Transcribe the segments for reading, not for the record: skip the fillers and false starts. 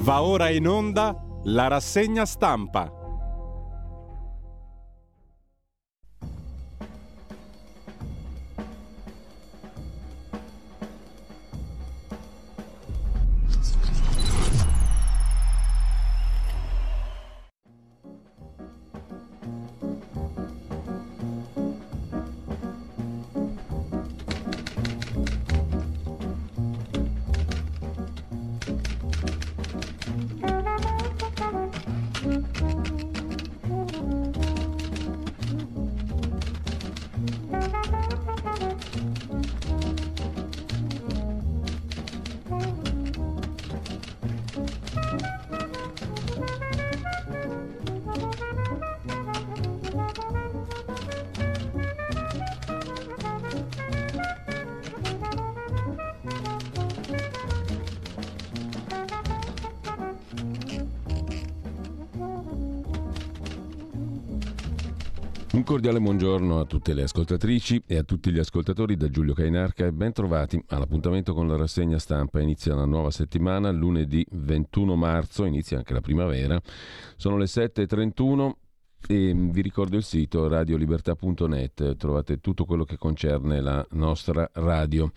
Va ora in onda la rassegna stampa. Un cordiale buongiorno a tutte le ascoltatrici e a tutti gli ascoltatori da Giulio Cainarca e ben trovati all'appuntamento con la rassegna stampa. Inizia una nuova settimana, lunedì 21 marzo, inizia anche la primavera. Sono le 7.31 e vi ricordo il sito radiolibertà.net, trovate tutto quello che concerne la nostra radio.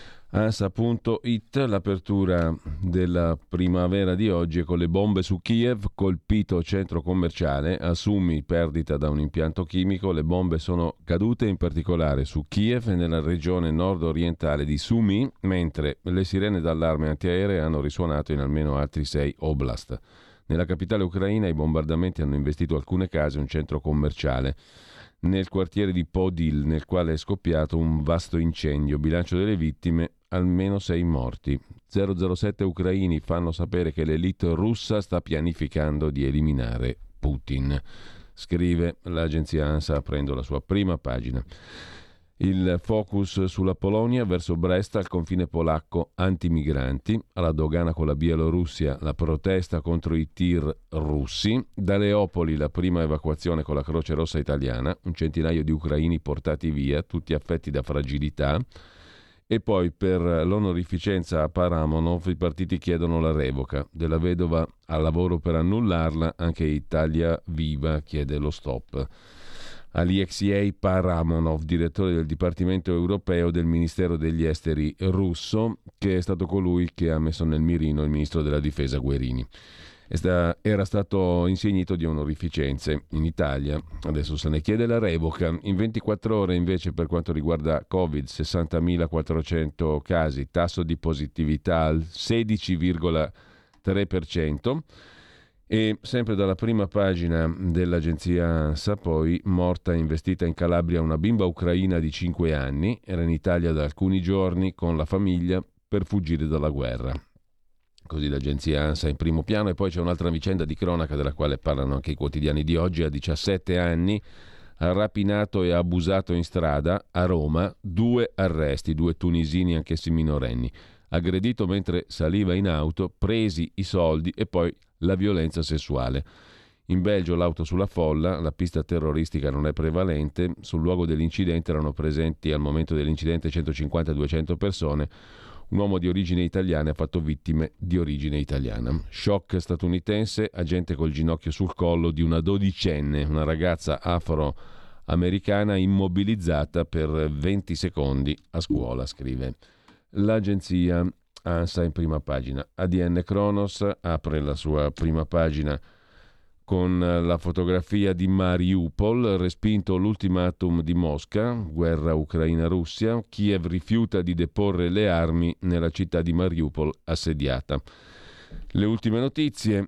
ANSA.it, l'apertura della primavera di oggi è con le bombe su Kiev, colpito centro commerciale, a Sumi perdita da un impianto chimico, le bombe sono cadute in particolare su Kiev e nella regione nord-orientale di Sumi, mentre le sirene d'allarme antiaeree hanno risuonato in almeno altri 6 oblast. Nella capitale ucraina i bombardamenti hanno investito alcune case e un centro commerciale nel quartiere di Podil, nel quale è scoppiato un vasto incendio. Bilancio delle vittime, almeno 6 morti. 007 ucraini fanno sapere che l'elite russa sta pianificando di eliminare Putin, scrive l'agenzia ANSA aprendo la sua prima pagina. Il focus sulla Polonia, verso Brest, al confine polacco, antimigranti, alla dogana con la Bielorussia, la protesta contro i tir russi, da Leopoli la prima evacuazione con la Croce Rossa italiana, un centinaio di ucraini portati via, tutti affetti da fragilità, e poi per l'onorificenza a Paramonov i partiti chiedono la revoca della vedova al lavoro per annullarla, anche Italia Viva chiede lo stop. Alexei Paramonov, direttore del Dipartimento Europeo del Ministero degli Esteri russo, che è stato colui che ha messo nel mirino il ministro della Difesa Guerini. Era stato insignito di onorificenze in Italia, adesso se ne chiede la revoca. In 24 ore invece per quanto riguarda Covid, 60.400 casi, tasso di positività al 16,3%. E sempre dalla prima pagina dell'agenzia ANSA, poi, morta investita in Calabria una bimba ucraina di 5 anni, era in Italia da alcuni giorni con la famiglia per fuggire dalla guerra. Così l'agenzia ANSA in primo piano. E poi c'è un'altra vicenda di cronaca della quale parlano anche i quotidiani di oggi. A 17 anni ha rapinato e abusato in strada a Roma 2 arresti, 2 tunisini anch'essi minorenni. Aggredito mentre saliva in auto, presi i soldi e poi la violenza sessuale. In Belgio l'auto sulla folla, la pista terroristica non è prevalente, sul luogo dell'incidente erano presenti al momento dell'incidente 150-200 persone, un uomo di origine italiana ha fatto vittime di origine italiana. Shock statunitense, agente col ginocchio sul collo di una 12enne, una ragazza afroamericana immobilizzata per 20 secondi a scuola, scrive l'agenzia ANSA in prima pagina. ADN Kronos apre la sua prima pagina con la fotografia di Mariupol, respinto l'ultimatum di Mosca, guerra Ucraina-Russia, Kiev rifiuta di deporre le armi nella città di Mariupol assediata. Le ultime notizie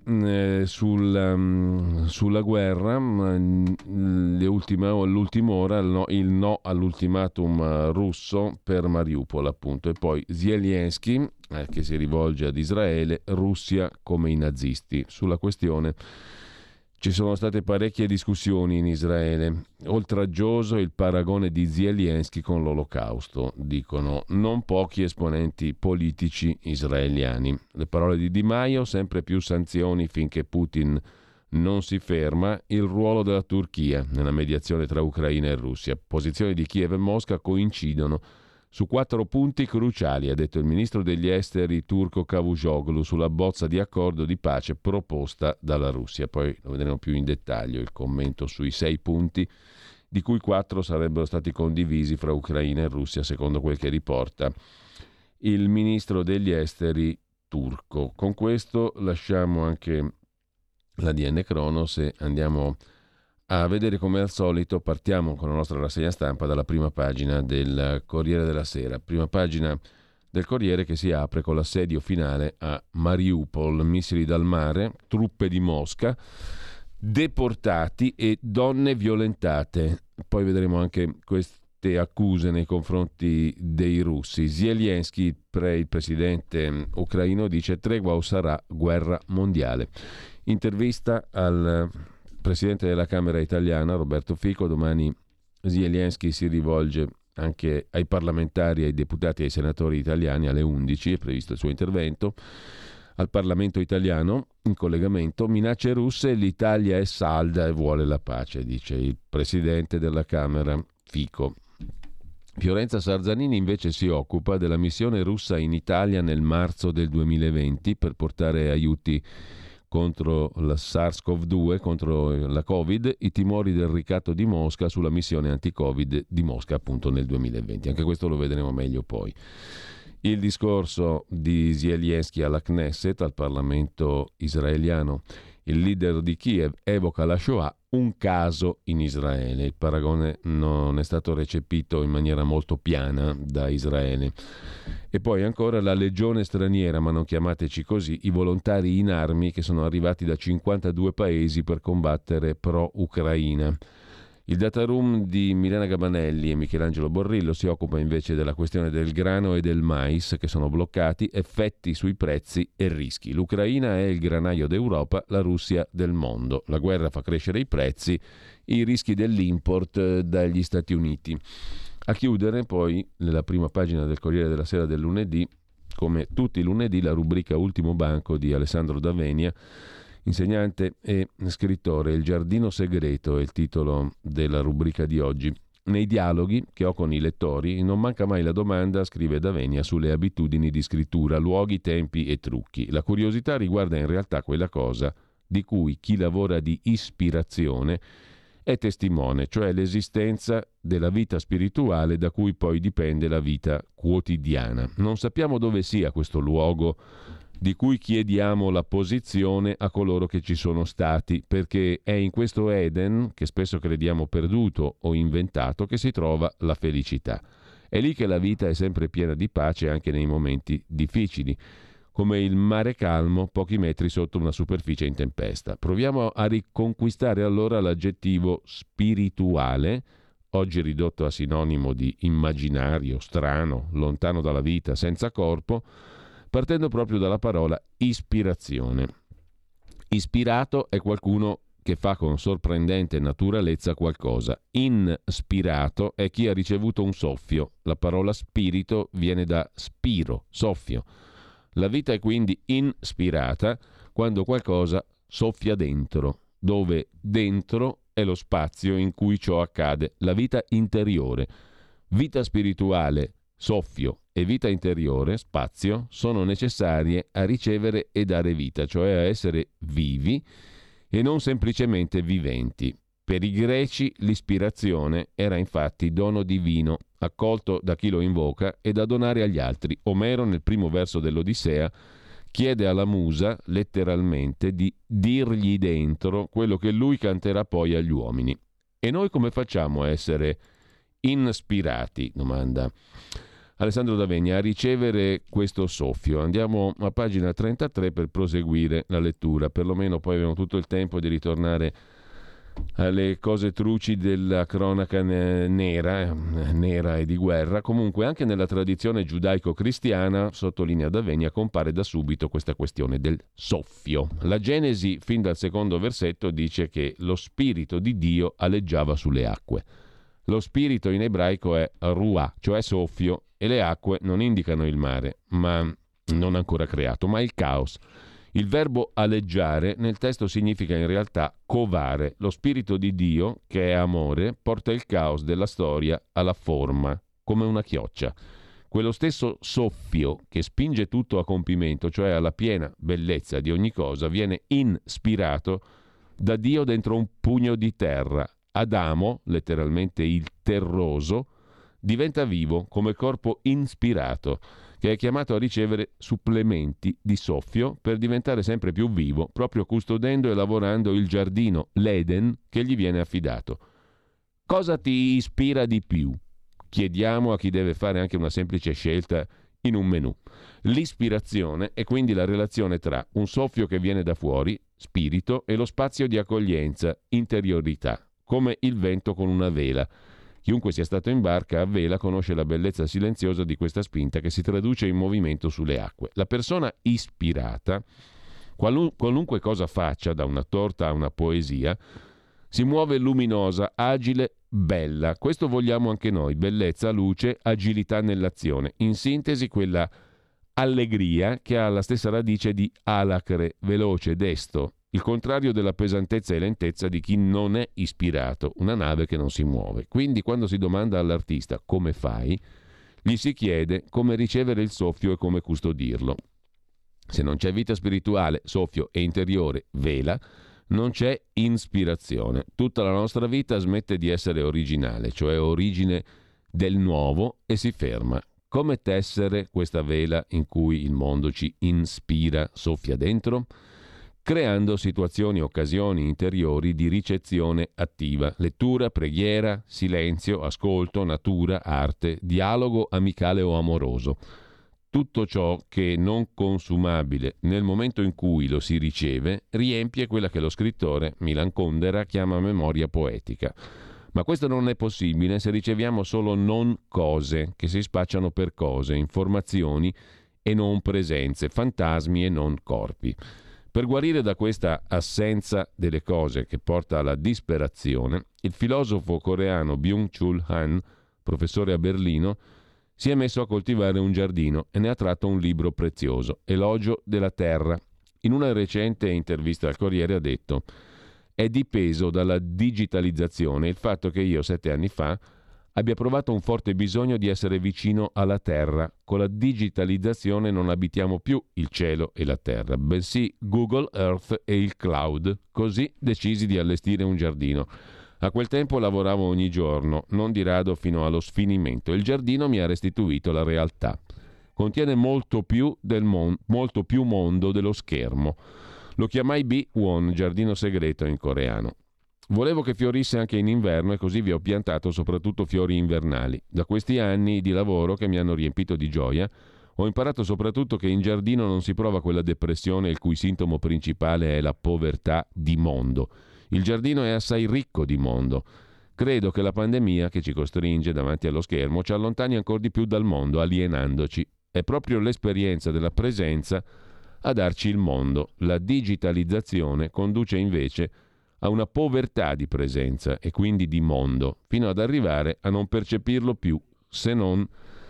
sulla guerra, all'ultima ora il no all'ultimatum russo per Mariupol, appunto, e poi Zelensky che si rivolge ad Israele, Russia come i nazisti. Sulla questione ci sono state parecchie discussioni in Israele. Oltraggioso il paragone di Zelensky con l'Olocausto, dicono non pochi esponenti politici israeliani. Le parole di Di Maio, sempre più sanzioni finché Putin non si ferma, il ruolo della Turchia nella mediazione tra Ucraina e Russia. Posizioni di Kiev e Mosca coincidono su 4 punti cruciali, ha detto il ministro degli esteri turco Cavusoglu, sulla bozza di accordo di pace proposta dalla Russia. Poi lo vedremo più in dettaglio, il commento sui 6 punti, di cui 4 sarebbero stati condivisi fra Ucraina e Russia, secondo quel che riporta il ministro degli esteri turco. Con questo lasciamo anche la DN Cronos e andiamo a vedere, come al solito, partiamo con la nostra rassegna stampa dalla prima pagina del Corriere della Sera. Prima pagina del Corriere che si apre con l'assedio finale a Mariupol, missili dal mare, truppe di Mosca, deportati e donne violentate. Poi vedremo anche queste accuse nei confronti dei russi. Zelensky, il presidente ucraino, dice tregua o sarà guerra mondiale. Intervista al presidente della Camera italiana, Roberto Fico. Domani Zelensky si rivolge anche ai parlamentari, ai deputati e ai senatori italiani alle 11, è previsto il suo intervento. Al Parlamento italiano, in collegamento, minacce russe, l'Italia è salda e vuole la pace, dice il presidente della Camera Fico. Fiorenza Sarzanini invece si occupa della missione russa in Italia nel marzo del 2020 per portare aiuti contro la SARS-CoV-2, contro la Covid, i timori del ricatto di Mosca sulla missione anti-Covid di Mosca appunto nel 2020. Anche questo lo vedremo meglio poi. Il discorso di Zelensky alla Knesset, al Parlamento israeliano. Il leader di Kiev evoca la Shoah, un caso in Israele. Il paragone non è stato recepito in maniera molto piana da Israele. E poi ancora la legione straniera, ma non chiamateci così, i volontari in armi che sono arrivati da 52 paesi per combattere pro-Ucraina. Il data room di Milena Gabanelli e Michelangelo Borrillo si occupa invece della questione del grano e del mais che sono bloccati, effetti sui prezzi e rischi. L'Ucraina è il granaio d'Europa, la Russia del mondo. La guerra fa crescere i prezzi, i rischi dell'import dagli Stati Uniti. A chiudere poi, nella prima pagina del Corriere della Sera del lunedì, come tutti i lunedì, la rubrica Ultimo Banco di Alessandro D'Avenia, insegnante e scrittore. Il giardino segreto è il titolo della rubrica di oggi. Nei dialoghi che ho con i lettori non manca mai la domanda, scrive D'Avenia, sulle abitudini di scrittura, luoghi, tempi e trucchi. La curiosità riguarda in realtà quella cosa di cui chi lavora di ispirazione è testimone, cioè l'esistenza della vita spirituale da cui poi dipende la vita quotidiana. Non sappiamo dove sia questo luogo di cui chiediamo la posizione a coloro che ci sono stati, perché è in questo Eden, che spesso crediamo perduto o inventato, che si trova la felicità. È lì che la vita è sempre piena di pace anche nei momenti difficili, come il mare calmo pochi metri sotto una superficie in tempesta. Proviamo a riconquistare allora l'aggettivo spirituale, oggi ridotto a sinonimo di immaginario, strano, lontano dalla vita, senza corpo, partendo proprio dalla parola ispirazione. Ispirato è qualcuno che fa con sorprendente naturalezza qualcosa. Inspirato è chi ha ricevuto un soffio. La parola spirito viene da spiro, soffio. La vita è quindi inspirata quando qualcosa soffia dentro, dove dentro è lo spazio in cui ciò accade, la vita interiore. Vita spirituale, soffio, e vita interiore, spazio, sono necessarie a ricevere e dare vita, cioè a essere vivi e non semplicemente viventi. Per i greci l'ispirazione era infatti dono divino, accolto da chi lo invoca e da donare agli altri. Omero, nel primo verso dell'Odissea, chiede alla musa, letteralmente, di dirgli dentro quello che lui canterà poi agli uomini. E noi come facciamo a essere ispirati? Domanda Alessandro D'Avenia, a ricevere questo soffio. Andiamo a pagina 33 per proseguire la lettura, perlomeno poi abbiamo tutto il tempo di ritornare alle cose truci della cronaca nera e di guerra. Comunque anche nella tradizione giudaico-cristiana, sottolinea D'Avenia, compare da subito questa questione del soffio. La Genesi, fin dal secondo versetto, dice che lo spirito di Dio aleggiava sulle acque. Lo spirito in ebraico è ruah, cioè soffio, e le acque non indicano il mare, ma non ancora creato, ma il caos. Il verbo aleggiare nel testo significa in realtà covare. Lo spirito di Dio, che è amore, porta il caos della storia alla forma, come una chioccia. quello stesso soffio che spinge tutto a compimento, cioè alla piena bellezza di ogni cosa, viene inspirato da Dio dentro un pugno di terra. Adamo, letteralmente il terroso, diventa vivo come corpo inspirato, che è chiamato a ricevere supplementi di soffio per diventare sempre più vivo, proprio custodendo e lavorando il giardino, l'Eden, che gli viene affidato. Cosa ti ispira di più? Chiediamo a chi deve fare anche una semplice scelta in un menù. L'ispirazione è quindi la relazione tra un soffio che viene da fuori, spirito, e lo spazio di accoglienza, interiorità, come il vento con una vela. Chiunque sia stato in barca a vela conosce la bellezza silenziosa di questa spinta che si traduce in movimento sulle acque. La persona ispirata, qualunque cosa faccia, da una torta a una poesia, si muove luminosa, agile, bella. Questo vogliamo anche noi: bellezza, luce, agilità nell'azione. In sintesi, quella allegria che ha la stessa radice di alacre, veloce, desto, il contrario della pesantezza e lentezza di chi non è ispirato, una nave che non si muove. Quindi quando si domanda all'artista come fai, gli si chiede come ricevere il soffio e come custodirlo. Se non c'è vita spirituale, soffio e interiore, vela, non c'è ispirazione. Tutta la nostra vita smette di essere originale, cioè origine del nuovo, e si ferma. Come tessere questa vela in cui il mondo ci inspira, soffia dentro? Creando situazioni e occasioni interiori di ricezione attiva, lettura, preghiera, silenzio, ascolto, natura, arte, dialogo amicale o amoroso. Tutto ciò che non consumabile nel momento in cui lo si riceve riempie quella che lo scrittore Milan Kundera chiama memoria poetica. Ma questo non è possibile se riceviamo solo non cose che si spacciano per cose, informazioni e non presenze, fantasmi e non corpi. Per guarire da questa assenza delle cose che porta alla disperazione, il filosofo coreano Byung-Chul Han, professore a Berlino, si è messo a coltivare un giardino e ne ha tratto un libro prezioso, Elogio della Terra. In una recente intervista al Corriere ha detto: «È dipeso dalla digitalizzazione il fatto che io 7 anni fa abbia provato un forte bisogno di essere vicino alla terra. Con la digitalizzazione non abitiamo più il cielo e la terra, bensì Google Earth e il cloud. Così decisi di allestire un giardino. A quel tempo lavoravo ogni giorno, non di rado fino allo sfinimento. Il giardino mi ha restituito la realtà. Contiene molto più mondo dello schermo. Lo chiamai Bi-won, giardino segreto in coreano. Volevo che fiorisse anche in inverno e così vi ho piantato soprattutto fiori invernali. Da questi anni di lavoro che mi hanno riempito di gioia, ho imparato soprattutto che in giardino non si prova quella depressione il cui sintomo principale è la povertà di mondo. Il giardino è assai ricco di mondo. Credo che la pandemia che ci costringe davanti allo schermo ci allontani ancora di più dal mondo, alienandoci. È proprio l'esperienza della presenza a darci il mondo. La digitalizzazione conduce invece a una povertà di presenza e quindi di mondo, fino ad arrivare a non percepirlo più, se non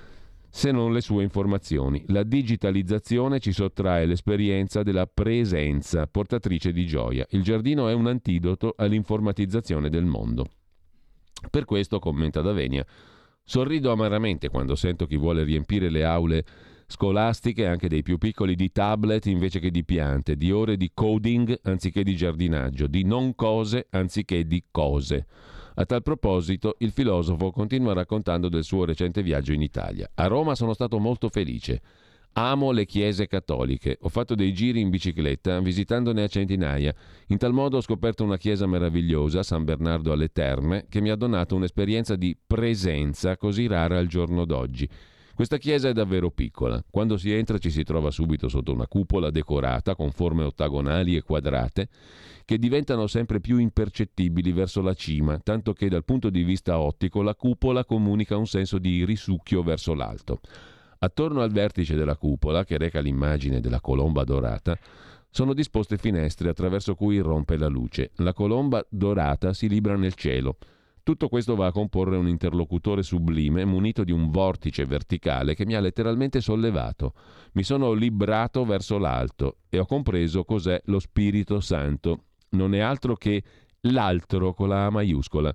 le sue informazioni. La digitalizzazione ci sottrae l'esperienza della presenza, portatrice di gioia. Il giardino è un antidoto all'informatizzazione del mondo. Per questo, commenta D'Avenia, sorrido amaramente quando sento chi vuole riempire le aule scolastiche, anche dei più piccoli, di tablet invece che di piante, di ore di coding anziché di giardinaggio, di non cose anziché di cose. A tal proposito, il filosofo continua raccontando del suo recente viaggio in Italia. A Roma sono stato molto felice. Amo le chiese cattoliche. Ho fatto dei giri in bicicletta, visitandone a centinaia. In tal modo ho scoperto una chiesa meravigliosa, San Bernardo alle Terme, che mi ha donato un'esperienza di presenza così rara al giorno d'oggi. Questa chiesa è davvero piccola. Quando si entra ci si trova subito sotto una cupola decorata con forme ottagonali e quadrate che diventano sempre più impercettibili verso la cima, tanto che dal punto di vista ottico la cupola comunica un senso di risucchio verso l'alto. Attorno al vertice della cupola, che reca l'immagine della colomba dorata, sono disposte finestre attraverso cui irrompe la luce. La colomba dorata si libra nel cielo. Tutto questo va a comporre un interlocutore sublime munito di un vortice verticale che mi ha letteralmente sollevato. Mi sono librato verso l'alto e ho compreso cos'è lo Spirito Santo. Non è altro che l'altro con la A maiuscola.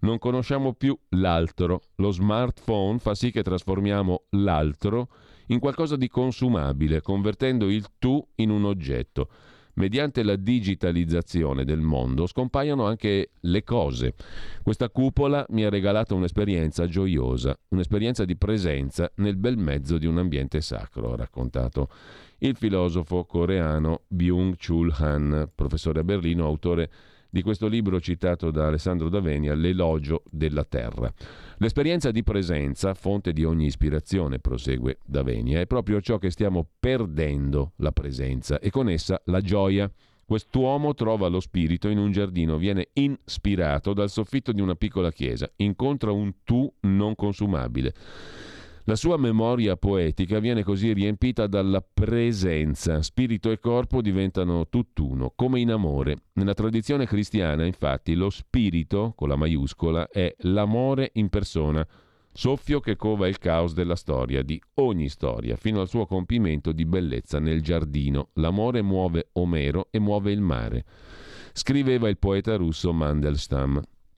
Non conosciamo più l'altro. Lo smartphone fa sì che trasformiamo l'altro in qualcosa di consumabile, convertendo il tu in un oggetto. Mediante la digitalizzazione del mondo scompaiono anche le cose. Questa cupola mi ha regalato un'esperienza gioiosa, un'esperienza di presenza nel bel mezzo di un ambiente sacro, ha raccontato il filosofo coreano Byung-Chul Han, professore a Berlino, autore di questo libro citato da Alessandro D'Avenia, L'elogio della terra. L'esperienza di presenza, fonte di ogni ispirazione, prosegue D'Avenia, è proprio ciò che stiamo perdendo, la presenza, e con essa la gioia. Quest'uomo trova lo spirito in un giardino, viene ispirato dal soffitto di una piccola chiesa, incontra un tu non consumabile. La sua memoria poetica viene così riempita dalla presenza. Spirito e corpo diventano tutt'uno, come in amore. Nella tradizione cristiana, infatti, lo spirito, con la maiuscola, è l'amore in persona, soffio che cova il caos della storia, di ogni storia, fino al suo compimento di bellezza nel giardino. L'amore muove Omero e muove il mare. Scriveva il poeta russo Mandelstam.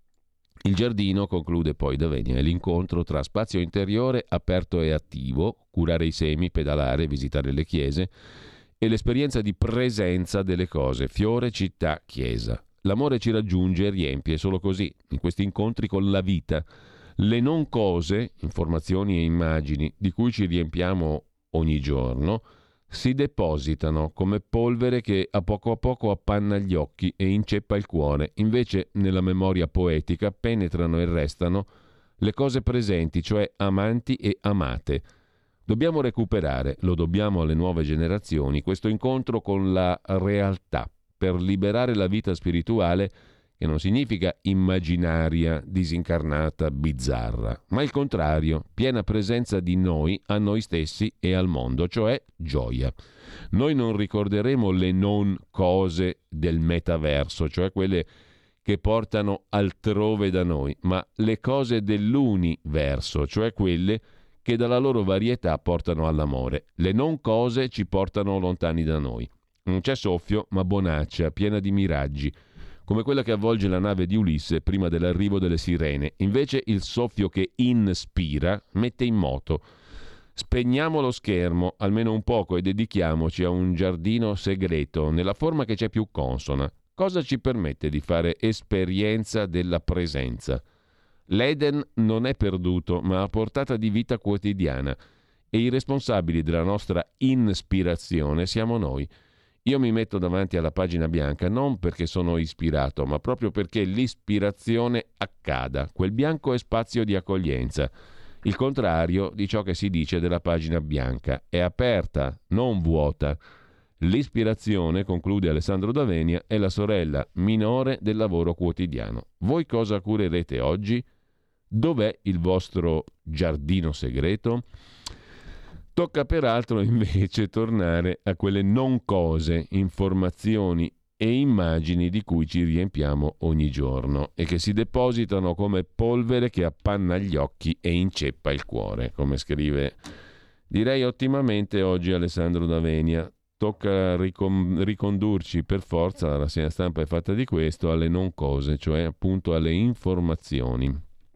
Il giardino, conclude poi D'Avenia, è l'incontro tra spazio interiore aperto e attivo, curare i semi, pedalare, visitare le chiese, e l'esperienza di presenza delle cose, fiore, città, chiesa. L'amore ci raggiunge e riempie solo così, in questi incontri con la vita. Le non cose, informazioni e immagini di cui ci riempiamo ogni giorno, si depositano come polvere che a poco appanna gli occhi e inceppa il cuore. Invece nella memoria poetica penetrano e restano le cose presenti, cioè amanti e amate. Dobbiamo recuperare, lo dobbiamo alle nuove generazioni, questo incontro con la realtà per liberare la vita spirituale, che non significa immaginaria, disincarnata, bizzarra, ma il contrario, piena presenza di noi a noi stessi e al mondo, cioè gioia. Noi non ricorderemo le non cose del metaverso, cioè quelle che portano altrove da noi, ma le cose dell'universo, cioè quelle che dalla loro varietà portano all'amore. Le non cose ci portano lontani da noi. Non c'è soffio, ma bonaccia, piena di miraggi, come quella che avvolge la nave di Ulisse prima dell'arrivo delle sirene. Invece il soffio che inspira mette in moto. Spegniamo lo schermo almeno un poco e dedichiamoci a un giardino segreto nella forma che c'è più consona. Cosa ci permette di fare esperienza della presenza? L'Eden non è perduto, ma a portata di vita quotidiana, e i responsabili della nostra ispirazione siamo noi. Io mi metto davanti alla pagina bianca non perché sono ispirato, ma proprio perché l'ispirazione accada. Quel bianco è spazio di accoglienza. Il contrario di ciò che si dice della pagina bianca. È aperta, non vuota. L'ispirazione, conclude Alessandro D'Avenia, è la sorella minore del lavoro quotidiano. Voi cosa curerete oggi? Dov'è il vostro giardino segreto? Tocca peraltro invece tornare a quelle non cose, informazioni e immagini di cui ci riempiamo ogni giorno e che si depositano come polvere che appanna gli occhi e inceppa il cuore, come scrive, direi ottimamente oggi Alessandro D'Avenia. Tocca ricondurci per forza, la rassegna stampa è fatta di questo, alle non cose, cioè appunto alle informazioni,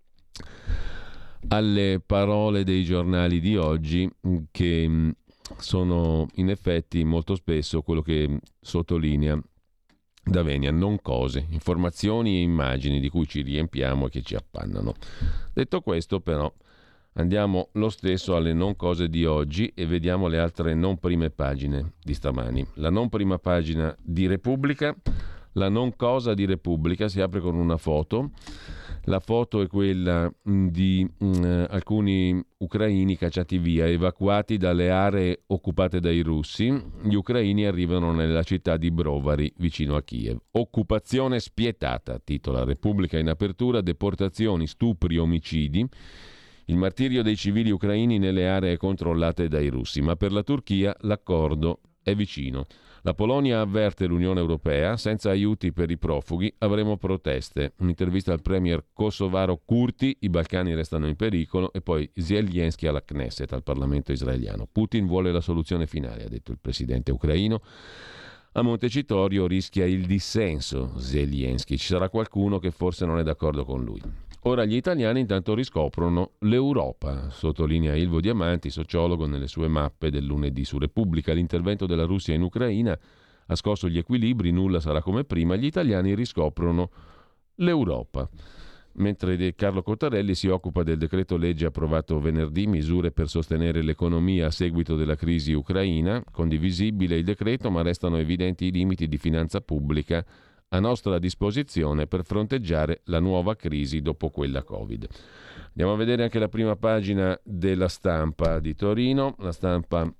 alle parole dei giornali di oggi, che sono in effetti molto spesso quello che sottolinea D'Avenia, non cose, informazioni e immagini di cui ci riempiamo e che ci appannano. Detto questo, però, andiamo lo stesso alle non cose di oggi e vediamo le altre non prime pagine di stamani. La non prima pagina di Repubblica, la non cosa di Repubblica si apre con una foto. La foto è quella di alcuni ucraini cacciati via, evacuati dalle aree occupate dai russi. Gli ucraini arrivano nella città di Brovary, vicino a Kiev. Occupazione spietata, titola Repubblica in apertura, deportazioni, stupri, omicidi. Il martirio dei civili ucraini nelle aree controllate dai russi, ma per la Turchia l'accordo è vicino. La Polonia avverte l'Unione Europea, senza aiuti per i profughi avremo proteste. Un'intervista al premier kosovaro Kurti, i Balcani restano in pericolo, e poi Zelensky alla Knesset, al Parlamento israeliano. Putin vuole la soluzione finale, ha detto il presidente ucraino. A Montecitorio rischia il dissenso Zelensky, ci sarà qualcuno che forse non è d'accordo con lui. Ora gli italiani intanto riscoprono l'Europa, sottolinea Ilvo Diamanti, sociologo, nelle sue mappe del lunedì su Repubblica. L'intervento della Russia in Ucraina ha scosso gli equilibri, nulla sarà come prima, gli italiani riscoprono l'Europa. Mentre Carlo Cottarelli si occupa del decreto legge approvato venerdì, misure per sostenere l'economia a seguito della crisi ucraina. Condivisibile il decreto, ma restano evidenti i limiti di finanza pubblica a nostra disposizione per fronteggiare la nuova crisi dopo quella Covid. Andiamo a vedere anche la prima pagina della Stampa di Torino. La Stampa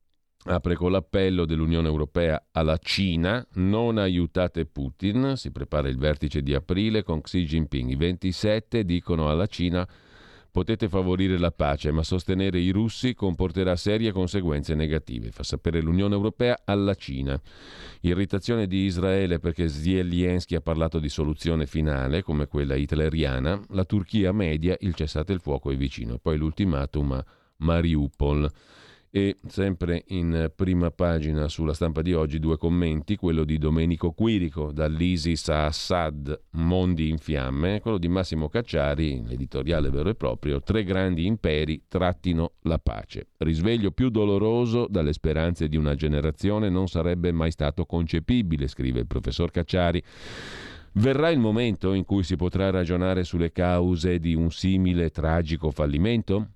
apre con l'appello dell'Unione Europea alla Cina: non aiutate Putin. Si prepara il vertice di aprile con Xi Jinping. I 27 dicono alla Cina: potete favorire la pace, ma sostenere i russi comporterà serie conseguenze negative. Fa sapere l'Unione Europea alla Cina. Irritazione di Israele perché Zelensky ha parlato di soluzione finale, come quella hitleriana. La Turchia media, il cessate il fuoco è vicino. E poi l'ultimatum a Mariupol. E sempre in prima pagina sulla Stampa di oggi 2 commenti, quello di Domenico Quirico, dall'ISIS a Assad, mondi in fiamme, quello di Massimo Cacciari, l'editoriale vero e proprio, 3 grandi imperi trattino la pace. Risveglio più doloroso dalle speranze di una generazione non sarebbe mai stato concepibile, scrive il professor Cacciari. Verrà il momento in cui si potrà ragionare sulle cause di un simile tragico fallimento?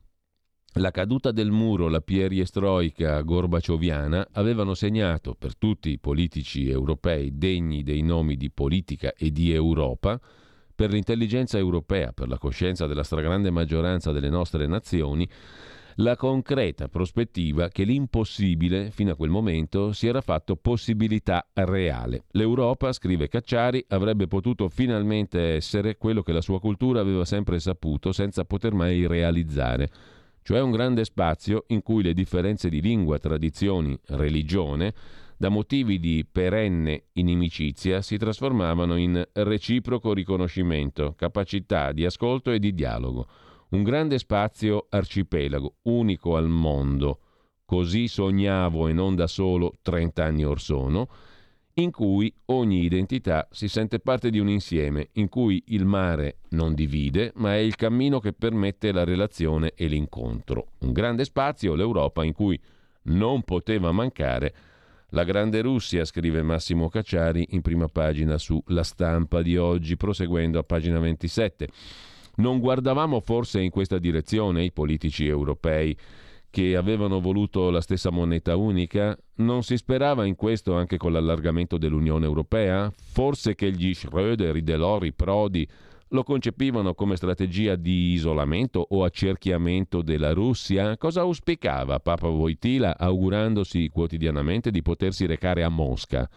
La caduta del muro, la perestroika gorbacioviana avevano segnato per tutti i politici europei degni dei nomi di politica e di Europa, per l'intelligenza europea, per la coscienza della stragrande maggioranza delle nostre nazioni, la concreta prospettiva che l'impossibile fino a quel momento si era fatto possibilità reale. L'Europa, scrive Cacciari, avrebbe potuto finalmente essere quello che la sua cultura aveva sempre saputo senza poter mai realizzare, cioè un grande spazio in cui le differenze di lingua, tradizioni, religione, da motivi di perenne inimicizia, si trasformavano in reciproco riconoscimento, capacità di ascolto e di dialogo. Un grande spazio arcipelago, unico al mondo, così sognavo e non da solo 30 anni or sono, in cui ogni identità si sente parte di un insieme, in cui il mare non divide, ma è il cammino che permette la relazione e l'incontro. Un grande spazio, l'Europa, in cui non poteva mancare la grande Russia, scrive Massimo Cacciari in prima pagina su La Stampa di oggi, proseguendo a pagina 27. Non guardavamo forse in questa direzione i politici europei che avevano voluto la stessa moneta unica? Non si sperava in questo anche con l'allargamento dell'Unione Europea? Forse che gli Schröder, i Delors, i Prodi lo concepivano come strategia di isolamento o accerchiamento della Russia? Cosa auspicava Papa Wojtyla augurandosi quotidianamente di potersi recare a Mosca?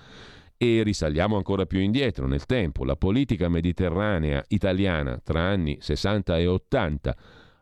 E risaliamo ancora più indietro nel tempo. La politica mediterranea italiana tra anni 60 e 80,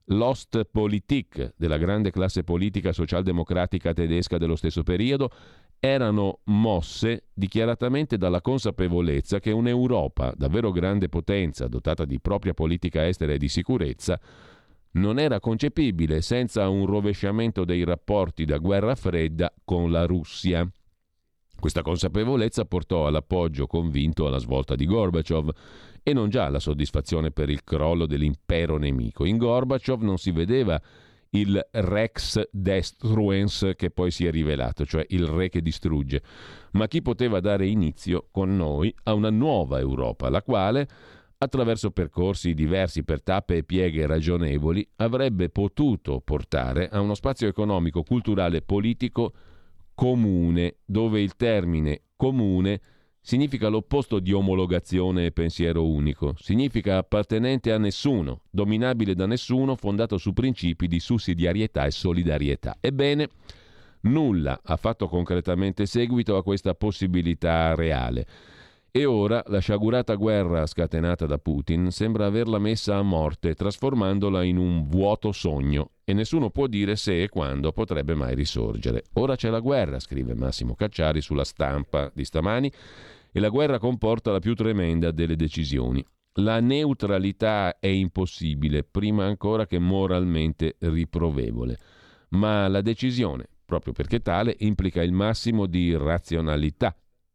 l'Ostpolitik della grande classe politica socialdemocratica tedesca dello stesso periodo, erano mosse dichiaratamente dalla consapevolezza che un'Europa, davvero grande potenza, dotata di propria politica estera e di sicurezza, non era concepibile senza un rovesciamento dei rapporti da guerra fredda con la Russia. Questa consapevolezza portò all'appoggio convinto alla svolta di Gorbaciov e non già alla soddisfazione per il crollo dell'impero nemico. In Gorbaciov non si vedeva il Rex Destruens che poi si è rivelato, cioè il re che distrugge, ma chi poteva dare inizio con noi a una nuova Europa, la quale, attraverso percorsi diversi per tappe e pieghe ragionevoli, avrebbe potuto portare a uno spazio economico, culturale e politico comune, dove il termine comune significa l'opposto di omologazione e pensiero unico, significa appartenente a nessuno, dominabile da nessuno, fondato su principi di sussidiarietà e solidarietà. Ebbene, nulla ha fatto concretamente seguito a questa possibilità reale. E ora la sciagurata guerra scatenata da Putin sembra averla messa a morte, trasformandola in un vuoto sogno, e nessuno può dire se e quando potrebbe mai risorgere. Ora c'è la guerra, scrive Massimo Cacciari sulla Stampa di stamani, e la guerra comporta la più tremenda delle decisioni. La neutralità è impossibile, prima ancora che moralmente riprovevole, ma la decisione, proprio perché tale, implica il massimo di razionalità,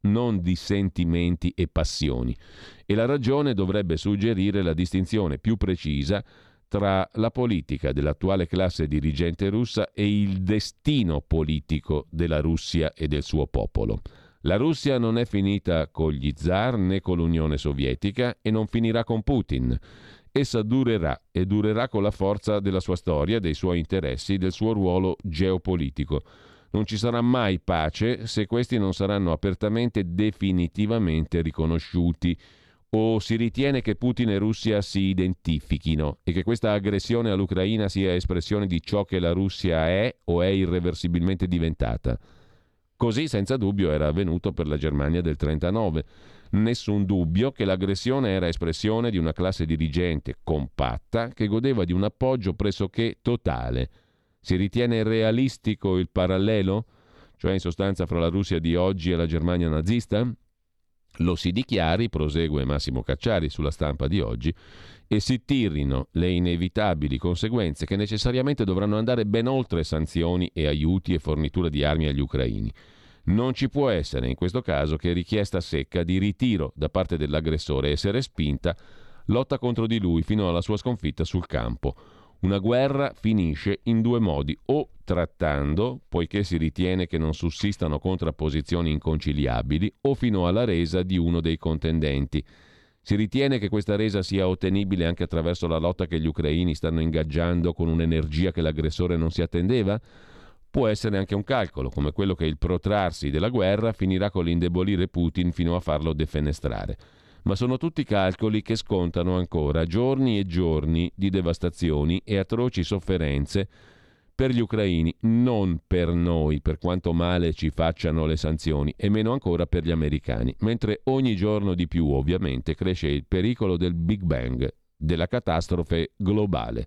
non di sentimenti e passioni. E la ragione dovrebbe suggerire la distinzione più precisa tra la politica dell'attuale classe dirigente russa e il destino politico della Russia e del suo popolo. La Russia non è finita con gli zar né con l'Unione Sovietica e non finirà con Putin. Essa durerà e durerà con la forza della sua storia, dei suoi interessi, del suo ruolo geopolitico. Non ci sarà mai pace se questi non saranno apertamente definitivamente riconosciuti, o si ritiene che Putin e Russia si identifichino e che questa aggressione all'Ucraina sia espressione di ciò che la Russia è o è irreversibilmente diventata. Così senza dubbio era avvenuto per la Germania del 1939. Nessun dubbio che l'aggressione era espressione di una classe dirigente compatta che godeva di un appoggio pressoché totale. Si ritiene realistico il parallelo? Cioè in sostanza fra la Russia di oggi e la Germania nazista? Lo si dichiari, prosegue Massimo Cacciari sulla Stampa di oggi, e si tirino le inevitabili conseguenze che necessariamente dovranno andare ben oltre sanzioni e aiuti e fornitura di armi agli ucraini. Non ci può essere in questo caso che richiesta secca di ritiro da parte dell'aggressore e, se respinta, lotta contro di lui fino alla sua sconfitta sul campo. Una guerra finisce in due modi: o trattando, poiché si ritiene che non sussistano contrapposizioni inconciliabili, o fino alla resa di uno dei contendenti. Si ritiene che questa resa sia ottenibile anche attraverso la lotta che gli ucraini stanno ingaggiando con un'energia che l'aggressore non si attendeva? Può essere anche un calcolo, come quello che il protrarsi della guerra finirà con l'indebolire Putin fino a farlo defenestrare. Ma sono tutti calcoli che scontano ancora giorni e giorni di devastazioni e atroci sofferenze per gli ucraini, non per noi, per quanto male ci facciano le sanzioni, e meno ancora per gli americani, mentre ogni giorno di più ovviamente cresce il pericolo del Big Bang, della catastrofe globale.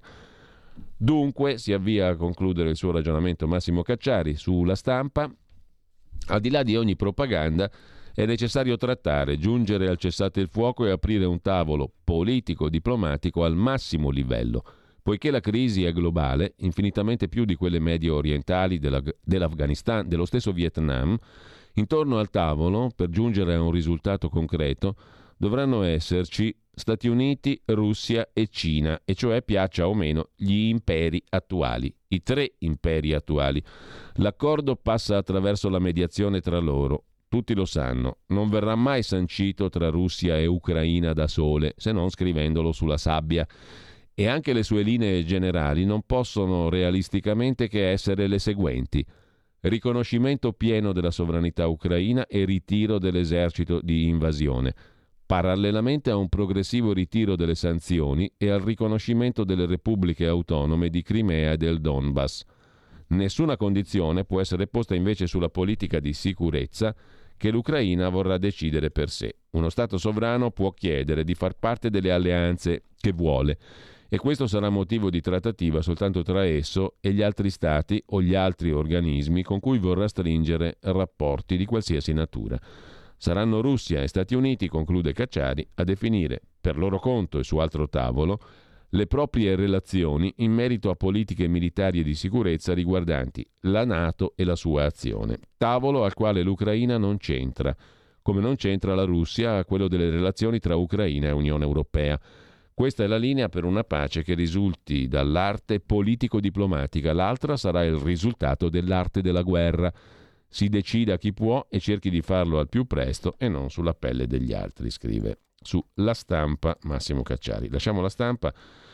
Dunque, si avvia a concludere il suo ragionamento Massimo Cacciari sulla Stampa, al di là di ogni propaganda è necessario trattare, giungere al cessate il fuoco e aprire un tavolo politico-diplomatico al massimo livello, poiché la crisi è globale, infinitamente più di quelle medio orientali dell'Afghanistan, dello stesso Vietnam. Intorno al tavolo, per giungere a un risultato concreto, dovranno esserci Stati Uniti, Russia e Cina, e cioè, piaccia o meno, gli imperi attuali, i tre imperi attuali. L'accordo passa attraverso la mediazione tra loro. Tutti lo sanno, non verrà mai sancito tra Russia e Ucraina da sole, se non scrivendolo sulla sabbia. E anche le sue linee generali non possono realisticamente che essere le seguenti: riconoscimento pieno della sovranità ucraina e ritiro dell'esercito di invasione, parallelamente a un progressivo ritiro delle sanzioni e al riconoscimento delle repubbliche autonome di Crimea e del Donbass. Nessuna condizione può essere posta invece sulla politica di sicurezza che l'Ucraina vorrà decidere per sé. Uno Stato sovrano può chiedere di far parte delle alleanze che vuole, e questo sarà motivo di trattativa soltanto tra esso e gli altri Stati o gli altri organismi con cui vorrà stringere rapporti di qualsiasi natura. Saranno Russia e Stati Uniti, conclude Cacciari, a definire per loro conto e su altro tavolo le proprie relazioni in merito a politiche militari e di sicurezza riguardanti la NATO e la sua azione. Tavolo al quale l'Ucraina non c'entra, come non c'entra la Russia a quello delle relazioni tra Ucraina e Unione Europea. Questa è la linea per una pace che risulti dall'arte politico-diplomatica, l'altra sarà il risultato dell'arte della guerra. Si decida chi può e cerchi di farlo al più presto e non sulla pelle degli altri, scrive su La Stampa Massimo Cacciari. Lasciamo La Stampa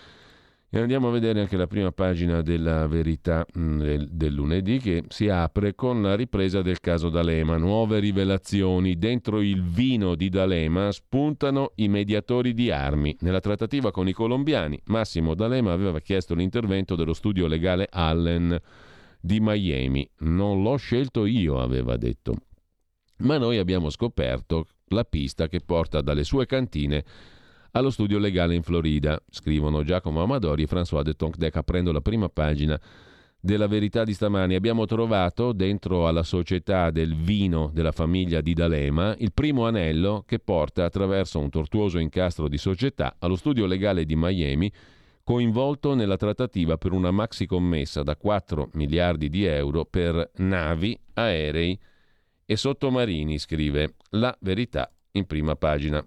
e andiamo a vedere anche la prima pagina della Verità del lunedì, che si apre con la ripresa del caso D'Alema. Nuove rivelazioni: dentro il vino di D'Alema spuntano i mediatori di armi. Nella trattativa con i colombiani, Massimo D'Alema aveva chiesto l'intervento dello studio legale Allen di Miami. Non l'ho scelto io, aveva detto, ma noi abbiamo scoperto la pista che porta dalle sue cantine allo studio legale in Florida, scrivono Giacomo Amadori e François de Tonquedec aprendo la prima pagina della Verità di stamani. Abbiamo trovato dentro alla società del vino della famiglia di D'Alema il primo anello che porta attraverso un tortuoso incastro di società allo studio legale di Miami, coinvolto nella trattativa per una maxi commessa da 4 miliardi di euro per navi, aerei E Sottomarini scrive La Verità in prima pagina.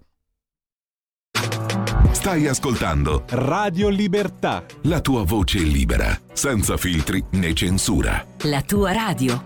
Stai ascoltando Radio Libertà. la tua voce libera, senza filtri né censura. La tua radio.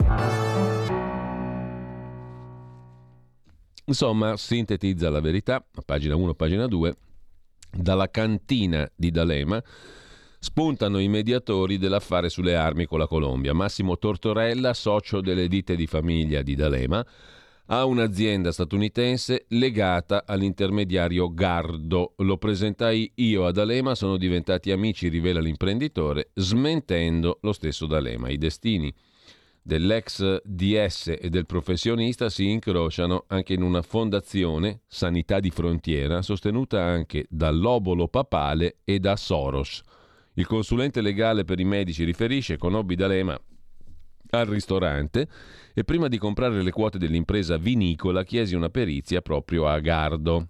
Insomma, sintetizza La Verità, pagina 1, pagina 2, dalla cantina di D'Alema spuntano i mediatori dell'affare sulle armi con la Colombia. Massimo Tortorella, socio delle ditte di famiglia di D'Alema, ha un'azienda statunitense legata all'intermediario Gardo. Lo presentai io a D'Alema, sono diventati amici, rivela l'imprenditore, smentendo lo stesso D'Alema. I destini dell'ex DS e del professionista si incrociano anche in una fondazione, Sanità di Frontiera, sostenuta anche dall'obolo papale e da Soros. Il consulente legale per i medici riferisce: conobbi D'Alema al ristorante e prima di comprare le quote dell'impresa vinicola chiesi una perizia proprio a Gardo.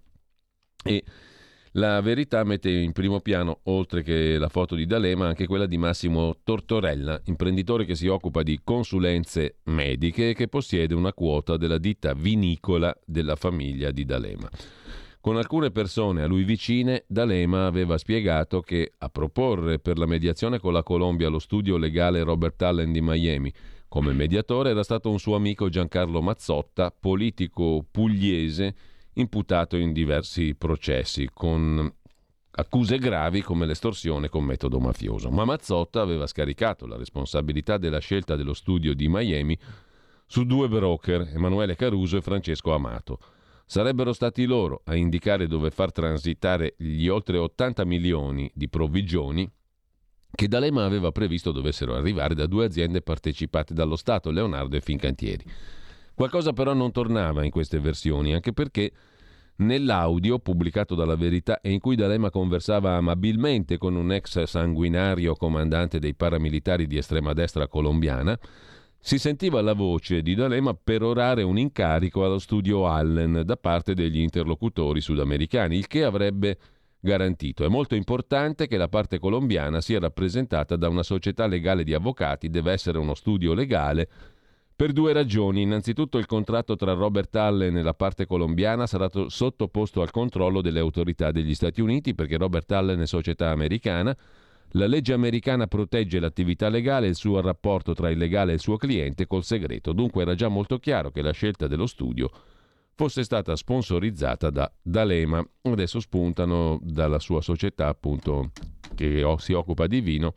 E La Verità mette in primo piano, oltre che la foto di D'Alema, anche quella di Massimo Tortorella, imprenditore che si occupa di consulenze mediche e che possiede una quota della ditta vinicola della famiglia di D'Alema. Con alcune persone a lui vicine, D'Alema aveva spiegato che a proporre per la mediazione con la Colombia lo studio legale Robert Allen di Miami come mediatore era stato un suo amico Giancarlo Mazzotta, politico pugliese imputato in diversi processi con accuse gravi come l'estorsione con metodo mafioso. Ma Mazzotta aveva scaricato la responsabilità della scelta dello studio di Miami su due broker, Emanuele Caruso e Francesco Amato. Sarebbero stati loro a indicare dove far transitare gli oltre 80 milioni di provvigioni che D'Alema aveva previsto dovessero arrivare da due aziende partecipate dallo Stato, Leonardo e Fincantieri. Qualcosa però non tornava in queste versioni, anche perché nell'audio pubblicato dalla Verità e in cui D'Alema conversava amabilmente con un ex sanguinario comandante dei paramilitari di estrema destra colombiana, si sentiva la voce di D'Alema perorare un incarico allo studio Allen da parte degli interlocutori sudamericani, il che avrebbe garantito: è molto importante che la parte colombiana sia rappresentata da una società legale di avvocati, deve essere uno studio legale per due ragioni. Innanzitutto il contratto tra Robert Allen e la parte colombiana sarà sottoposto al controllo delle autorità degli Stati Uniti, perché Robert Allen è società americana. La legge americana protegge l'attività legale e il suo rapporto tra il legale e il suo cliente col segreto. Dunque era già molto chiaro che la scelta dello studio fosse stata sponsorizzata da D'Alema. Adesso spuntano dalla sua società, appunto, che si occupa di vino,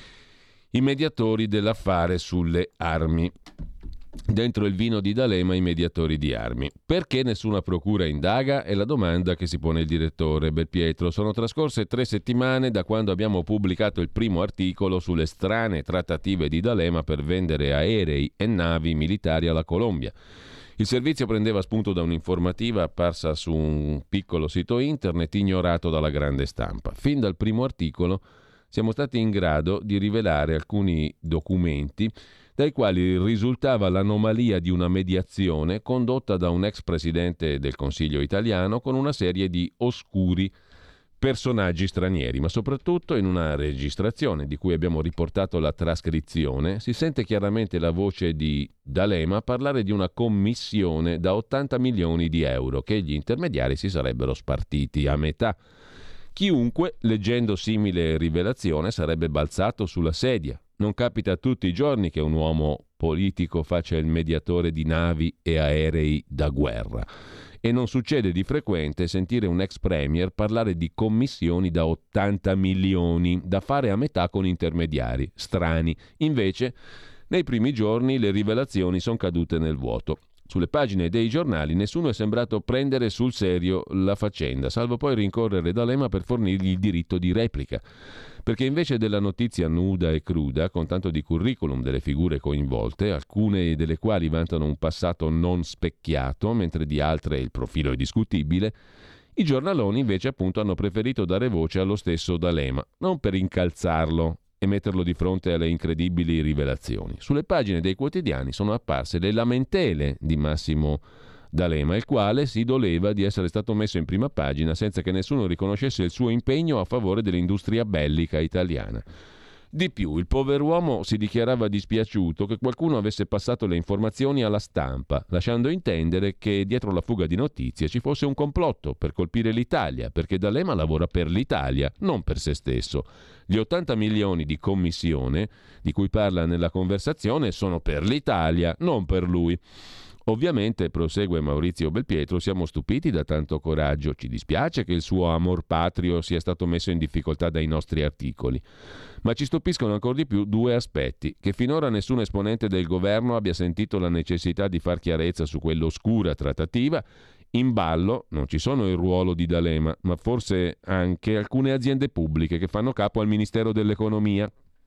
i mediatori dell'affare sulle armi. Dentro il vino di D'Alema i mediatori di armi. Perché nessuna procura indaga? È la domanda che si pone il direttore Belpietro. Sono trascorse 3 settimane da quando abbiamo pubblicato il primo articolo sulle strane trattative di D'Alema per vendere aerei e navi militari alla Colombia. Il servizio prendeva spunto da un'informativa apparsa su un piccolo sito internet ignorato dalla grande stampa. Fin dal primo articolo siamo stati in grado di rivelare alcuni documenti dai quali risultava l'anomalia di una mediazione condotta da un ex presidente del Consiglio italiano con una serie di oscuri personaggi stranieri, ma soprattutto in una registrazione di cui abbiamo riportato la trascrizione si sente chiaramente la voce di D'Alema parlare di una commissione da 80 milioni di euro che gli intermediari si sarebbero spartiti a metà. Chiunque, leggendo simile rivelazione, sarebbe balzato sulla sedia. Non capita tutti i giorni che un uomo politico faccia il mediatore di navi e aerei da guerra. E non succede di frequente sentire un ex premier parlare di commissioni da 80 milioni da fare a metà con intermediari strani. Invece, nei primi giorni le rivelazioni sono cadute nel vuoto. Sulle pagine dei giornali nessuno è sembrato prendere sul serio la faccenda, salvo poi rincorrere D'Alema per fornirgli il diritto di replica. Perché invece della notizia nuda e cruda, con tanto di curriculum delle figure coinvolte, alcune delle quali vantano un passato non specchiato, mentre di altre il profilo è discutibile, i giornaloni invece appunto hanno preferito dare voce allo stesso D'Alema, non per incalzarlo e metterlo di fronte alle incredibili rivelazioni. Sulle pagine dei quotidiani sono apparse le lamentele di Massimo D'Alema, il quale si doleva di essere stato messo in prima pagina senza che nessuno riconoscesse il suo impegno a favore dell'industria bellica italiana. Di più, il pover'uomo si dichiarava dispiaciuto che qualcuno avesse passato le informazioni alla stampa, lasciando intendere che dietro la fuga di notizie ci fosse un complotto per colpire l'Italia, perché D'Alema lavora per l'Italia, non per se stesso. Gli 80 milioni di commissione di cui parla nella conversazione sono per l'Italia, non per lui. Ovviamente, prosegue Maurizio Belpietro, siamo stupiti da tanto coraggio. Ci dispiace che il suo amor patrio sia stato messo in difficoltà dai nostri articoli. Ma ci stupiscono ancora di più due aspetti: che finora nessun esponente del governo abbia sentito la necessità di far chiarezza su quell'oscura trattativa. In ballo non ci sono il ruolo di D'Alema, ma forse anche alcune aziende pubbliche che fanno capo al Ministero dell'Economia.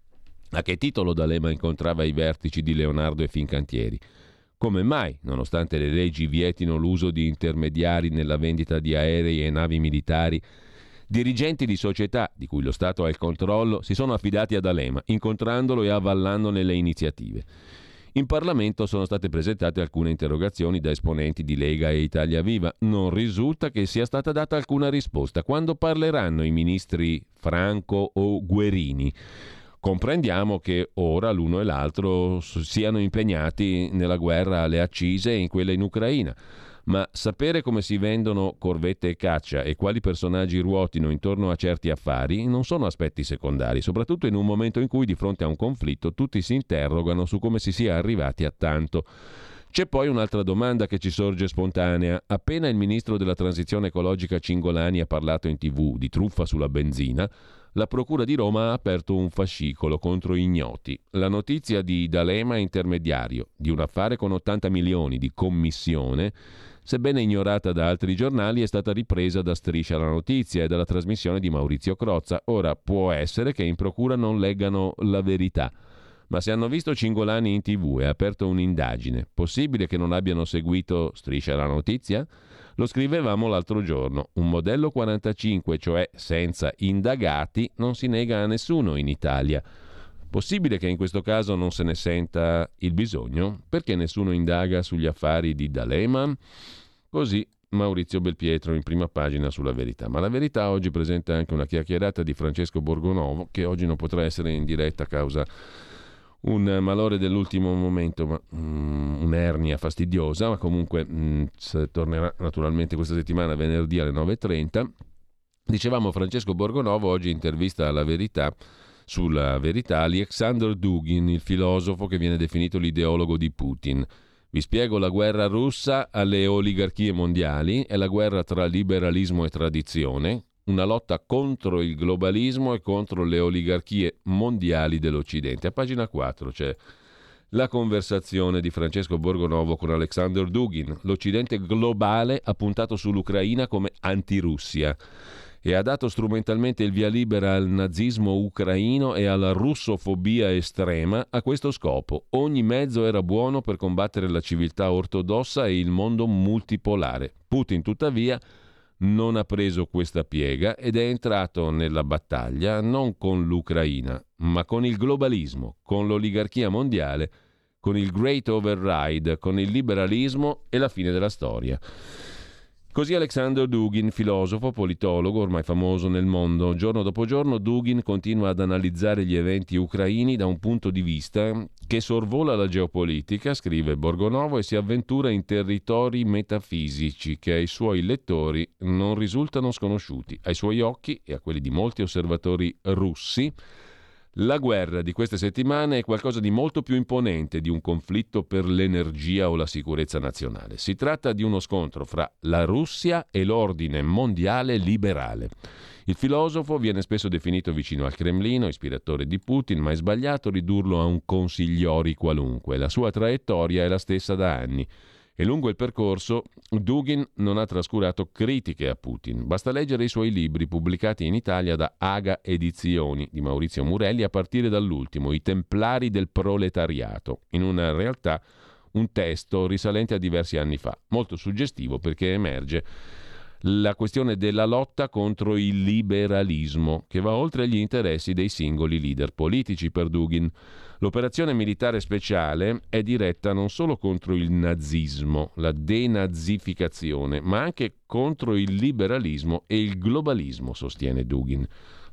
A che titolo D'Alema incontrava i vertici di Leonardo e Fincantieri? Come mai, nonostante le leggi vietino l'uso di intermediari nella vendita di aerei e navi militari, dirigenti di società di cui lo Stato ha il controllo si sono affidati a D'Alema, incontrandolo e avallandone le iniziative? In Parlamento sono state presentate alcune interrogazioni da esponenti di Lega e Italia Viva. Non risulta che sia stata data alcuna risposta. Quando parleranno i ministri Franco o Guerini? Comprendiamo che ora l'uno e l'altro siano impegnati nella guerra alle accise e in quella in Ucraina, ma sapere come si vendono corvette e caccia e quali personaggi ruotino intorno a certi affari non sono aspetti secondari, soprattutto in un momento in cui di fronte a un conflitto tutti si interrogano su come si sia arrivati a tanto. C'è poi un'altra domanda che ci sorge spontanea. Appena il ministro della transizione ecologica Cingolani ha parlato in TV di truffa sulla benzina, la Procura di Roma ha aperto un fascicolo contro ignoti. La notizia di D'Alema intermediario di un affare con 80 milioni di commissione, sebbene ignorata da altri giornali, è stata ripresa da Striscia la Notizia e dalla trasmissione di Maurizio Crozza. Ora, può essere che in procura non leggano La Verità, ma se hanno visto Cingolani in TV e aperto un'indagine, possibile che non abbiano seguito Striscia la Notizia? Lo scrivevamo l'altro giorno, un modello 45, cioè senza indagati, non si nega a nessuno in Italia. Possibile che in questo caso non se ne senta il bisogno? Perché nessuno indaga sugli affari di D'Alema? Così Maurizio Belpietro in prima pagina sulla Verità. Ma la Verità oggi presenta anche una chiacchierata di Francesco Borgonovo, che oggi non potrà essere in diretta a causa un malore dell'ultimo momento, ma un'ernia fastidiosa, ma comunque tornerà naturalmente questa settimana venerdì alle 9.30. Dicevamo, Francesco Borgonovo oggi intervista alla Verità, sulla Verità, Alexander Dugin, il filosofo che viene definito l'ideologo di Putin. Vi spiego la guerra russa alle oligarchie mondiali, è la guerra tra liberalismo e tradizione, una lotta contro il globalismo e contro le oligarchie mondiali dell'Occidente. A pagina 4 c'è la conversazione di Francesco Borgonovo con Alexander Dugin. L'Occidente globale ha puntato sull'Ucraina come antirussia e ha dato strumentalmente il via libera al nazismo ucraino e alla russofobia estrema a questo scopo. Ogni mezzo era buono per combattere la civiltà ortodossa e il mondo multipolare. Putin, tuttavia, non ha preso questa piega ed è entrato nella battaglia non con l'Ucraina, ma con il globalismo, con l'oligarchia mondiale, con il Great Override, con il liberalismo e la fine della storia. Così Alexander Dugin, filosofo, politologo, ormai famoso nel mondo. Giorno dopo giorno Dugin continua ad analizzare gli eventi ucraini da un punto di vista che sorvola la geopolitica, scrive Borgonovo, e si avventura in territori metafisici che ai suoi lettori non risultano sconosciuti. Ai suoi occhi e a quelli di molti osservatori russi, la guerra di queste settimane è qualcosa di molto più imponente di un conflitto per l'energia o la sicurezza nazionale. Si tratta di uno scontro fra la Russia e l'ordine mondiale liberale. Il filosofo viene spesso definito vicino al Cremlino, ispiratore di Putin, ma è sbagliato ridurlo a un consigliori qualunque. La sua traiettoria è la stessa da anni. E lungo il percorso Dugin non ha trascurato critiche a Putin. Basta leggere i suoi libri pubblicati in Italia da Aga Edizioni di Maurizio Murelli, a partire dall'ultimo, I Templari del Proletariato, in una realtà un testo risalente a diversi anni fa, molto suggestivo perché emerge la questione della lotta contro il liberalismo, che va oltre gli interessi dei singoli leader politici per Dugin. L'operazione militare speciale è diretta non solo contro il nazismo, la denazificazione, ma anche contro il liberalismo e il globalismo, sostiene Dugin.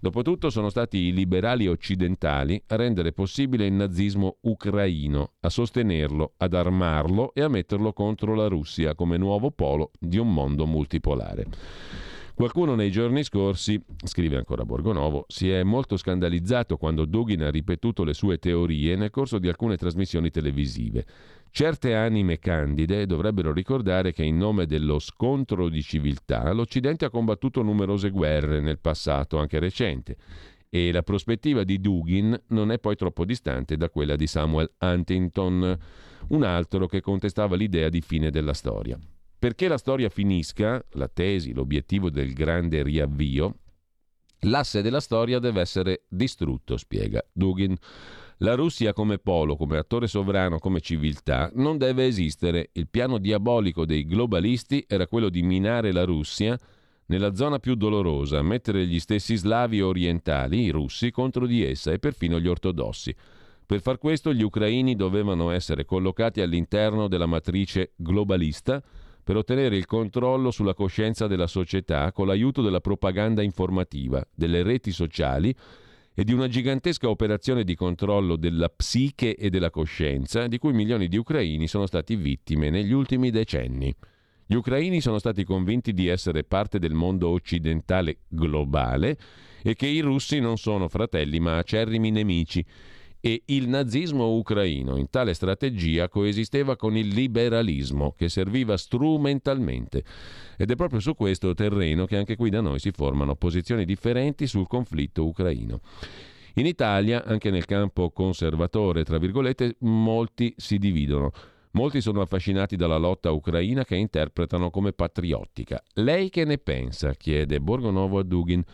Dopotutto sono stati i liberali occidentali a rendere possibile il nazismo ucraino, a sostenerlo, ad armarlo e a metterlo contro la Russia come nuovo polo di un mondo multipolare. Qualcuno nei giorni scorsi, scrive ancora Borgonovo, si è molto scandalizzato quando Dugin ha ripetuto le sue teorie nel corso di alcune trasmissioni televisive. Certe anime candide dovrebbero ricordare che in nome dello scontro di civiltà l'Occidente ha combattuto numerose guerre nel passato, anche recente, e la prospettiva di Dugin non è poi troppo distante da quella di Samuel Huntington, un altro che contestava l'idea di fine della storia. Perché la storia finisca, la tesi, l'obiettivo del grande riavvio, l'asse della storia deve essere distrutto, spiega Dugin. La Russia come polo, come attore sovrano, come civiltà non deve esistere. Il piano diabolico dei globalisti era quello di minare la Russia nella zona più dolorosa, mettere gli stessi slavi orientali, i russi, contro di essa e perfino gli ortodossi. Per far questo gli ucraini dovevano essere collocati all'interno della matrice globalista per ottenere il controllo sulla coscienza della società con l'aiuto della propaganda informativa, delle reti sociali e di una gigantesca operazione di controllo della psiche e della coscienza di cui milioni di ucraini sono stati vittime negli ultimi decenni. Gli ucraini sono stati convinti di essere parte del mondo occidentale globale e che i russi non sono fratelli ma acerrimi nemici. E il nazismo ucraino in tale strategia coesisteva con il liberalismo che serviva strumentalmente. Ed è proprio su questo terreno che anche qui da noi si formano posizioni differenti sul conflitto ucraino. In Italia, anche nel campo conservatore, tra virgolette, molti si dividono. Molti sono affascinati dalla lotta ucraina che interpretano come patriottica. Lei che ne pensa? Chiede Borgonovo a Dugin.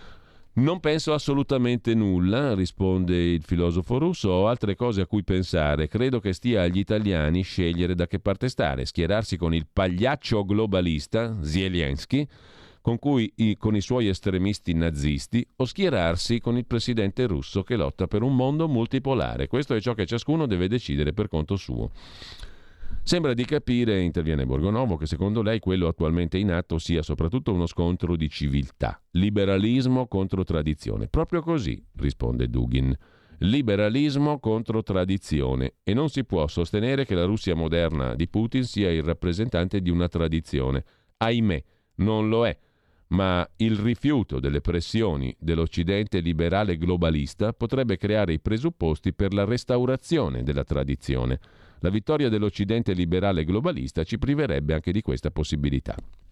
Non penso assolutamente nulla, risponde il filosofo russo, ho altre cose a cui pensare. Credo che stia agli italiani scegliere da che parte stare, schierarsi con il pagliaccio globalista, Zelensky, con i suoi estremisti nazisti, o schierarsi con il presidente russo che lotta per un mondo multipolare. Questo è ciò che ciascuno deve decidere per conto suo. Sembra di capire, interviene Borgonovo, che secondo lei quello attualmente in atto sia soprattutto uno scontro di civiltà, liberalismo contro tradizione. Proprio così, risponde Dugin. Liberalismo contro tradizione, e non si può sostenere che la Russia moderna di Putin sia il rappresentante di una tradizione. Ahimè, non lo è, ma il rifiuto delle pressioni dell'Occidente liberale globalista potrebbe creare i presupposti per la restaurazione della tradizione. La vittoria dell'Occidente liberale globalista ci priverebbe anche di questa possibilità.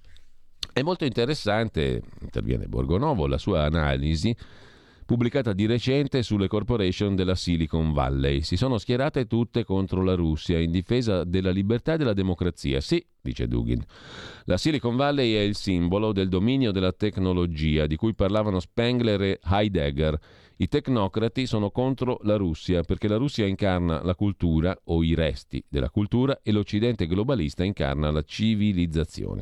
È molto interessante, interviene Borgonovo, la sua analisi pubblicata di recente sulle corporation della Silicon Valley. Si sono schierate tutte contro la Russia in difesa della libertà e della democrazia. Sì, dice Dugin. La Silicon Valley è il simbolo del dominio della tecnologia di cui parlavano Spengler e Heidegger. I tecnocrati sono contro la Russia perché la Russia incarna la cultura o i resti della cultura e l'Occidente globalista incarna la civilizzazione.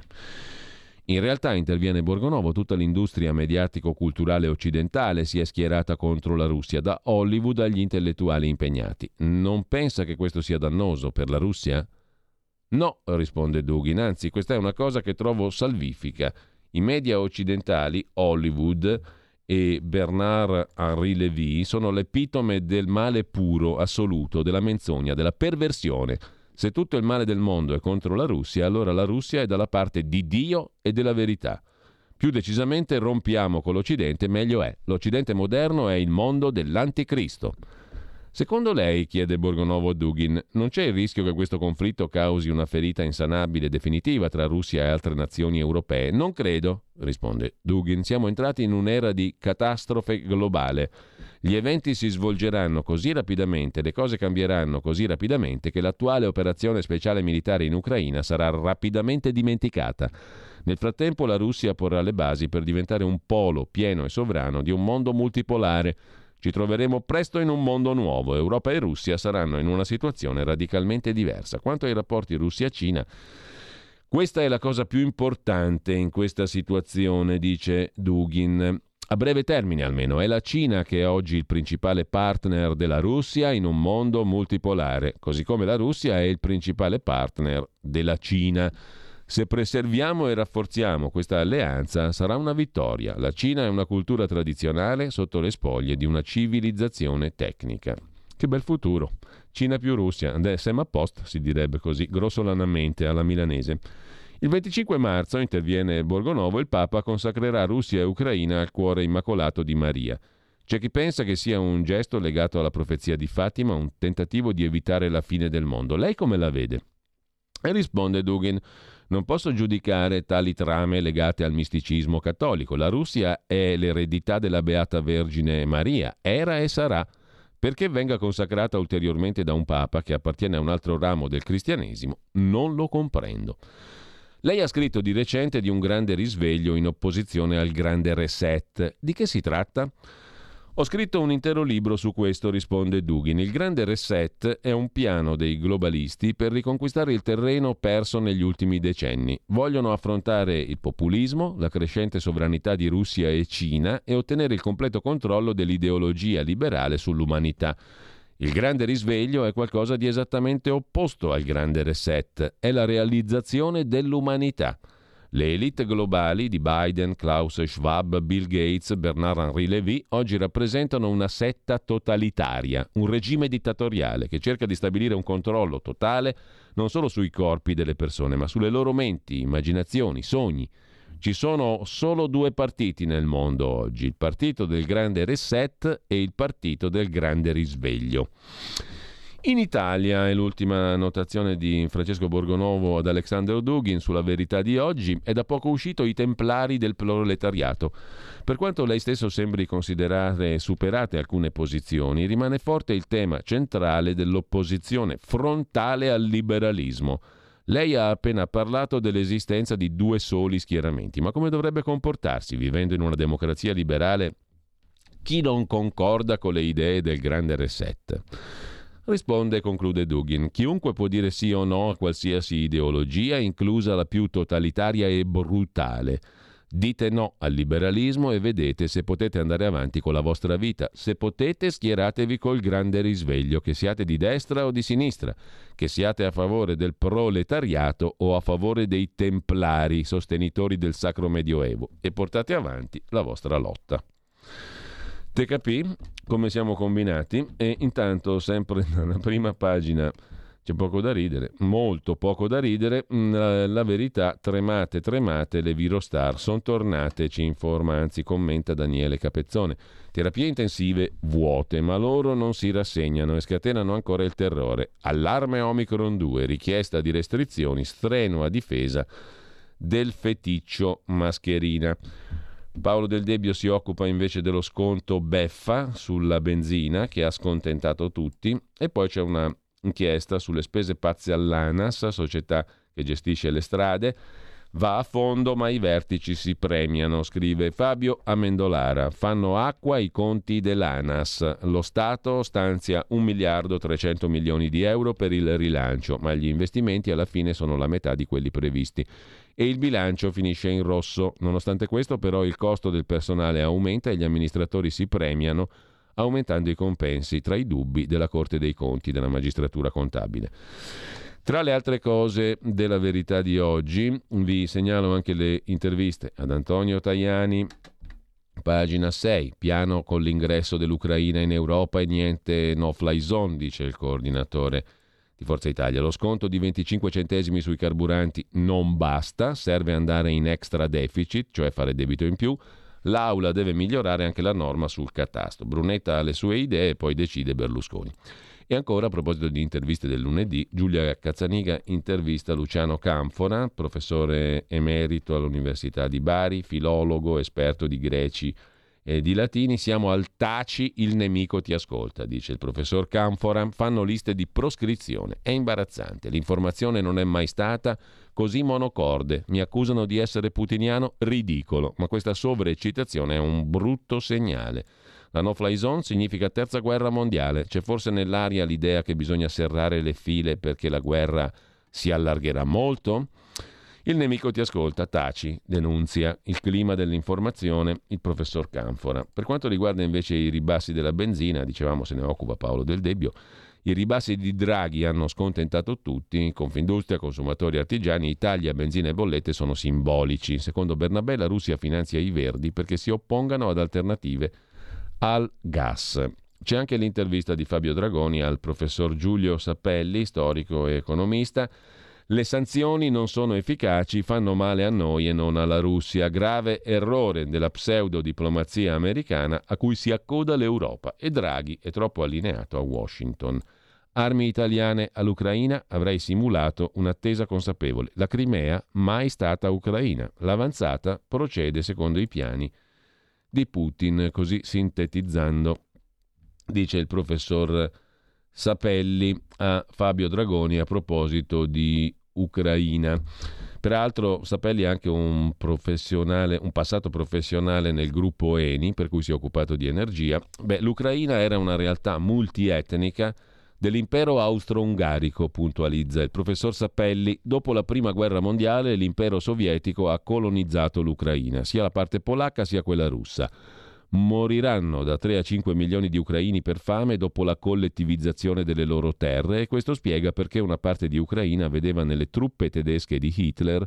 In realtà, interviene Borgonovo, tutta l'industria mediatico-culturale occidentale si è schierata contro la Russia, da Hollywood agli intellettuali impegnati. Non pensa che questo sia dannoso per la Russia? No, risponde Dugin, anzi questa è una cosa che trovo salvifica. I media occidentali, Hollywood e Bernard-Henri Lévy sono l'epitome del male puro, assoluto, della menzogna, della perversione. Se tutto il male del mondo è contro la Russia, allora la Russia è dalla parte di Dio e della verità. Più decisamente rompiamo con l'Occidente, meglio è. L'Occidente moderno è il mondo dell'anticristo. Secondo lei, chiede Borgonovo a Dugin, non c'è il rischio che questo conflitto causi una ferita insanabile definitiva tra Russia e altre nazioni europee? Non credo, risponde Dugin. Siamo entrati in un'era di catastrofe globale. Gli eventi si svolgeranno così rapidamente, le cose cambieranno così rapidamente che l'attuale operazione speciale militare in Ucraina sarà rapidamente dimenticata. Nel frattempo la Russia porrà le basi per diventare un polo pieno e sovrano di un mondo multipolare. Ci troveremo presto in un mondo nuovo. Europa e Russia saranno in una situazione radicalmente diversa. Quanto ai rapporti Russia-Cina, questa è la cosa più importante in questa situazione, dice Dugin. A breve termine almeno, è la Cina che è oggi il principale partner della Russia in un mondo multipolare, così come la Russia è il principale partner della Cina. Se preserviamo e rafforziamo questa alleanza sarà una vittoria. La Cina è una cultura tradizionale sotto le spoglie di una civilizzazione tecnica. Che bel futuro. Cina più Russia, siamo a posto, si direbbe così, grossolanamente alla milanese. Il 25 marzo, interviene Borgonovo, il Papa consacrerà Russia e Ucraina al cuore immacolato di Maria. C'è chi pensa che sia un gesto legato alla profezia di Fatima, un tentativo di evitare la fine del mondo. Lei come la vede? E risponde Dugin: non posso giudicare tali trame legate al misticismo cattolico. La Russia è l'eredità della Beata Vergine Maria, era e sarà. Perché venga consacrata ulteriormente da un Papa che appartiene a un altro ramo del cristianesimo, non lo comprendo. Lei ha scritto di recente di un grande risveglio in opposizione al grande reset. Di che si tratta? Ho scritto un intero libro su questo, risponde Dugin. Il grande reset è un piano dei globalisti per riconquistare il terreno perso negli ultimi decenni. Vogliono affrontare il populismo, la crescente sovranità di Russia e Cina e ottenere il completo controllo dell'ideologia liberale sull'umanità. Il grande risveglio è qualcosa di esattamente opposto al grande reset, è la realizzazione dell'umanità. Le elite globali di Biden, Klaus Schwab, Bill Gates, Bernard-Henri Lévy oggi rappresentano una setta totalitaria, un regime dittatoriale che cerca di stabilire un controllo totale non solo sui corpi delle persone, ma sulle loro menti, immaginazioni, sogni. Ci sono solo due partiti nel mondo oggi, il partito del grande reset e il partito del grande risveglio. In Italia, è l'ultima notazione di Francesco Borgonovo ad Alexandro Dugin sulla Verità di oggi, è da poco uscito I Templari del proletariato. Per quanto lei stesso sembri considerare superate alcune posizioni, rimane forte il tema centrale dell'opposizione frontale al liberalismo. Lei ha appena parlato dell'esistenza di due soli schieramenti, ma come dovrebbe comportarsi vivendo in una democrazia liberale chi non concorda con le idee del grande reset? Risponde e conclude Dugin: chiunque può dire sì o no a qualsiasi ideologia, inclusa la più totalitaria e brutale. Dite no al liberalismo e vedete se potete andare avanti con la vostra vita. Se potete, schieratevi col grande risveglio, che siate di destra o di sinistra, che siate a favore del proletariato o a favore dei templari, sostenitori del Sacro Medioevo, e portate avanti la vostra lotta. Te capì come siamo combinati? E intanto, sempre nella prima pagina, c'è poco da ridere, molto poco da ridere. La Verità: tremate, le Virostar sono tornate, ci informa, anzi commenta Daniele Capezzone. Terapie intensive vuote, ma loro non si rassegnano e scatenano ancora il terrore. Allarme Omicron 2, richiesta di restrizioni, strenua difesa del feticcio mascherina. Paolo Del Debbio si occupa invece dello sconto beffa sulla benzina che ha scontentato tutti, e poi c'è una inchiesta sulle spese pazze all'ANAS, società che gestisce le strade. Va a fondo ma i vertici si premiano, scrive Fabio Amendolara. Fanno acqua i conti dell'ANAS. Lo Stato stanzia 1.300 milioni di euro per il rilancio, ma gli investimenti alla fine sono la metà di quelli previsti e il bilancio finisce in rosso. Nonostante questo, però, il costo del personale aumenta e gli amministratori si premiano aumentando i compensi, tra i dubbi della Corte dei Conti, della magistratura contabile. Tra le altre cose della Verità di oggi vi segnalo anche le interviste ad Antonio Tajani, pagina 6, piano con l'ingresso dell'Ucraina in Europa e niente no-fly zone, dice il coordinatore di Forza Italia. Lo sconto di 25 centesimi sui carburanti non basta, serve andare in extra deficit, cioè fare debito in più. L'Aula deve migliorare anche la norma sul catasto. Brunetta ha le sue idee e poi decide Berlusconi. E ancora, a proposito di interviste del lunedì, Giulia Cazzaniga intervista Luciano Canfora, professore emerito all'Università di Bari, filologo, esperto di greci e di latini. Siamo al taci, il nemico ti ascolta, dice il professor Canfora. Fanno liste di proscrizione, è imbarazzante, l'informazione non è mai stata così monocorde, mi accusano di essere putiniano, ridicolo, ma questa sovraeccitazione è un brutto segnale. La no-fly zone significa terza guerra mondiale. C'è forse nell'aria l'idea che bisogna serrare le file perché la guerra si allargherà molto? Il nemico ti ascolta, taci, denunzia il clima dell'informazione il professor Canfora. Per quanto riguarda invece i ribassi della benzina, dicevamo se ne occupa Paolo Del Debbio, I ribassi di Draghi hanno scontentato tutti, Confindustria, consumatori, artigiani, Italia, benzina e bollette sono simbolici. Secondo Bernabé la Russia finanzia i verdi perché si oppongano ad alternative al gas. C'è anche l'intervista di Fabio Dragoni al professor Giulio Sapelli, storico e economista. Le sanzioni non sono efficaci, fanno male a noi e non alla Russia. Grave errore della pseudodiplomazia americana a cui si accoda l'Europa e Draghi è troppo allineato a Washington. Armi italiane all'Ucraina, avrei simulato un'attesa consapevole. La Crimea mai stata ucraina. L'avanzata procede secondo i piani di Putin, così sintetizzando, dice il professor Sapelli a Fabio Dragoni a proposito di Ucraina. Peraltro Sapelli ha anche un passato professionale nel gruppo Eni, per cui si è occupato di energia. L'Ucraina era una realtà multietnica dell'impero austro-ungarico, puntualizza il professor Sapelli. Dopo la prima guerra mondiale l'impero sovietico ha colonizzato l'Ucraina, sia la parte polacca sia quella russa. Moriranno da 3 a 5 milioni di ucraini per fame dopo la collettivizzazione delle loro terre, e questo spiega perché una parte di Ucraina vedeva nelle truppe tedesche di Hitler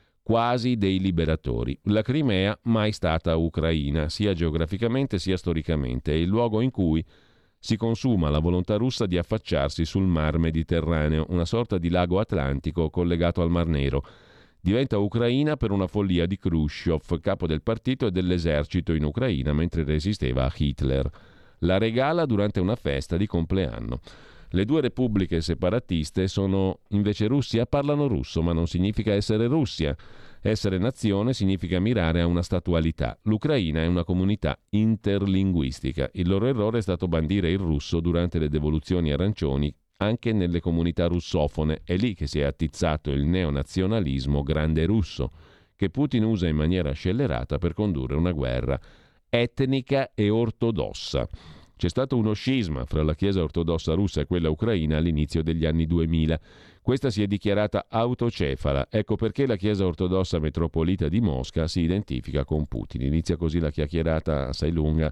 quasi dei liberatori. La Crimea mai stata ucraina, sia geograficamente sia storicamente, è il luogo in cui si consuma la volontà russa di affacciarsi sul mar Mediterraneo, una sorta di lago Atlantico collegato al Mar Nero. Diventa ucraina per una follia di Khrushchev, capo del partito e dell'esercito in Ucraina mentre resisteva a Hitler. La regala durante una festa di compleanno. Le due repubbliche separatiste sono invece Russia, parlano russo, ma non significa essere Russia. Essere nazione significa mirare a una statualità. L'Ucraina è una comunità interlinguistica. Il loro errore è stato bandire il russo durante le devoluzioni arancioni anche nelle comunità russofone. È lì che si è attizzato il neonazionalismo grande russo, che Putin usa in maniera scellerata per condurre una guerra etnica e ortodossa. C'è stato uno scisma fra la Chiesa ortodossa russa e quella ucraina all'inizio degli anni 2000. Questa si è dichiarata autocefala. Ecco perché la Chiesa ortodossa metropolita di Mosca si identifica con Putin. Inizia così la chiacchierata assai lunga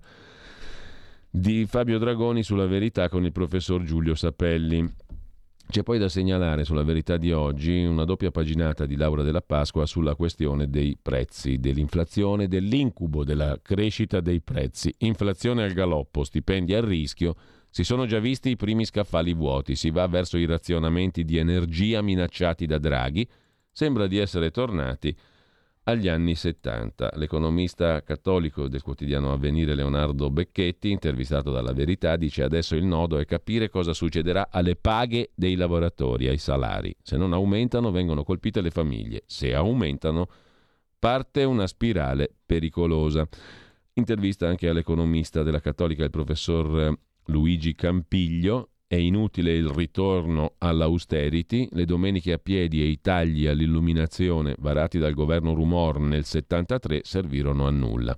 di Fabio Dragoni sulla Verità con il professor Giulio Sapelli. C'è poi da segnalare sulla Verità di oggi una doppia paginata di Laura Della Pasqua sulla questione dei prezzi, dell'inflazione, dell'incubo della crescita dei prezzi. Inflazione al galoppo, stipendi a rischio, si sono già visti i primi scaffali vuoti, si va verso i razionamenti di energia minacciati da Draghi, sembra di essere tornati agli anni 70. L'economista cattolico del quotidiano Avvenire Leonardo Becchetti, intervistato dalla Verità, dice: adesso il nodo è capire cosa succederà alle paghe dei lavoratori, ai salari. Se non aumentano vengono colpite le famiglie, se aumentano parte una spirale pericolosa. Intervista anche all'economista della Cattolica, il professor Luigi Campiglio. È inutile il ritorno all'austerity, le domeniche a piedi e i tagli all'illuminazione varati dal governo Rumor nel 73 servirono a nulla.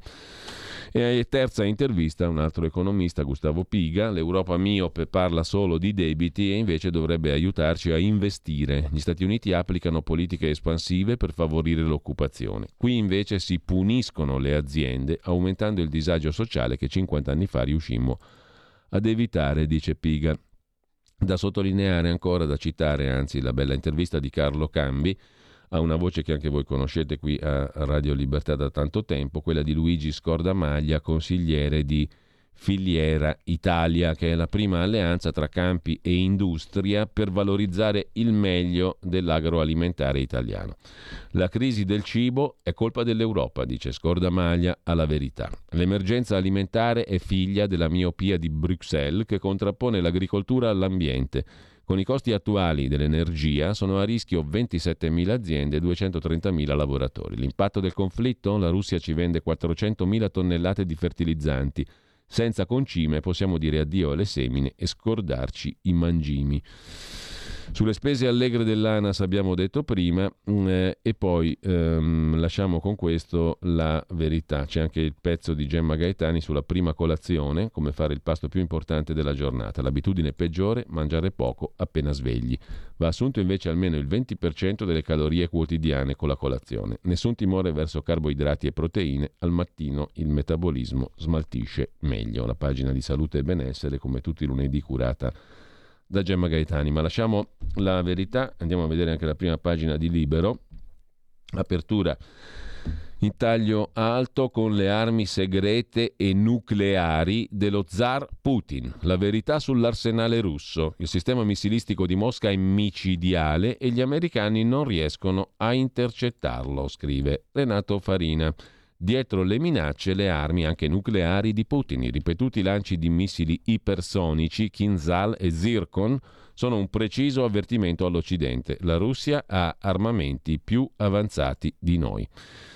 E terza intervista, un altro economista, Gustavo Piga: l'Europa miope parla solo di debiti e invece dovrebbe aiutarci a investire. Gli Stati Uniti applicano politiche espansive per favorire l'occupazione. Qui invece si puniscono le aziende aumentando il disagio sociale che 50 anni fa riuscimmo ad evitare, dice Piga. Da sottolineare ancora, da citare anzi, la bella intervista di Carlo Cambi a una voce che anche voi conoscete qui a Radio Libertà da tanto tempo, quella di Luigi Scordamaglia, consigliere di Filiera Italia, che è la prima alleanza tra campi e industria per valorizzare il meglio dell'agroalimentare italiano. La crisi del cibo è colpa dell'Europa, dice Scordamaglia alla Verità. L'emergenza alimentare è figlia della miopia di Bruxelles, che contrappone l'agricoltura all'ambiente. Con i costi attuali dell'energia sono a rischio 27.000 aziende e 230.000 lavoratori. L'impatto del conflitto? La Russia ci vende 400.000 tonnellate di fertilizzanti. Senza concime possiamo dire addio alle semine e scordarci i mangimi. Sulle spese allegre dell'ANAS abbiamo detto prima, e poi lasciamo con questo la Verità. C'è anche il pezzo di Gemma Gaetani sulla prima colazione, come fare il pasto più importante della giornata. L'abitudine peggiore: mangiare poco appena svegli. Va assunto invece almeno il 20% delle calorie quotidiane con la colazione. Nessun timore verso carboidrati e proteine, al mattino il metabolismo smaltisce meglio. La pagina di salute e benessere, come tutti i lunedì, curata da Gemma Gaetani. Ma lasciamo la Verità, andiamo a vedere anche la prima pagina di Libero. Apertura in taglio alto con le armi segrete e nucleari dello zar Putin. La verità sull'arsenale russo. Il sistema missilistico di Mosca è micidiale e gli americani non riescono a intercettarlo, scrive Renato Farina. Dietro le minacce, le armi anche nucleari di Putin. I ripetuti lanci di missili ipersonici Kinzhal e Zircon sono un preciso avvertimento all'Occidente. La Russia ha armamenti più avanzati di noi.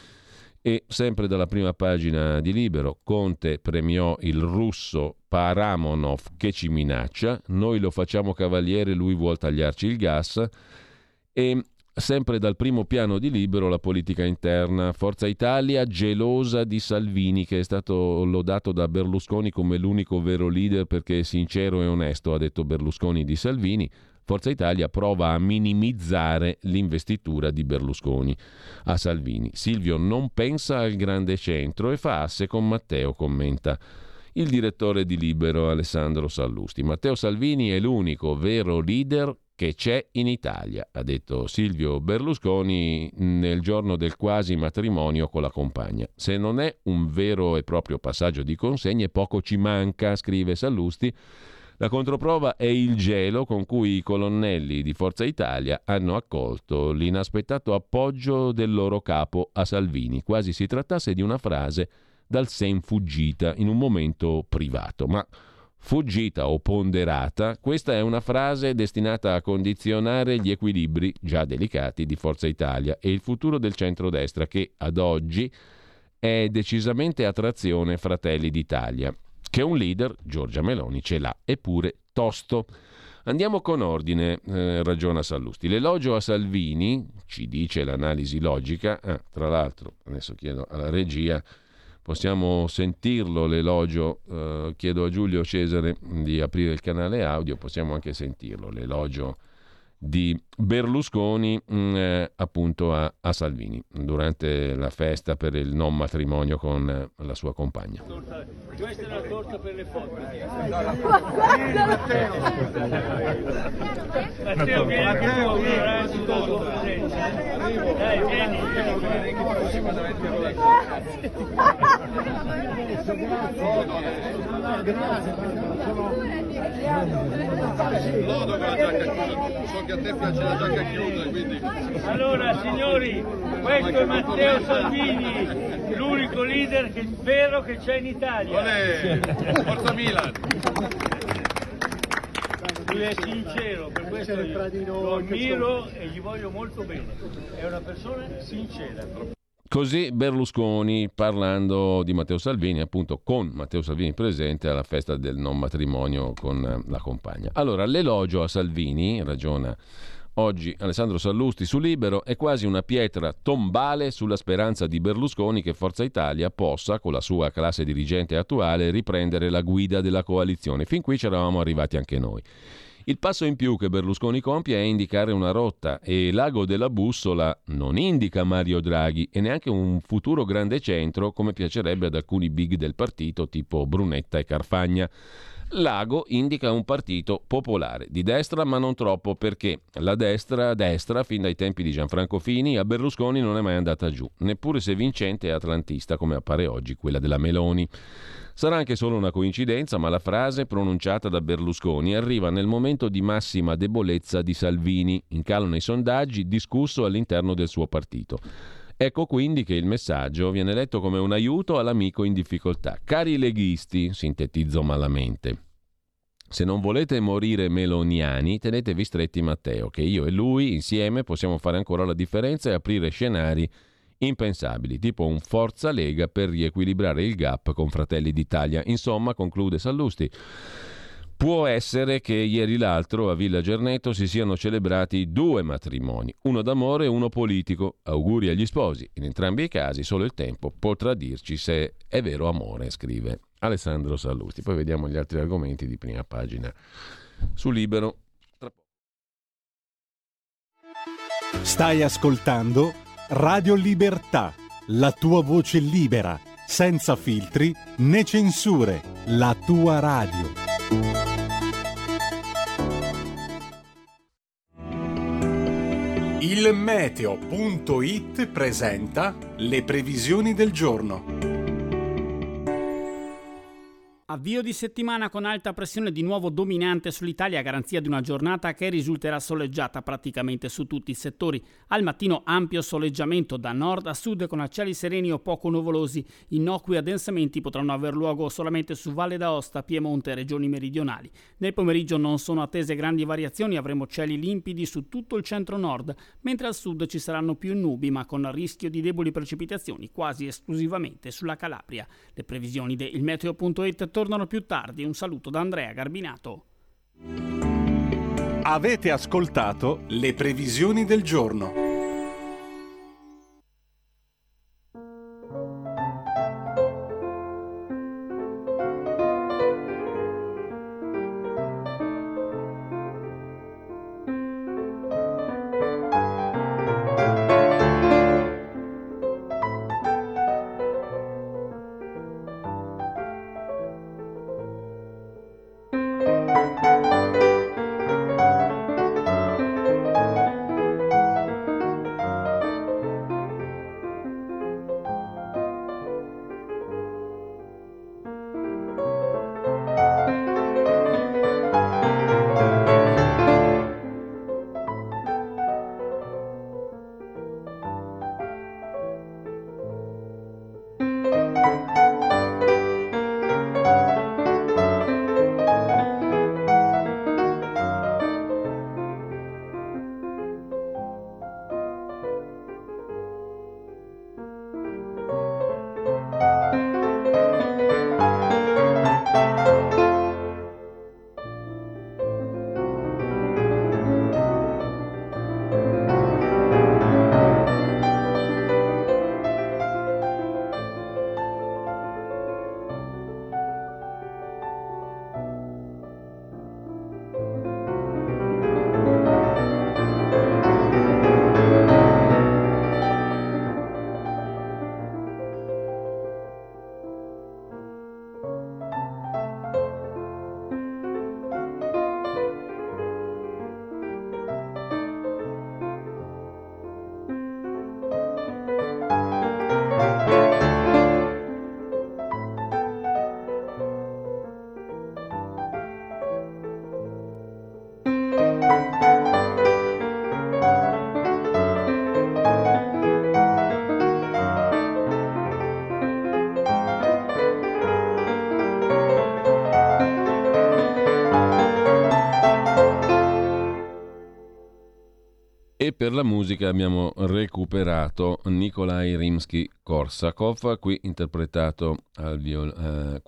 E sempre dalla prima pagina di Libero, Conte premiò il russo Paramonov che ci minaccia, noi lo facciamo cavaliere, lui vuol tagliarci il gas. E sempre dal primo piano di Libero la politica interna, Forza Italia gelosa di Salvini, che è stato lodato da Berlusconi come l'unico vero leader perché è sincero e onesto, ha detto Berlusconi di Salvini. Forza Italia prova a minimizzare l'investitura di Berlusconi a Salvini. Silvio non pensa al grande centro e fa asse con Matteo, commenta il direttore di Libero Alessandro Sallusti. Matteo Salvini è l'unico vero leader che c'è in Italia, ha detto Silvio Berlusconi nel giorno del quasi matrimonio con la compagna. Se non è un vero e proprio passaggio di consegne, poco ci manca, scrive Sallusti. La controprova è il gelo con cui i colonnelli di Forza Italia hanno accolto l'inaspettato appoggio del loro capo a Salvini, quasi si trattasse di una frase dal sen fuggita in un momento privato. Ma fuggita o ponderata, questa è una frase destinata a condizionare gli equilibri già delicati di Forza Italia e il futuro del centrodestra, che ad oggi è decisamente a trazione Fratelli d'Italia, che un leader, Giorgia Meloni, ce l'ha, eppure tosto. Andiamo con ordine, ragiona Sallusti. L'elogio a Salvini, ci dice l'analisi logica, tra l'altro, adesso chiedo alla regia, possiamo sentirlo l'elogio, chiedo a Giulio Cesare di aprire il canale audio, possiamo anche sentirlo, l'elogio di Berlusconi appunto a Salvini durante la festa per il non matrimonio con la sua compagna. Questa è una torta per le foto. Matteo, vieni anche tu, dai, vieni. So che a te piace la giacca chiusa, quindi. Allora, signori, questo è Matteo Salvini, l'unico leader vero che c'è in Italia. Olè, Forza Milan. Lui è sincero, per questo io lo ammiro e gli voglio molto bene. È una persona sincera. Così Berlusconi parlando di Matteo Salvini, appunto con Matteo Salvini presente alla festa del non matrimonio con la compagna. Allora, l'elogio a Salvini, ragiona oggi Alessandro Sallusti su Libero, è quasi una pietra tombale sulla speranza di Berlusconi che Forza Italia possa, con la sua classe dirigente attuale, riprendere la guida della coalizione. Fin qui ci eravamo arrivati anche noi. Il passo in più che Berlusconi compie è indicare una rotta e l'ago della bussola non indica Mario Draghi e neanche un futuro grande centro come piacerebbe ad alcuni big del partito tipo Brunetta e Carfagna. L'ago indica un partito popolare, di destra ma non troppo, perché la destra fin dai tempi di Gianfranco Fini a Berlusconi non è mai andata giù, neppure se vincente e atlantista come appare oggi quella della Meloni. Sarà anche solo una coincidenza, ma la frase pronunciata da Berlusconi arriva nel momento di massima debolezza di Salvini, in calo nei sondaggi, discusso all'interno del suo partito. Ecco quindi che il messaggio viene letto come un aiuto all'amico in difficoltà. Cari leghisti, sintetizzo malamente, se non volete morire meloniani, tenetevi stretti Matteo, che io e lui insieme possiamo fare ancora la differenza e aprire scenari impensabili, tipo un Forza Lega per riequilibrare il gap con Fratelli d'Italia. Insomma, conclude Sallusti, può essere che ieri l'altro a Villa Gerneto si siano celebrati 2 matrimoni, uno d'amore e uno politico. Auguri agli sposi. In entrambi i casi solo il tempo potrà dirci se è vero amore, scrive Alessandro Sallusti. Poi vediamo gli altri argomenti di prima pagina su Libero. Stai ascoltando Radio Libertà, la tua voce libera, senza filtri né censure, la tua radio. Il meteo.it presenta le previsioni del giorno. Avvio di settimana con alta pressione di nuovo dominante sull'Italia, a garanzia di una giornata che risulterà soleggiata praticamente su tutti i settori. Al mattino ampio soleggiamento da nord a sud con cieli sereni o poco nuvolosi. Innocui addensamenti potranno aver luogo solamente su Valle d'Aosta, Piemonte e regioni meridionali. Nel pomeriggio non sono attese grandi variazioni, avremo cieli limpidi su tutto il centro-nord, mentre al sud ci saranno più nubi ma con rischio di deboli precipitazioni quasi esclusivamente sulla Calabria. Le previsioni di ilmeteo.it tornano più tardi. Un saluto da Andrea Garbinato. Avete ascoltato le previsioni del giorno. E per la musica abbiamo recuperato Nikolai Rimsky-Korsakov, qui interpretato al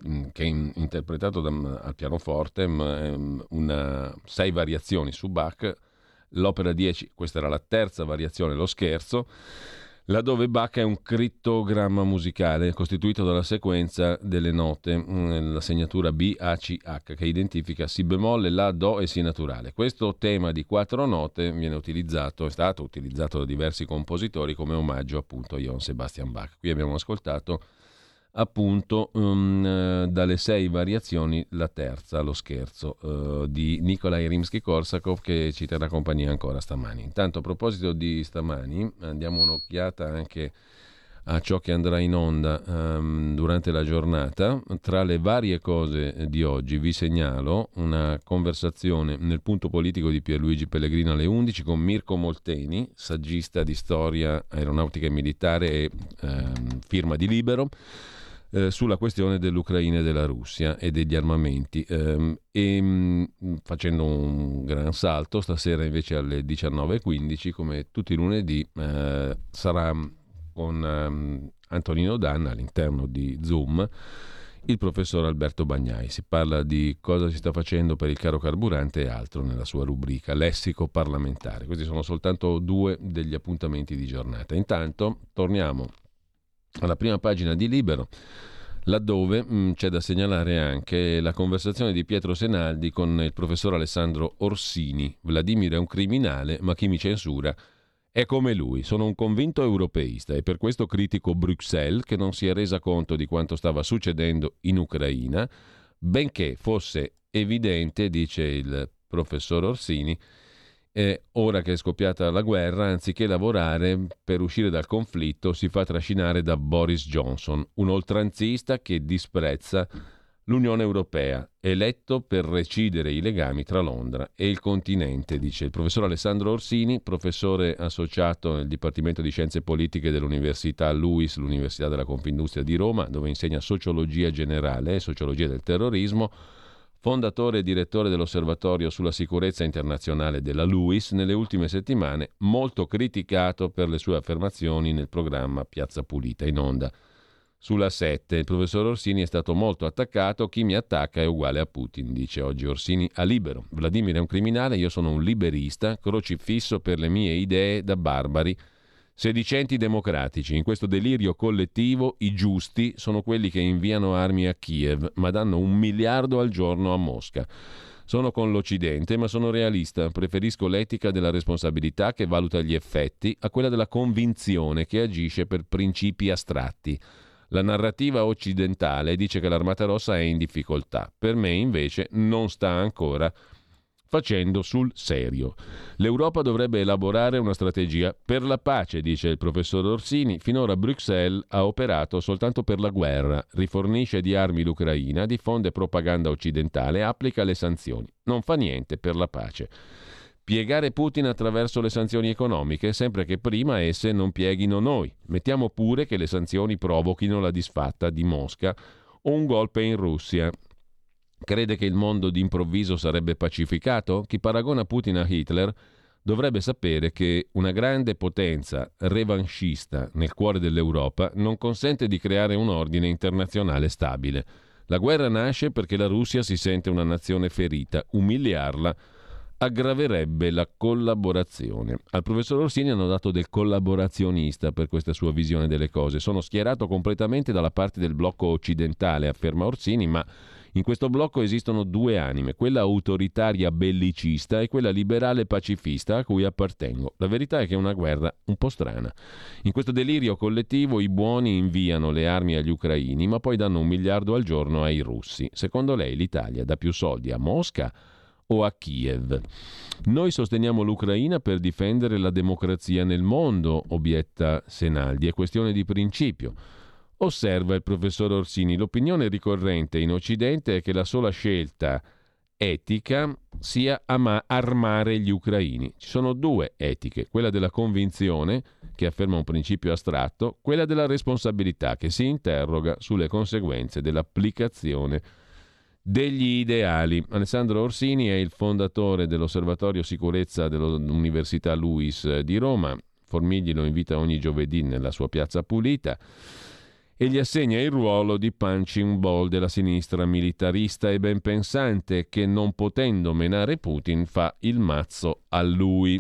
pianoforte, 6 variazioni su Bach. L'opera 10, questa era la terza variazione, Lo scherzo, laddove Bach è un crittogramma musicale costituito dalla sequenza delle note, la segnatura B, A, C, H, che identifica Si bemolle, La, Do e Si naturale. Questo tema di 4 note è stato utilizzato da diversi compositori come omaggio appunto a Johann Sebastian Bach. Qui abbiamo ascoltato appunto dalle 6 variazioni la terza, Lo scherzo, di Nikolai Rimsky-Korsakov, che ci terrà compagnia ancora stamani. Intanto, a proposito di stamani, andiamo un'occhiata anche a ciò che andrà in onda durante la giornata. Tra le varie cose di oggi vi segnalo una conversazione nel punto politico di Pierluigi Pellegrino alle 11 con Mirko Molteni, saggista di storia aeronautica e militare e firma di Libero, sulla questione dell'Ucraina e della Russia e degli armamenti, facendo un gran salto stasera invece alle 19.15 come tutti i lunedì sarà con Antonino Danna all'interno di Zoom il professor Alberto Bagnai. Si parla di cosa si sta facendo per il caro carburante e altro nella sua rubrica Lessico parlamentare. Questi sono soltanto 2 degli appuntamenti di giornata. Intanto torniamo alla prima pagina di Libero, laddove c'è da segnalare anche la conversazione di Pietro Senaldi con il professor Alessandro Orsini. Vladimir è un criminale, ma chi mi censura è come lui. Sono un convinto europeista e per questo critico Bruxelles, che non si è resa conto di quanto stava succedendo in Ucraina, benché fosse evidente, dice il professor Orsini, E ora che è scoppiata la guerra, anziché lavorare per uscire dal conflitto, si fa trascinare da Boris Johnson, un oltranzista che disprezza l'Unione Europea, eletto per recidere i legami tra Londra e il continente, dice il professor Alessandro Orsini, professore associato nel Dipartimento di Scienze Politiche dell'Università LUISS, l'Università della Confindustria di Roma, dove insegna sociologia generale e sociologia del terrorismo, fondatore e direttore dell'Osservatorio sulla sicurezza internazionale della LUISS, nelle ultime settimane molto criticato per le sue affermazioni nel programma Piazza Pulita in onda sulla 7. Il professor Orsini è stato molto attaccato. Chi mi attacca è uguale a Putin, dice oggi Orsini a Libero. Vladimir è un criminale, io sono un liberista, crocifisso per le mie idee da barbari sedicenti democratici. In questo delirio collettivo i giusti sono quelli che inviano armi a Kiev, ma danno 1 miliardo al giorno a Mosca. Sono con l'Occidente, ma sono realista. Preferisco l'etica della responsabilità che valuta gli effetti a quella della convinzione che agisce per principi astratti. La narrativa occidentale dice che l'Armata Rossa è in difficoltà. Per me, invece, non sta ancora facendo sul serio. L'Europa dovrebbe elaborare una strategia per la pace, dice il professor Orsini. Finora Bruxelles ha operato soltanto per la guerra, rifornisce di armi l'Ucraina, diffonde propaganda occidentale, applica le sanzioni. Non fa niente per la pace. Piegare Putin attraverso le sanzioni economiche, sempre che prima esse non pieghino noi. Mettiamo pure che le sanzioni provochino la disfatta di Mosca o un golpe in Russia. Crede che il mondo d'improvviso sarebbe pacificato? Chi paragona Putin a Hitler dovrebbe sapere che una grande potenza revanchista nel cuore dell'Europa non consente di creare un ordine internazionale stabile. La guerra nasce perché la Russia si sente una nazione ferita. Umiliarla aggraverebbe la collaborazione. Al professor Orsini hanno dato del collaborazionista per questa sua visione delle cose. Sono schierato completamente dalla parte del blocco occidentale, afferma Orsini, ma in questo blocco esistono 2 anime, quella autoritaria bellicista e quella liberale pacifista a cui appartengo. La verità è che è una guerra un po' strana. In questo delirio collettivo i buoni inviano le armi agli ucraini, ma poi danno 1 miliardo al giorno ai russi. Secondo lei l'Italia dà più soldi a Mosca o a Kiev? Noi sosteniamo l'Ucraina per difendere la democrazia nel mondo, obietta Senaldi, è questione di principio. Osserva il professor Orsini, l'opinione ricorrente in Occidente è che la sola scelta etica sia armare gli ucraini. Ci sono 2 etiche, quella della convinzione, che afferma un principio astratto, quella della responsabilità, che si interroga sulle conseguenze dell'applicazione degli ideali. Alessandro Orsini è il fondatore dell'Osservatorio Sicurezza dell'Università LUISS di Roma. Formigli lo invita ogni giovedì nella sua Piazza Pulita e gli assegna il ruolo di punching ball della sinistra militarista e ben pensante che, non potendo menare Putin, fa il mazzo a lui.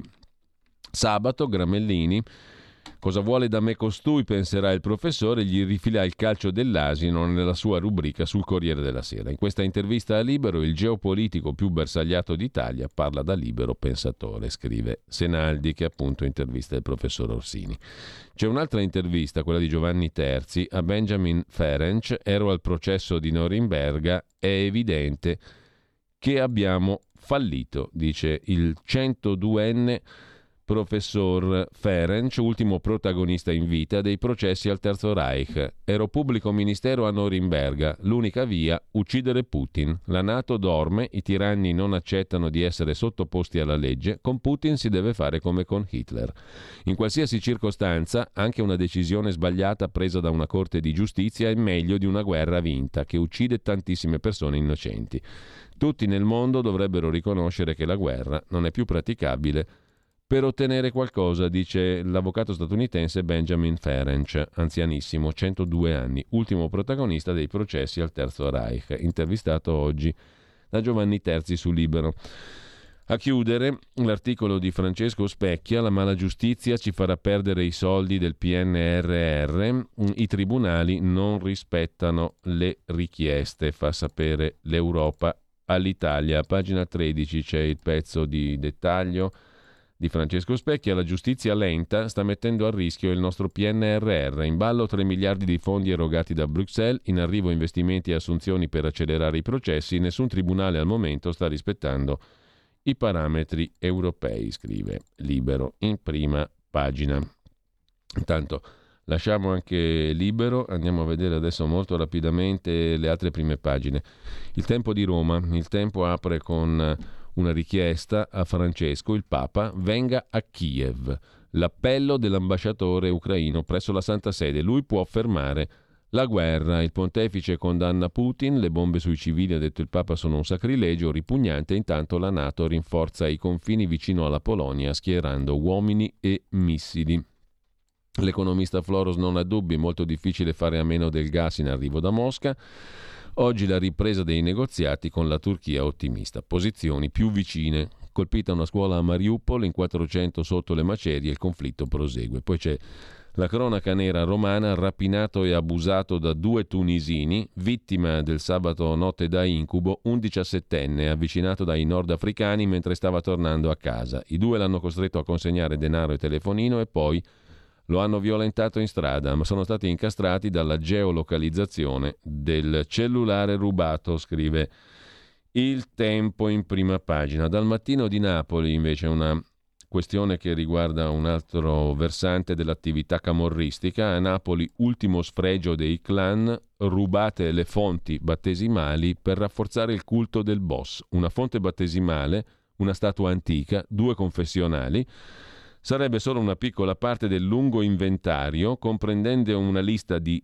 Sabato Gramellini: cosa vuole da me costui, penserà il professore, gli rifila il calcio dell'asino nella sua rubrica sul Corriere della Sera. In questa intervista a Libero il geopolitico più bersagliato d'Italia parla da libero pensatore, scrive Senaldi, che appunto intervista il professor Orsini. C'è un'altra intervista, quella di Giovanni Terzi, a Benjamin Ferenc. Ero al processo di Norimberga, è evidente che abbiamo fallito, dice il 102enne professor Ferenc, ultimo protagonista in vita dei processi al Terzo Reich. Ero pubblico ministero a Norimberga, l'unica via, uccidere Putin. La NATO dorme, i tiranni non accettano di essere sottoposti alla legge, con Putin si deve fare come con Hitler. In qualsiasi circostanza, anche una decisione sbagliata presa da una corte di giustizia è meglio di una guerra vinta, che uccide tantissime persone innocenti. Tutti nel mondo dovrebbero riconoscere che la guerra non è più praticabile per ottenere qualcosa, dice l'avvocato statunitense Benjamin Ferenc, anzianissimo, 102 anni, ultimo protagonista dei processi al Terzo Reich, intervistato oggi da Giovanni Terzi su Libero. A chiudere, l'articolo di Francesco Specchia: la mala giustizia ci farà perdere i soldi del PNRR, i tribunali non rispettano le richieste, fa sapere l'Europa all'Italia. A pagina 13 c'è il pezzo di dettaglio di Francesco Specchia. La giustizia lenta sta mettendo a rischio il nostro PNRR, in ballo 3 miliardi di fondi erogati da Bruxelles, in arrivo investimenti e assunzioni per accelerare i processi, nessun tribunale al momento sta rispettando i parametri europei, scrive Libero in prima pagina. Intanto lasciamo anche Libero, andiamo a vedere adesso molto rapidamente le altre prime pagine. Il Tempo di Roma, il Tempo apre con una richiesta a Francesco, il Papa, venga a Kiev. L'appello dell'ambasciatore ucraino presso la Santa Sede, lui può fermare la guerra. Il pontefice condanna Putin, le bombe sui civili, ha detto il Papa, sono un sacrilegio ripugnante. Intanto la NATO rinforza i confini vicino alla Polonia schierando uomini e missili. L'economista Floros non ha dubbi, molto difficile fare a meno del gas in arrivo da Mosca. Oggi la ripresa dei negoziati con la Turchia ottimista, posizioni più vicine. Colpita una scuola a Mariupol, in 400 sotto le macerie, il conflitto prosegue. Poi c'è la cronaca nera romana, rapinato e abusato da 2 tunisini, vittima del sabato notte da incubo, un 17enne avvicinato dai nordafricani mentre stava tornando a casa. I 2 l'hanno costretto a consegnare denaro e telefonino e poi lo hanno violentato in strada, ma sono stati incastrati dalla geolocalizzazione del cellulare rubato, scrive Il Tempo in prima pagina. Dal Mattino di Napoli invece una questione che riguarda un altro versante dell'attività camorristica. A Napoli ultimo sfregio dei clan, rubate le fonti battesimali per rafforzare il culto del boss. Una fonte battesimale, una statua antica, 2 confessionali. Sarebbe solo una piccola parte del lungo inventario, comprendente una lista di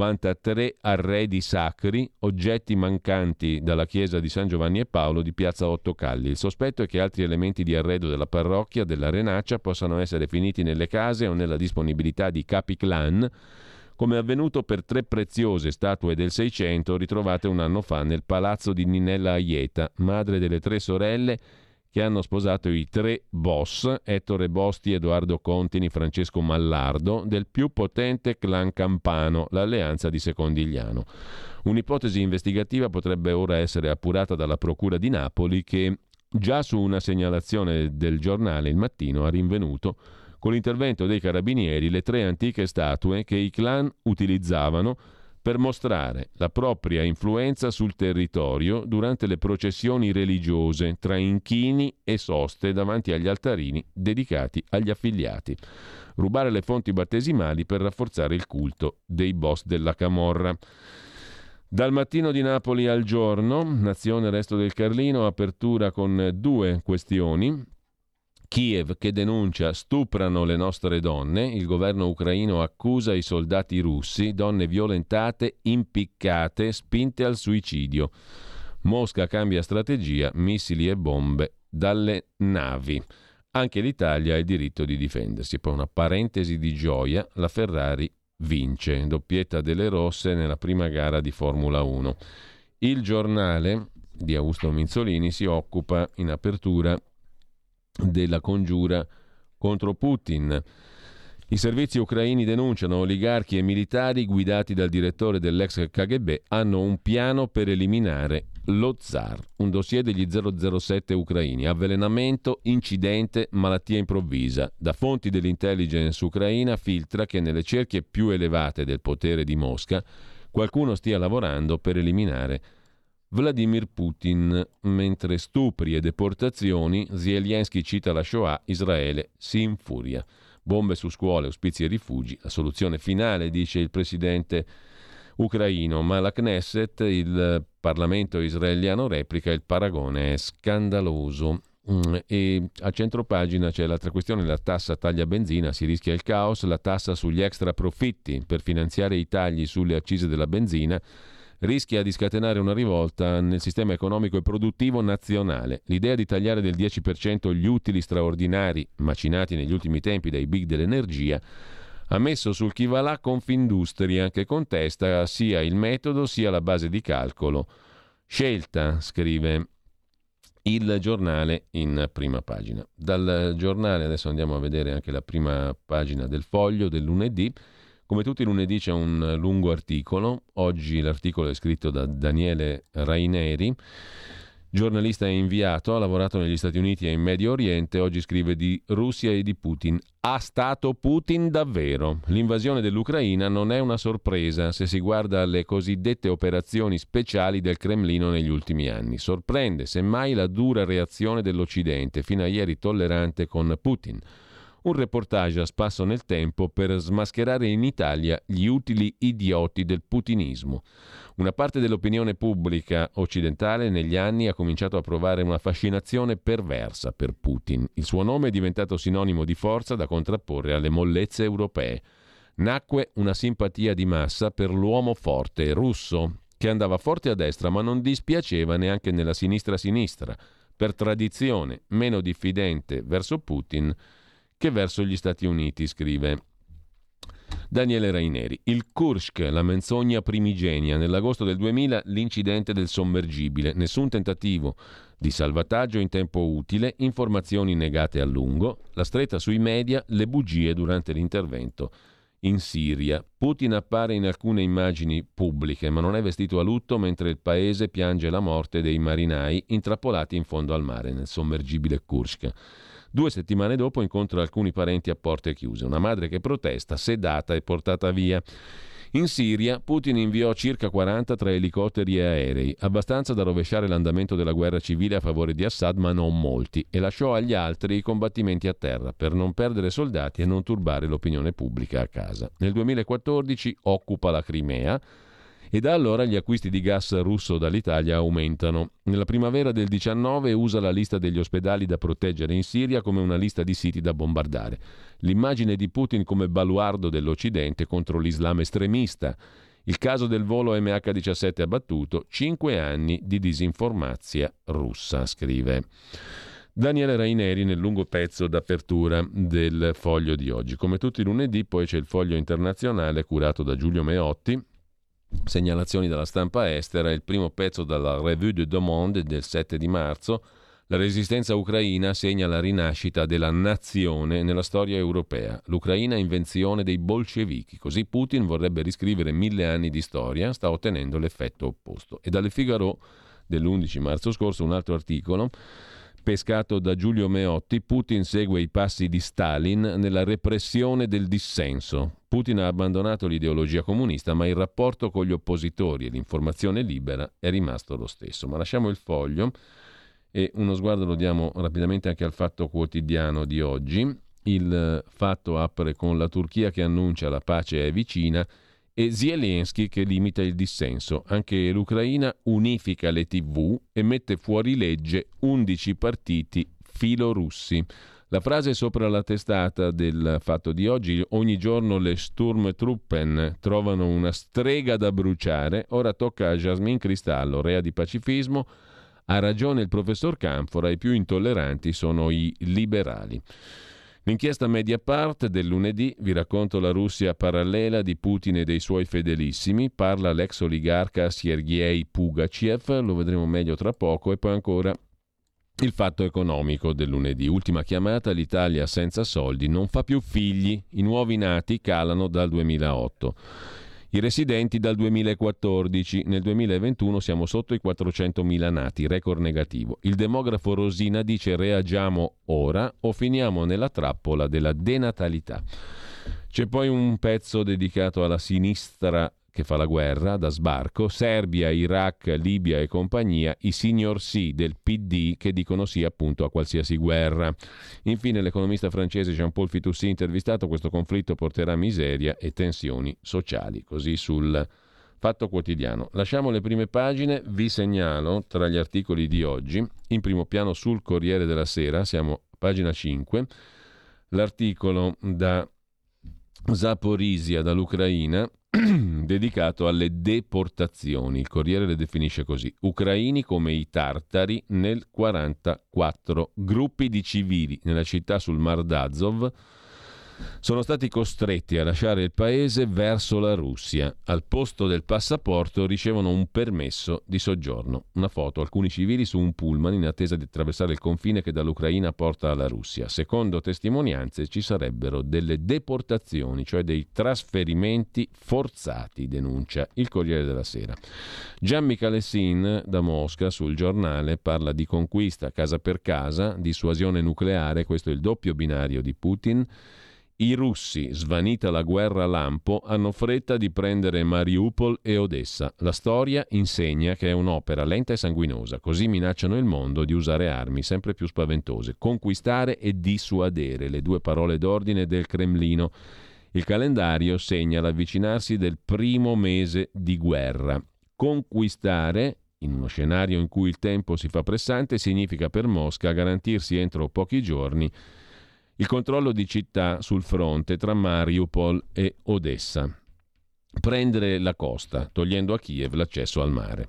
93 arredi sacri, oggetti mancanti dalla chiesa di San Giovanni e Paolo di Piazza Ottocalli. Il sospetto è che altri elementi di arredo della parrocchia, della Renaccia, possano essere finiti nelle case o nella disponibilità di capi clan, come è avvenuto per 3 preziose statue del Seicento ritrovate un anno fa nel palazzo di Ninella Aieta, madre delle 3 sorelle che hanno sposato i 3 boss, Ettore Bosti, Edoardo Contini, Francesco Mallardo, del più potente clan campano, l'Alleanza di Secondigliano. Un'ipotesi investigativa potrebbe ora essere appurata dalla Procura di Napoli, che già su una segnalazione del giornale Il Mattino ha rinvenuto, con l'intervento dei carabinieri, le 3 antiche statue che i clan utilizzavano per mostrare la propria influenza sul territorio durante le processioni religiose tra inchini e soste davanti agli altarini dedicati agli affiliati. Rubare le fonti battesimali per rafforzare il culto dei boss della camorra. Dal Mattino di Napoli al Giorno, Nazione, Resto del Carlino, apertura con 2 questioni. Kiev che denuncia stuprano le nostre donne, il governo ucraino accusa i soldati russi, donne violentate, impiccate, spinte al suicidio. Mosca cambia strategia, missili e bombe dalle navi. Anche l'Italia ha il diritto di difendersi. Poi una parentesi di gioia, la Ferrari vince, doppietta delle rosse nella prima gara di Formula 1. Il Giornale di Augusto Minzolini si occupa in apertura della congiura contro Putin. I servizi ucraini denunciano oligarchi e militari guidati dal direttore dell'ex KGB hanno un piano per eliminare lo zar. Un dossier degli 007 ucraini. Avvelenamento, incidente, malattia improvvisa. Da fonti dell'intelligence ucraina filtra che nelle cerchie più elevate del potere di Mosca qualcuno stia lavorando per eliminare Vladimir Putin. Mentre stupri e deportazioni, Zelensky cita la Shoah, Israele si infuria. Bombe su scuole, ospizi e rifugi, la soluzione finale, dice il presidente ucraino, ma la Knesset, il Parlamento israeliano, replica: il paragone è scandaloso. E a centropagina c'è l'altra questione, la tassa taglia benzina, si rischia il caos, la tassa sugli extra profitti per finanziare i tagli sulle accise della benzina rischia di scatenare una rivolta nel sistema economico e produttivo nazionale. L'idea di tagliare del 10% gli utili straordinari macinati negli ultimi tempi dai big dell'energia ha messo sul chi va là Confindustria, che contesta sia il metodo sia la base di calcolo scelta, scrive il Giornale in prima pagina. Dal Giornale adesso andiamo a vedere anche la prima pagina del Foglio del lunedì. Come tutti i lunedì c'è un lungo articolo. Oggi l'articolo è scritto da Daniele Raineri Giornalista e inviato, ha lavorato negli Stati Uniti e in Medio Oriente, oggi scrive di Russia e di Putin. Ha stato Putin davvero. L'invasione dell'Ucraina non è una sorpresa se si guarda alle cosiddette operazioni speciali del Cremlino negli ultimi anni. Sorprende semmai la dura reazione dell'Occidente, fino a ieri tollerante con Putin. Un reportage a spasso nel tempo per smascherare in Italia gli utili idioti del putinismo. Una parte dell'opinione pubblica occidentale negli anni ha cominciato a provare una fascinazione perversa per Putin. Il suo nome è diventato sinonimo di forza da contrapporre alle mollezze europee. Nacque una simpatia di massa per l'uomo forte russo, che andava forte a destra ma non dispiaceva neanche nella sinistra, per tradizione meno diffidente verso Putin che verso gli Stati Uniti, scrive Daniele Raineri. Il Kursk, la menzogna primigenia. Nell'agosto del 2000 l'incidente del sommergibile. Nessun tentativo di salvataggio in tempo utile, informazioni negate a lungo, la stretta sui media, le bugie durante l'intervento in Siria. Putin appare in alcune immagini pubbliche, ma non è vestito a lutto mentre il paese piange la morte dei marinai intrappolati in fondo al mare nel sommergibile Kursk. 2 settimane dopo incontra alcuni parenti a porte chiuse, una madre che protesta, sedata e portata via. In Siria Putin inviò circa 40 tra elicotteri e aerei, abbastanza da rovesciare l'andamento della guerra civile a favore di Assad, ma non molti, e lasciò agli altri i combattimenti a terra per non perdere soldati e non turbare l'opinione pubblica a casa. Nel 2014 occupa la Crimea, e da allora gli acquisti di gas russo dall'Italia aumentano. Nella primavera del 19 usa la lista degli ospedali da proteggere in Siria come una lista di siti da bombardare. L'immagine di Putin come baluardo dell'Occidente contro l'Islam estremista. Il caso del volo MH17 abbattuto, 5 anni di disinformazia russa, scrive Daniele Raineri nel lungo pezzo d'apertura del Foglio di oggi. Come tutti i lunedì poi c'è il Foglio internazionale curato da Giulio Meotti. Segnalazioni dalla stampa estera, il primo pezzo dalla Revue de Monde del 7 di marzo. La resistenza ucraina segna la rinascita della nazione nella storia europea. L'Ucraina invenzione dei bolscevichi. Così Putin vorrebbe riscrivere 1000 anni di storia, sta ottenendo l'effetto opposto. E dalle Figaro dell'11 marzo scorso un altro articolo pescato da Giulio Meotti. Putin segue i passi di Stalin nella repressione del dissenso. Putin ha abbandonato l'ideologia comunista, ma il rapporto con gli oppositori e l'informazione libera è rimasto lo stesso. Ma lasciamo il Foglio e uno sguardo lo diamo rapidamente anche al Fatto Quotidiano di oggi. Il Fatto apre con la Turchia che annuncia la pace è vicina e Zelensky che limita il dissenso. Anche l'Ucraina unifica le TV e mette fuori legge 11 partiti filorussi. La frase sopra la testata del Fatto di oggi: ogni giorno le Sturmtruppen trovano una strega da bruciare, ora tocca a Jasmine Cristallo, rea di pacifismo. Ha ragione il professor Canfora, i più intolleranti sono i liberali. L'inchiesta Mediapart del lunedì, vi racconto la Russia parallela di Putin e dei suoi fedelissimi, parla l'ex oligarca Sergei Pugachev, lo vedremo meglio tra poco, e poi ancora il Fatto Economico del lunedì. Ultima chiamata, l'Italia senza soldi non fa più figli, i nuovi nati calano dal 2008. I residenti dal 2014, nel 2021 siamo sotto i 400.000 nati, record negativo. Il demografo Rosina dice reagiamo ora o finiamo nella trappola della denatalità. C'è poi un pezzo dedicato alla sinistra che fa la guerra da sbarco, Serbia, Iraq, Libia e compagnia, i signor sì del PD che dicono sì appunto a qualsiasi guerra. Infine l'economista francese Jean-Paul Fitoussi intervistato: questo conflitto porterà miseria e tensioni sociali, così sul Fatto Quotidiano. Lasciamo le prime pagine, vi segnalo tra gli articoli di oggi, in primo piano sul Corriere della Sera, siamo a pagina 5, l'articolo da Zaporizhia, dall'Ucraina, dedicato alle deportazioni. Il Corriere le definisce così: ucraini come i tartari nel 1944, gruppi di civili nella città sul Mar d'Azov sono stati costretti a lasciare il paese verso la Russia. Al posto del passaporto ricevono un permesso di soggiorno. Una foto, alcuni civili su un pullman in attesa di attraversare il confine che dall'Ucraina porta alla Russia. Secondo testimonianze ci sarebbero delle deportazioni, cioè dei trasferimenti forzati, denuncia il Corriere della Sera. Gian Michalessin da Mosca sul Giornale parla di conquista casa per casa, dissuasione nucleare, questo è il doppio binario di Putin. I russi, svanita la guerra lampo, hanno fretta di prendere Mariupol e Odessa. La storia insegna che è un'opera lenta e sanguinosa, così minacciano il mondo di usare armi sempre più spaventose. Conquistare e dissuadere, le due parole d'ordine del Cremlino. Il calendario segna l'avvicinarsi del primo mese di guerra. Conquistare, in uno scenario in cui il tempo si fa pressante, significa per Mosca garantirsi entro pochi giorni il controllo di città sul fronte tra Mariupol e Odessa. Prendere la costa, togliendo a Kiev l'accesso al mare.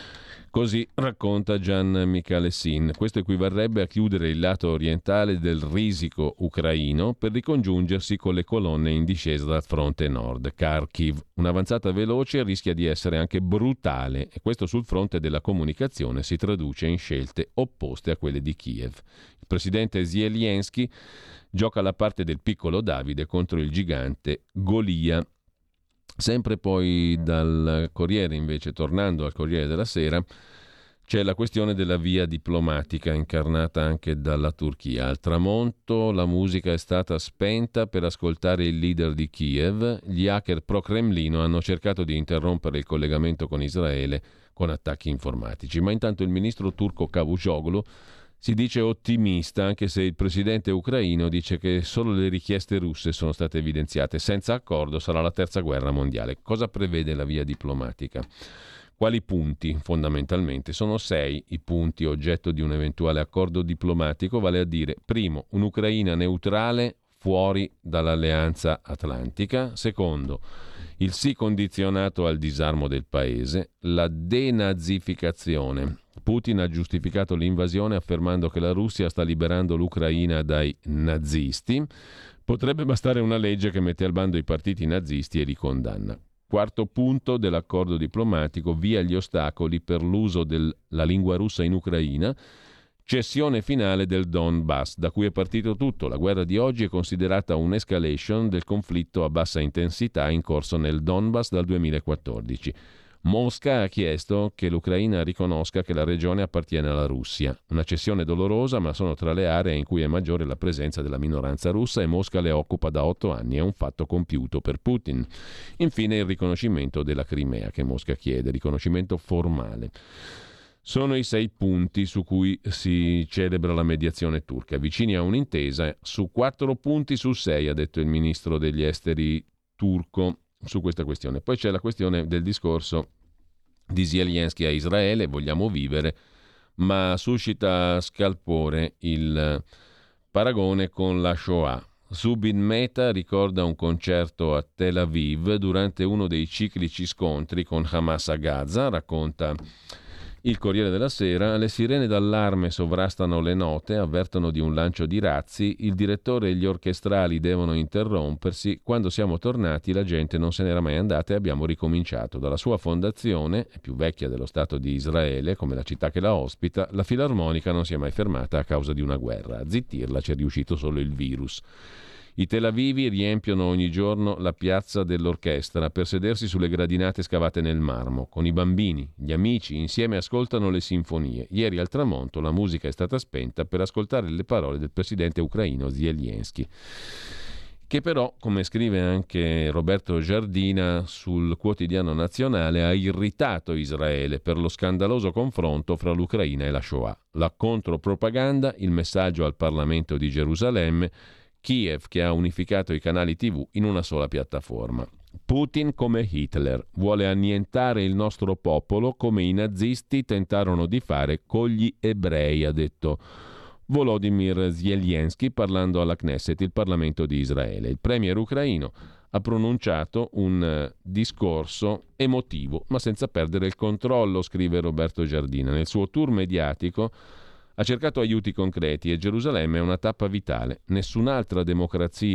Così racconta Gian Michalessin. Questo equivarrebbe a chiudere il lato orientale del risico ucraino per ricongiungersi con le colonne in discesa dal fronte nord, Kharkiv. Un'avanzata veloce rischia di essere anche brutale e questo sul fronte della comunicazione si traduce in scelte opposte a quelle di Kiev. Il presidente Zelensky gioca la parte del piccolo Davide contro il gigante Golia. Sempre poi dal Corriere, invece, tornando al Corriere della Sera, c'è la questione della via diplomatica incarnata anche dalla Turchia. Al tramonto la musica è stata spenta per ascoltare il leader di Kiev. Gli hacker pro-Cremlino hanno cercato di interrompere il collegamento con Israele con attacchi informatici. Ma intanto il ministro turco Cavusoglu si dice ottimista, anche se il presidente ucraino dice che solo le richieste russe sono state evidenziate. Senza accordo sarà la terza guerra mondiale. Cosa prevede la via diplomatica? Quali punti? Fondamentalmente sono 6 i punti oggetto di un eventuale accordo diplomatico, vale a dire: primo, un'Ucraina neutrale fuori dall'alleanza atlantica; secondo, il sì condizionato al disarmo del paese; la denazificazione. Putin ha giustificato l'invasione affermando che la Russia sta liberando l'Ucraina dai nazisti. Potrebbe bastare una legge che mette al bando i partiti nazisti e li condanna. Quarto punto dell'accordo diplomatico: via gli ostacoli per l'uso della lingua russa in Ucraina. Cessione finale del Donbass, da cui è partito tutto. La guerra di oggi è considerata un'escalation del conflitto a bassa intensità in corso nel Donbass dal 2014. Mosca ha chiesto che l'Ucraina riconosca che la regione appartiene alla Russia. Una cessione dolorosa, ma sono tra le aree in cui è maggiore la presenza della minoranza russa e Mosca le occupa da 8 anni. È un fatto compiuto per Putin. Infine il riconoscimento della Crimea che Mosca chiede, riconoscimento formale. Sono i 6 punti su cui si celebra la mediazione turca, vicini a un'intesa su 4 punti su 6, ha detto il ministro degli esteri turco su questa questione. Poi c'è la questione del discorso di Zelensky a Israele: vogliamo vivere, ma suscita scalpore il paragone con la Shoah. Zubin Mehta ricorda un concerto a Tel Aviv durante uno dei ciclici scontri con Hamas a Gaza, racconta il Corriere della Sera. Le sirene d'allarme sovrastano le note, avvertono di un lancio di razzi, il direttore e gli orchestrali devono interrompersi. Quando siamo tornati la gente non se n'era mai andata e abbiamo ricominciato. Dalla sua fondazione, è più vecchia dello Stato di Israele, come la città che la ospita, la filarmonica non si è mai fermata a causa di una guerra. A zittirla ci è riuscito solo il virus. I Tel Avivi riempiono ogni giorno la piazza dell'orchestra per sedersi sulle gradinate scavate nel marmo. Con i bambini, gli amici, insieme ascoltano le sinfonie. Ieri al tramonto la musica è stata spenta per ascoltare le parole del presidente ucraino Zelensky, che però, come scrive anche Roberto Giardina sul Quotidiano Nazionale, ha irritato Israele per lo scandaloso confronto fra l'Ucraina e la Shoah. La contropropaganda, il messaggio al Parlamento di Gerusalemme, Kiev che ha unificato i canali TV in una sola piattaforma. Putin come Hitler vuole annientare il nostro popolo come i nazisti tentarono di fare con gli ebrei, ha detto Volodymyr Zelensky parlando alla Knesset, il Parlamento di Israele. Il premier ucraino ha pronunciato un discorso emotivo ma senza perdere il controllo, scrive Roberto Giardina. Nel suo tour mediatico ha cercato aiuti concreti e Gerusalemme è una tappa vitale. Nessun'altra democrazia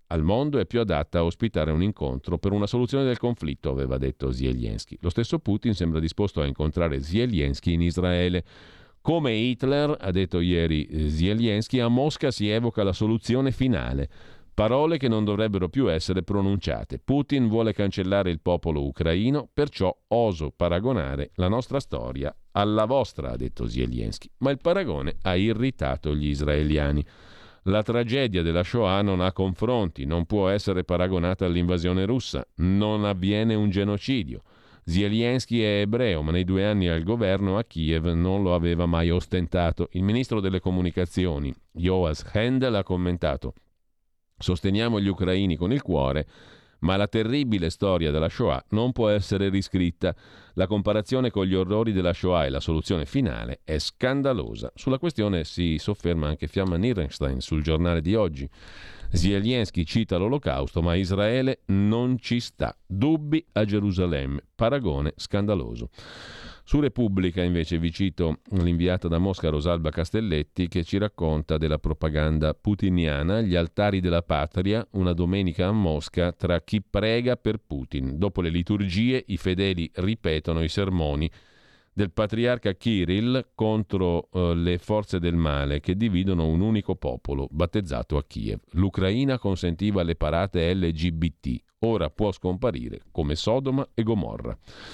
al mondo è più adatta a ospitare un incontro per una soluzione del conflitto, aveva detto Zelensky. Lo stesso Putin sembra disposto a incontrare Zelensky in Israele. Come Hitler, ha detto ieri Zelensky, a Mosca si evoca la soluzione finale. Parole che non dovrebbero più essere pronunciate. Putin vuole cancellare il popolo ucraino, perciò oso paragonare la nostra storia alla vostra, ha detto Zelensky. Ma il paragone ha irritato gli israeliani. La tragedia della Shoah non ha confronti, non può essere paragonata all'invasione russa, non avviene un genocidio. Zelensky è ebreo, ma nei 2 anni al governo a Kiev non lo aveva mai ostentato. Il ministro delle comunicazioni, Yoash Hendel, ha commentato: sosteniamo gli ucraini con il cuore, ma la terribile storia della Shoah non può essere riscritta. La comparazione con gli orrori della Shoah e la soluzione finale è scandalosa. Sulla questione si sofferma anche Fiamma Nirenstein sul giornale di oggi. Zelensky cita l'Olocausto, ma Israele non ci sta. Dubbi a Gerusalemme. Paragone scandaloso. Su Repubblica invece vi cito l'inviata da Mosca Rosalba Castelletti che ci racconta della propaganda putiniana, gli altari della patria, una domenica a Mosca tra chi prega per Putin. Dopo le liturgie i fedeli ripetono i sermoni del patriarca Kirill contro le forze del male che dividono un unico popolo battezzato a Kiev. L'Ucraina consentiva le parate LGBT, ora può scomparire come Sodoma e Gomorra.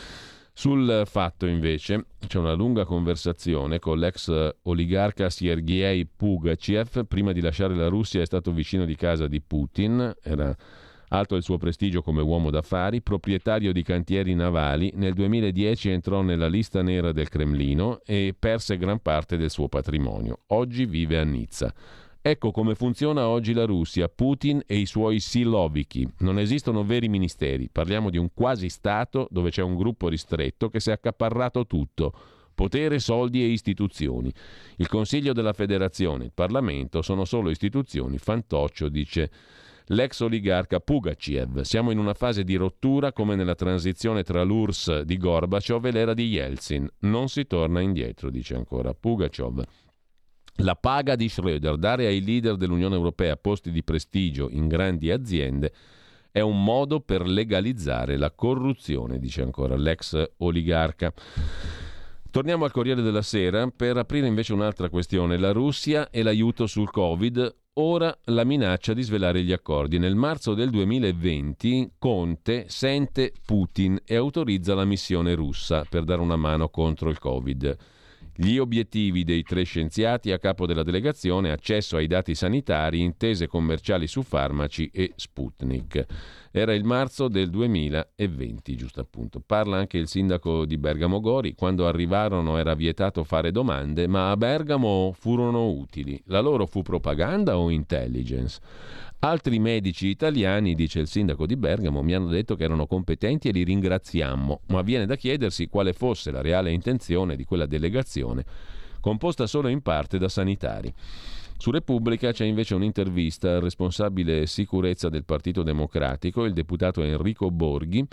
Sul Fatto invece c'è una lunga conversazione con l'ex oligarca Sergei Pugachev. Prima di lasciare la Russia è stato vicino di casa di Putin, era alto il suo prestigio come uomo d'affari, proprietario di cantieri navali. Nel 2010 entrò nella lista nera del Cremlino e perse gran parte del suo patrimonio. Oggi vive a Nizza. Ecco come funziona oggi la Russia, Putin e i suoi siloviki. Non esistono veri ministeri, parliamo di un quasi Stato dove c'è un gruppo ristretto che si è accaparrato tutto, potere, soldi e istituzioni. Il Consiglio della Federazione, il Parlamento sono solo istituzioni, fantoccio, dice l'ex oligarca Pugachev. Siamo in una fase di rottura come nella transizione tra l'URSS di Gorbaciov e l'era di Yeltsin. Non si torna indietro, dice ancora Pugachev. La paga di Schröder, dare ai leader dell'Unione Europea posti di prestigio in grandi aziende, è un modo per legalizzare la corruzione, dice ancora l'ex oligarca. Torniamo al Corriere della Sera per aprire invece un'altra questione, la Russia e l'aiuto sul Covid. Ora la minaccia di svelare gli accordi. Nel marzo del 2020 Conte sente Putin e autorizza la missione russa per dare una mano contro il Covid. Gli obiettivi dei 3 scienziati a capo della delegazione: accesso ai dati sanitari, intese commerciali su farmaci e Sputnik. Era il marzo del 2020, giusto appunto. Parla anche il sindaco di Bergamo Gori. Quando arrivarono era vietato fare domande, ma a Bergamo furono utili. La loro fu propaganda o intelligence? Altri medici italiani, dice il sindaco di Bergamo, mi hanno detto che erano competenti e li ringraziammo, ma viene da chiedersi quale fosse la reale intenzione di quella delegazione, composta solo in parte da sanitari. Su Repubblica c'è invece un'intervista al responsabile sicurezza del Partito Democratico, il deputato Enrico Borghi,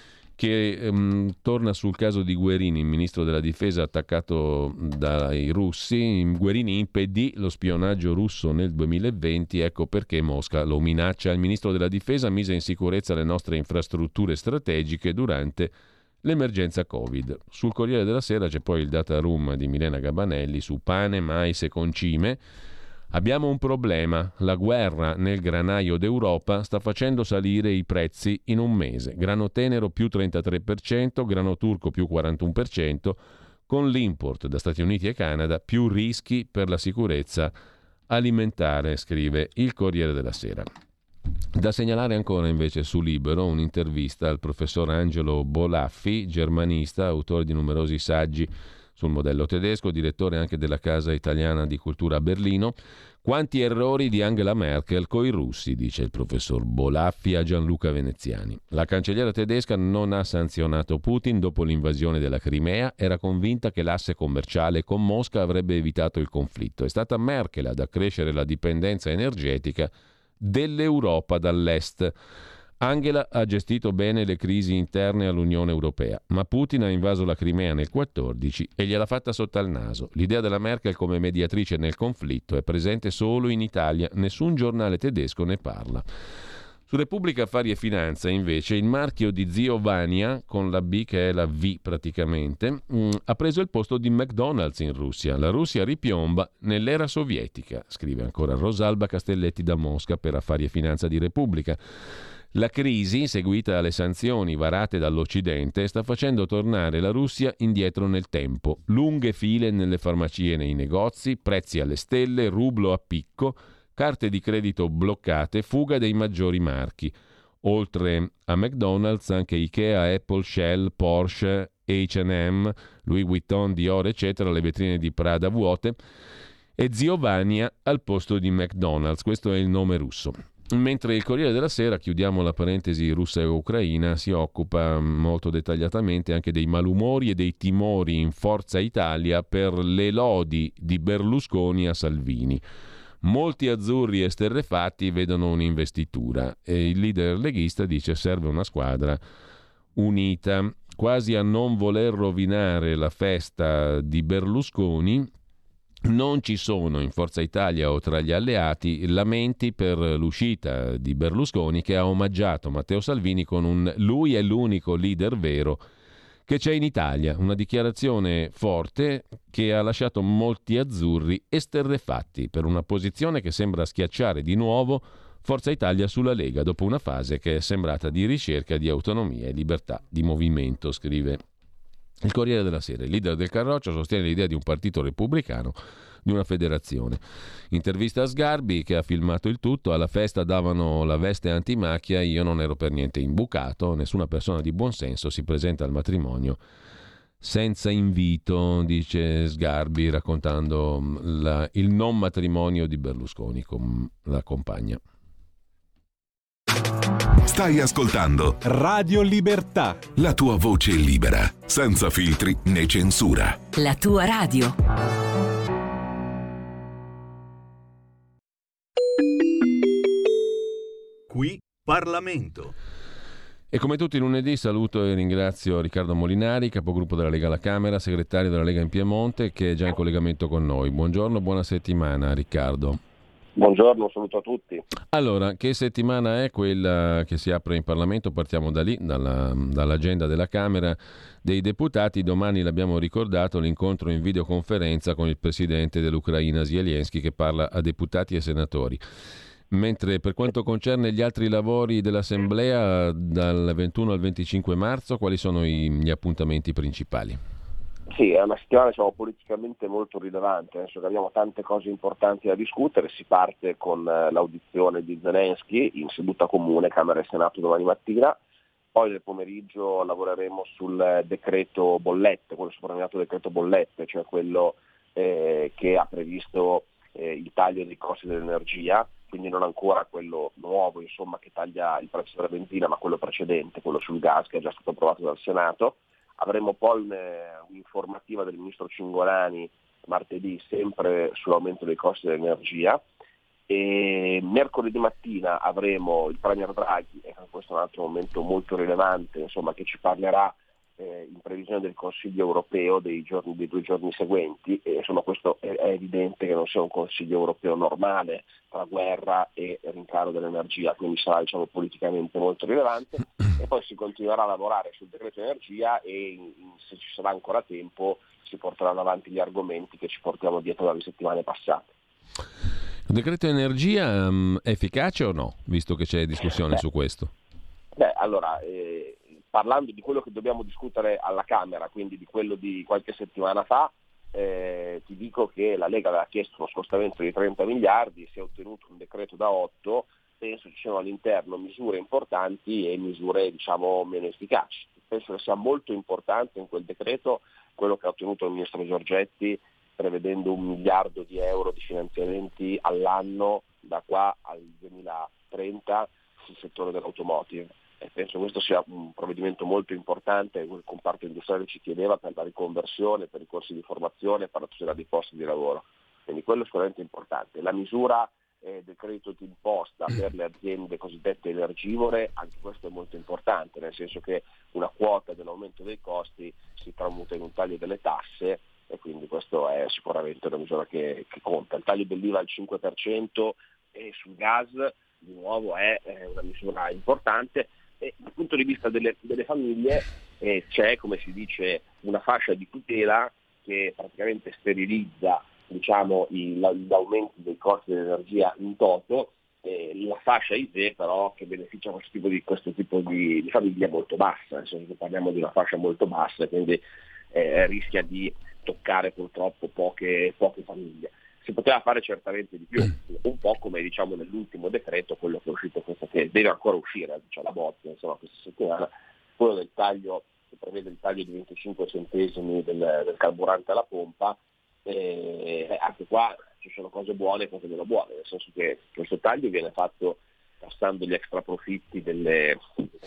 che torna sul caso di Guerini, il ministro della difesa attaccato dai russi. Guerini impedì lo spionaggio russo nel 2020, ecco perché Mosca lo minaccia. Il ministro della difesa mise in sicurezza le nostre infrastrutture strategiche durante l'emergenza Covid. Sul Corriere della Sera c'è poi il data room di Milena Gabanelli su pane, mais e concime. Abbiamo un problema, la guerra nel granaio d'Europa sta facendo salire i prezzi in un mese. Grano tenero più 33%, grano turco più 41%, con l'import da Stati Uniti e Canada più rischi per la sicurezza alimentare, scrive il Corriere della Sera. Da segnalare ancora invece su Libero un'intervista al professor Angelo Bolaffi, germanista, autore di numerosi saggi sul modello tedesco, direttore anche della Casa Italiana di Cultura a Berlino. Quanti errori di Angela Merkel coi russi, dice il professor Bolaffi a Gianluca Veneziani. La cancelliera tedesca non ha sanzionato Putin dopo l'invasione della Crimea, era convinta che l'asse commerciale con Mosca avrebbe evitato il conflitto. È stata Merkel ad accrescere la dipendenza energetica dell'Europa dall'est. Angela ha gestito bene le crisi interne all'Unione Europea, ma Putin ha invaso la Crimea nel 2014 e gliel'ha fatta sotto al naso. L'idea della Merkel come mediatrice nel conflitto è presente solo in Italia, nessun giornale tedesco ne parla. Su Repubblica Affari e Finanza, invece, il marchio di Zio Vania, con la B che è la V praticamente, ha preso il posto di McDonald's in Russia. La Russia ripiomba nell'era sovietica, scrive ancora Rosalba Castelletti da Mosca per Affari e Finanza di Repubblica. La crisi, seguita alle sanzioni varate dall'Occidente, sta facendo tornare la Russia indietro nel tempo. Lunghe file nelle farmacie e nei negozi, prezzi alle stelle, rublo a picco, carte di credito bloccate, fuga dei maggiori marchi. Oltre a McDonald's, anche Ikea, Apple, Shell, Porsche, H&M, Louis Vuitton, Dior, eccetera, le vetrine di Prada vuote, e Zio Vania al posto di McDonald's. Questo è il nome russo. Mentre il Corriere della Sera, chiudiamo la parentesi russa e ucraina, si occupa molto dettagliatamente anche dei malumori e dei timori in Forza Italia per le lodi di Berlusconi a Salvini. Molti azzurri esterrefatti vedono un'investitura e il leader leghista dice serve una squadra unita. Quasi a non voler rovinare la festa di Berlusconi, non ci sono in Forza Italia o tra gli alleati lamenti per l'uscita di Berlusconi, che ha omaggiato Matteo Salvini con un "lui è l'unico leader vero che c'è in Italia", una dichiarazione forte che ha lasciato molti azzurri esterrefatti per una posizione che sembra schiacciare di nuovo Forza Italia sulla Lega dopo una fase che è sembrata di ricerca di autonomia e libertà di movimento, scrive il Corriere della Sera. Il leader del Carroccio sostiene l'idea di un partito repubblicano, di una federazione. Intervista a Sgarbi, che ha filmato il tutto. Alla festa davano la veste antimacchia, io non ero per niente imbucato, nessuna persona di buon senso si presenta al matrimonio senza invito, dice Sgarbi, raccontando il non matrimonio di Berlusconi con la compagna. Stai ascoltando Radio Libertà. la tua voce libera, senza filtri né censura. La tua radio. Qui Parlamento. E come tutti i lunedì saluto e ringrazio Riccardo Molinari, capogruppo della Lega alla Camera, segretario della Lega in Piemonte, che è già in collegamento con noi. Buongiorno, buona settimana Riccardo. Buongiorno, un saluto a tutti. Allora, che settimana è quella che si apre in Parlamento? Partiamo da lì, dall'agenda della Camera dei Deputati. Domani, l'abbiamo ricordato, l'incontro in videoconferenza con il presidente dell'Ucraina Zelensky, che parla a deputati e senatori. Mentre per quanto concerne gli altri lavori dell'Assemblea, dal 21 al 25 marzo, quali sono gli appuntamenti principali? Sì, è una settimana politicamente molto rilevante, nel senso che abbiamo tante cose importanti da discutere. Si parte con l'audizione di Zelensky in seduta comune Camera e Senato domani mattina, poi nel pomeriggio lavoreremo sul decreto bollette, quello soprannominato decreto bollette, cioè quello che ha previsto il taglio dei costi dell'energia, quindi non ancora quello nuovo, insomma, che taglia il prezzo della benzina, ma quello precedente, quello sul gas, che è già stato approvato dal Senato. Avremo poi un'informativa del ministro Cingolani martedì, sempre sull'aumento dei costi dell'energia, e mercoledì mattina avremo il Premier Draghi, e questo è un altro momento molto rilevante, insomma, che ci parlerà in previsione del Consiglio europeo dei 2 giorni seguenti, e insomma questo è evidente che non sia un Consiglio europeo normale tra guerra e rincaro dell'energia, quindi sarà, diciamo, politicamente molto rilevante. E poi si continuerà a lavorare sul decreto energia e se ci sarà ancora tempo si porteranno avanti gli argomenti che ci portiamo dietro dalle settimane passate. Il decreto energia è efficace o no, visto che c'è discussione su questo? Allora, parlando di quello che dobbiamo discutere alla Camera, quindi di quello di qualche settimana fa, ti dico che la Lega aveva chiesto uno scostamento di 30 miliardi, si è ottenuto un decreto da 8, penso ci siano all'interno misure importanti e misure, diciamo, meno efficaci. Penso che sia molto importante in quel decreto quello che ha ottenuto il ministro Giorgetti, prevedendo 1 miliardo di euro di finanziamenti all'anno da qua al 2030 sul settore dell'automotive. E penso questo sia un provvedimento molto importante che il comparto industriale ci chiedeva per la riconversione, per i corsi di formazione, per la tutela dei posti di lavoro. Quindi quello è sicuramente importante. La misura del credito d'imposta per le aziende cosiddette energivore, anche questo è molto importante, nel senso che una quota dell'aumento dei costi si tramuta in un taglio delle tasse, e quindi questo è sicuramente una misura che conta. Il taglio dell'IVA al 5% sul gas di nuovo è una misura importante. E dal punto di vista delle famiglie c'è, come si dice, una fascia di tutela che praticamente sterilizza, diciamo, gli aumenti dei costi dell'energia in toto. La fascia ISEE però che beneficia questo tipo di famiglia molto bassa, nel senso che parliamo di una fascia molto bassa e quindi rischia di toccare purtroppo poche famiglie. Si poteva fare certamente di più, un po' come diciamo nell'ultimo decreto, quello che è uscito che deve ancora uscire, cioè la bozza questa settimana, quello del taglio, che prevede il taglio di 25 centesimi del carburante alla pompa. Anche qua ci sono cose buone e cose meno buone, nel senso che questo taglio viene fatto tassando gli extra profitti delle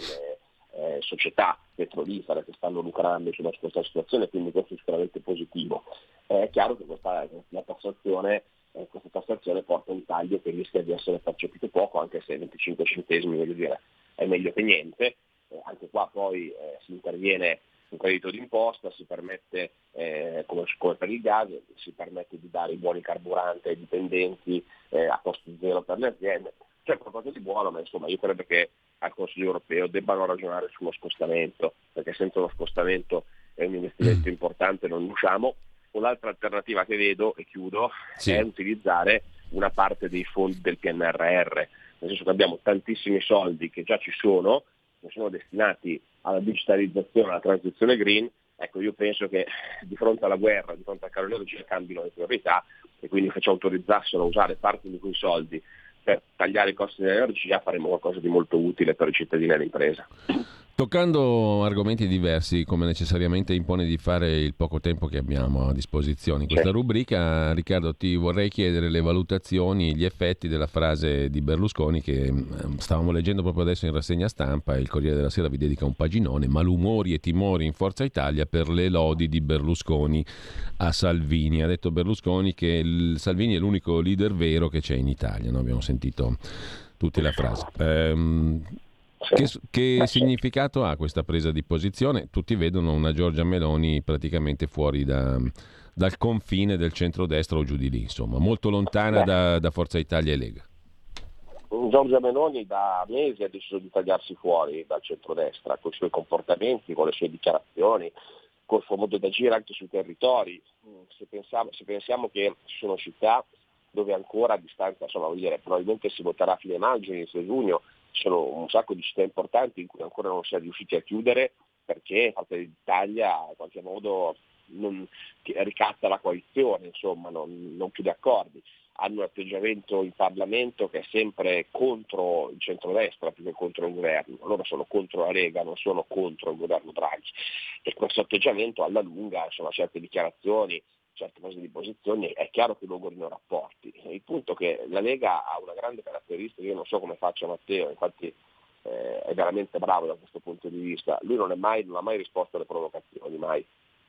società petrolifere che stanno lucrando su questa situazione, quindi questo è sicuramente positivo. È chiaro che questa tassazione porta un taglio che rischia di essere percepito poco, anche se 25 centesimi, voglio dire, è meglio che niente. Anche qua poi si interviene un credito d'imposta, si permette, come per il gas, si permette di dare i buoni carburante ai dipendenti a costo zero per le aziende. C'è qualcosa di buono, ma insomma io credo che al Consiglio europeo debbano ragionare sullo scostamento, perché senza lo scostamento è un investimento importante, non ne usciamo. Un'altra alternativa che vedo, e chiudo, è utilizzare una parte dei fondi del PNRR, nel senso che abbiamo tantissimi soldi che già ci sono destinati alla digitalizzazione, alla transizione green. Ecco, io penso che di fronte alla guerra, di fronte al caro energia, cambino le priorità e quindi se ci autorizzassero a usare parte di quei soldi per tagliare i costi dell'energia faremo qualcosa di molto utile per i cittadini e le imprese. Toccando argomenti diversi, come necessariamente impone di fare il poco tempo che abbiamo a disposizione in questa rubrica, Riccardo, ti vorrei chiedere le valutazioni, gli effetti della frase di Berlusconi che stavamo leggendo proprio adesso in rassegna stampa, e il Corriere della Sera vi dedica un paginone: malumori e timori in Forza Italia per le lodi di Berlusconi a Salvini. Ha detto Berlusconi che Salvini è l'unico leader vero che c'è in Italia, no? Abbiamo sentito tutti la frase. Che significato ha questa presa di posizione? Tutti vedono una Giorgia Meloni praticamente fuori dal confine del centrodestra o giù di lì, insomma, molto lontana da Forza Italia e Lega. Giorgia Meloni da mesi ha deciso di tagliarsi fuori dal centrodestra con i suoi comportamenti, con le sue dichiarazioni, col suo modo di agire anche sui territori. Se pensiamo che ci sono città dove ancora a distanza, insomma, voglio dire, probabilmente si voterà a fine maggio, inizio giugno, ci sono un sacco di città importanti in cui ancora non si è riusciti a chiudere perché Fratelli d'Italia in qualche modo non ricatta la coalizione, insomma, non chiude accordi. Hanno un atteggiamento in Parlamento che è sempre contro il centrodestra più che contro il governo. Loro sono contro la Lega, non sono contro il governo Draghi. E questo atteggiamento alla lunga, insomma, certe dichiarazioni, certe cose di posizioni, è chiaro che logorino rapporti. Il punto è che la Lega ha una grande caratteristica, io non so come faccia Matteo, infatti è veramente bravo da questo punto di vista. Lui non ha mai risposto alle provocazioni, mai.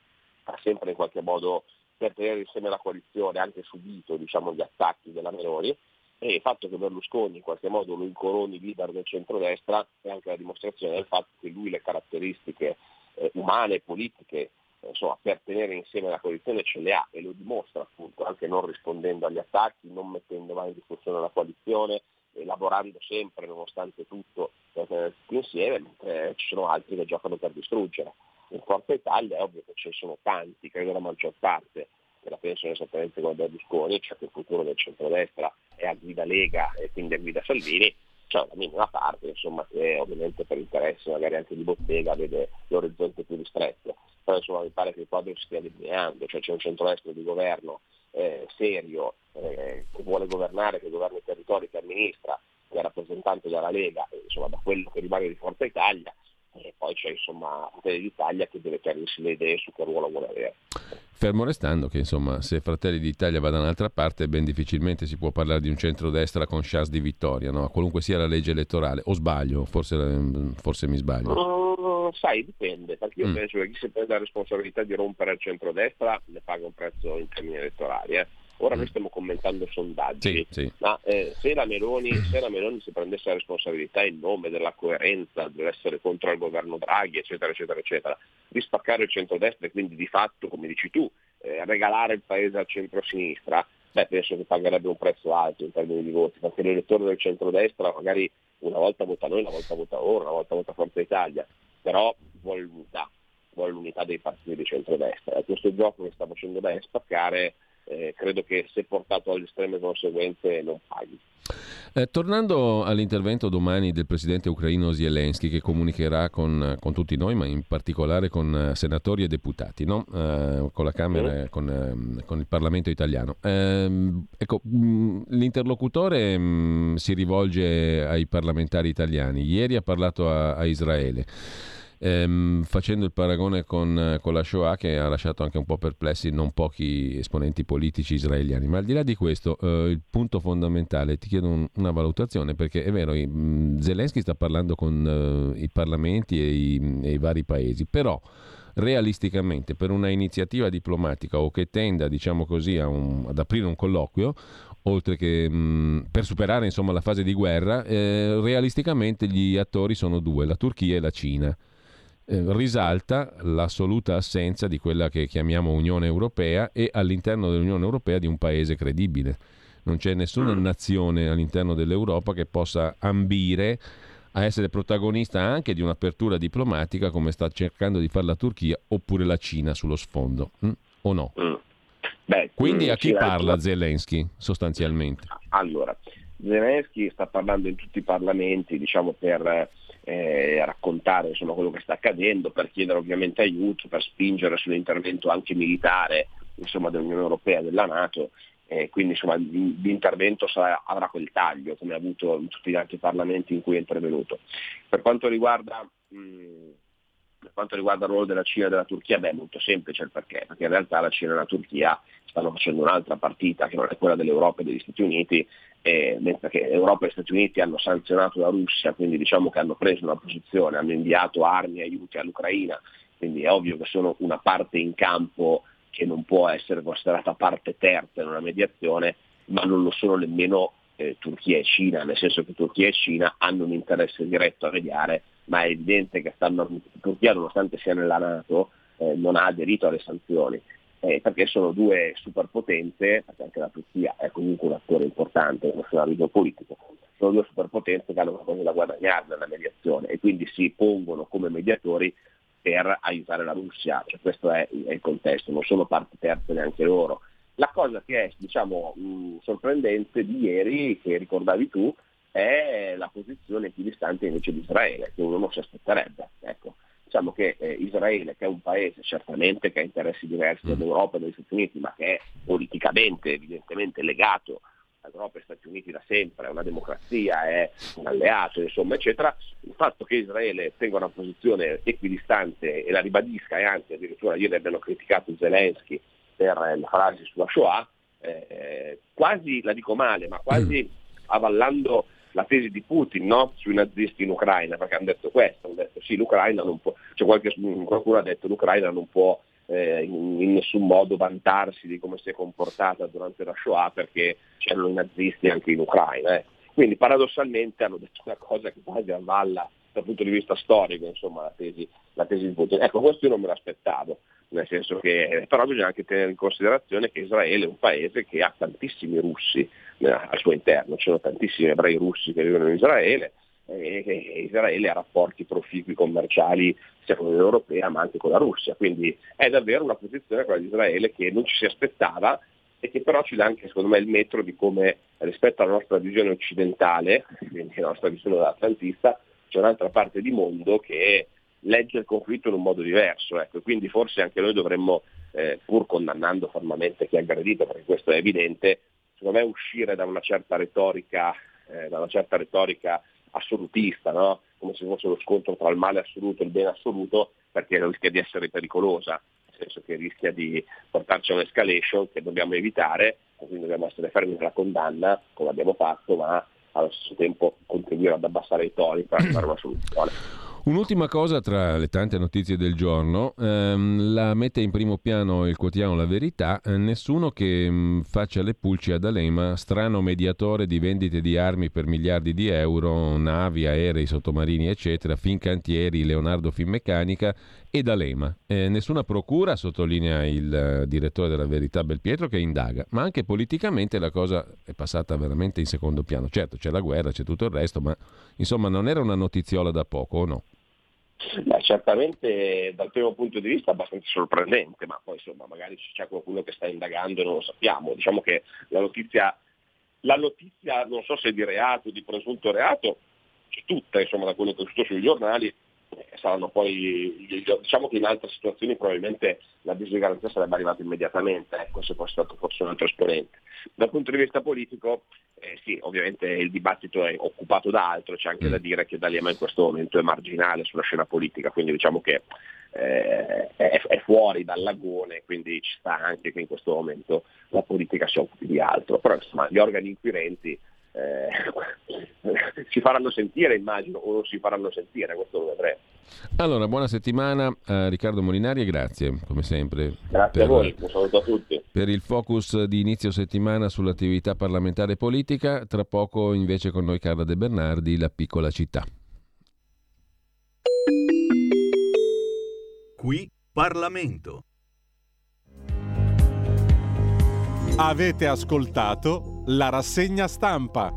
Ha sempre in qualche modo, per tenere insieme la coalizione, anche subito, diciamo, gli attacchi della Meloni, e il fatto che Berlusconi in qualche modo lo incoroni leader del centrodestra è anche la dimostrazione del fatto che lui le caratteristiche umane e politiche, insomma, per tenere insieme la coalizione ce le ha, e lo dimostra appunto anche non rispondendo agli attacchi, non mettendo mai in discussione la coalizione, lavorando sempre nonostante tutto per tenere tutti insieme, mentre ci sono altri che giocano per distruggere. In Forza Italia è ovvio che ci sono tanti, credo la maggior parte, che la pensano esattamente come Berlusconi, cioè che il futuro del centrodestra è a guida Lega e quindi a guida Salvini. C'è una minima parte, insomma, che ovviamente per interesse magari anche di bottega vede l'orizzonte più ristretto. Però insomma mi pare che il quadro si stia delineando, cioè c'è un centrodestra di governo serio, che vuole governare, che governa i territori, che amministra, che è rappresentante della Lega, insomma da quello che rimane di Forza Italia, e poi c'è insomma Fratelli d'Italia che deve chiarirsi le idee su che ruolo vuole avere. Fermo restando che insomma se Fratelli d'Italia va da un'altra parte ben difficilmente si può parlare di un centrodestra con chance di vittoria, no? Qualunque sia la legge elettorale, o sbaglio, forse mi sbaglio. Sai, dipende, perché io penso che chi si prende la responsabilità di rompere il centrodestra ne paga un prezzo in termini elettorali. Ora noi stiamo commentando sondaggi, sì. Ma se la Meloni si prendesse la responsabilità in nome della coerenza, dell'essere contro il governo Draghi, eccetera, eccetera, eccetera, di spaccare il centrodestra e quindi di fatto, come dici tu, regalare il paese al centro-sinistra, penso che pagherebbe un prezzo alto in termini di voti, perché l'elettore del centrodestra magari una volta vota noi, una volta vota ora, una volta vota Forza Italia, però vuole l'unità dei partiti di centrodestra. E questo gioco che sta facendo lei è spaccare, credo che se portato alle estreme conseguenze non paghi. Tornando all'intervento domani del presidente ucraino Zelensky, che comunicherà con tutti noi, ma in particolare con senatori e deputati, no? Con la Camera e con il Parlamento italiano. L'interlocutore si rivolge ai parlamentari italiani. Ieri ha parlato a Israele. Facendo il paragone con la Shoah, che ha lasciato anche un po' perplessi non pochi esponenti politici israeliani. Ma al di là di questo, il punto fondamentale, ti chiedo una valutazione, perché è vero, Zelensky sta parlando con i parlamenti e i vari paesi, però realisticamente per una iniziativa diplomatica o che tenda, diciamo così, ad aprire un colloquio, oltre che per superare insomma la fase di guerra, realisticamente gli attori sono due, la Turchia e la Cina. Risalta l'assoluta assenza di quella che chiamiamo Unione Europea e all'interno dell'Unione Europea di un paese credibile. Non c'è nessuna nazione all'interno dell'Europa che possa ambire a essere protagonista anche di un'apertura diplomatica come sta cercando di fare la Turchia oppure la Cina sullo sfondo, o no? Quindi a chi parla Zelensky sostanzialmente? Allora, Zelensky sta parlando in tutti i parlamenti, diciamo, per raccontare insomma quello che sta accadendo, per chiedere ovviamente aiuto, per spingere sull'intervento anche militare insomma dell'Unione Europea e della NATO, quindi insomma l'intervento avrà quel taglio come ha avuto in tutti gli altri parlamenti in cui è intervenuto. Per quanto riguarda il ruolo della Cina e della Turchia, è molto semplice il perché in realtà la Cina e la Turchia stanno facendo un'altra partita che non è quella dell'Europa e degli Stati Uniti, mentre che Europa e Stati Uniti hanno sanzionato la Russia, quindi diciamo che hanno preso una posizione, hanno inviato armi e aiuti all'Ucraina, quindi è ovvio che sono una parte in campo che non può essere considerata parte terza in una mediazione, ma non lo sono nemmeno Turchia e Cina, nel senso che Turchia e Cina hanno un interesse diretto a mediare, ma è evidente che Turchia, nonostante sia nella NATO, non ha aderito alle sanzioni, perché sono due superpotenze, perché anche la Turchia è comunque un attore importante nello scenario politico, sono due superpotenze che hanno qualcosa da guadagnare nella mediazione e quindi si pongono come mediatori per aiutare la Russia, cioè questo è il contesto, non sono parti terze neanche loro. La cosa che è sorprendente di ieri, che ricordavi tu, è la posizione equidistante invece di Israele, che uno non si aspetterebbe. Ecco. Diciamo che Israele, che è un paese certamente che ha interessi diversi dall'Europa e dagli Stati Uniti, ma che è politicamente evidentemente legato all'Europa e agli Stati Uniti da sempre, è una democrazia, è un alleato, insomma, eccetera, il fatto che Israele tenga una posizione equidistante e la ribadisca, e anzi addirittura ieri abbiano criticato Zelensky per le frasi sulla Shoah, quasi, la dico male, ma quasi avallando la tesi di Putin, no? Sui nazisti in Ucraina, perché hanno detto questo, hanno detto sì, l'Ucraina non può, qualcuno ha detto l'Ucraina non può in nessun modo vantarsi di come si è comportata durante la Shoah perché c'erano i nazisti anche in Ucraina. Quindi paradossalmente hanno detto una cosa che quasi avvalla dal punto di vista storico, insomma, la tesi di Putin. Ecco, questo io non me l'aspettavo, nel senso che però bisogna anche tenere in considerazione che Israele è un paese che ha tantissimi russi al suo interno, ci sono tantissimi ebrei russi che vivono in Israele, e Israele ha rapporti proficui commerciali sia con l'Unione Europea ma anche con la Russia, quindi è davvero una posizione quella di Israele che non ci si aspettava e che però ci dà anche secondo me il metro di come rispetto alla nostra visione occidentale, quindi la nostra visione atlantista, c'è un'altra parte di mondo che legge il conflitto in un modo diverso, ecco. Quindi forse anche noi dovremmo, pur condannando fermamente chi ha aggredito, perché questo è evidente, secondo me uscire da una certa retorica assolutista, no? Come se fosse lo scontro tra il male assoluto e il bene assoluto, perché rischia di essere pericolosa, nel senso che rischia di portarci a un'escalation che dobbiamo evitare, quindi dobbiamo essere fermi nella condanna, come abbiamo fatto, ma allo stesso tempo contribuire ad abbassare i toni per trovare una soluzione. Un'ultima cosa tra le tante notizie del giorno, la mette in primo piano il quotidiano La Verità, nessuno che faccia le pulci ad D'Alema, strano mediatore di vendite di armi per miliardi di euro, navi, aerei, sottomarini eccetera, Fincantieri, Leonardo Finmeccanica e D'Alema. Nessuna procura, sottolinea il direttore della Verità Belpietro, che indaga, ma anche politicamente la cosa è passata veramente in secondo piano. Certo, c'è la guerra, c'è tutto il resto, ma insomma non era una notiziola da poco, o no? Beh, certamente dal primo punto di vista abbastanza sorprendente, ma poi insomma magari c'è qualcuno che sta indagando e non lo sappiamo. Diciamo che la notizia non so se di reato, di presunto reato, c'è tutta, insomma, da quello che ho visto sui giornali. Saranno poi, diciamo che in altre situazioni probabilmente la disgaranzia sarebbe arrivata immediatamente, ecco, se fosse stato forse un altro esponente. Dal punto di vista politico, sì, ovviamente il dibattito è occupato da altro, c'è anche da dire che D'Alema in questo momento è marginale sulla scena politica, quindi diciamo che è fuori dal lagone, quindi ci sta anche che in questo momento la politica si occupi di altro, però insomma gli organi inquirenti si faranno sentire, immagino, o non si faranno sentire, questo lo vedremo. Allora, buona settimana a Riccardo Molinari e grazie come sempre. Grazie a voi, un saluto a tutti. Per il focus di inizio settimana sull'attività parlamentare e politica, tra poco invece con noi Carla De Bernardi, La piccola città. Qui Parlamento. Avete ascoltato la rassegna stampa.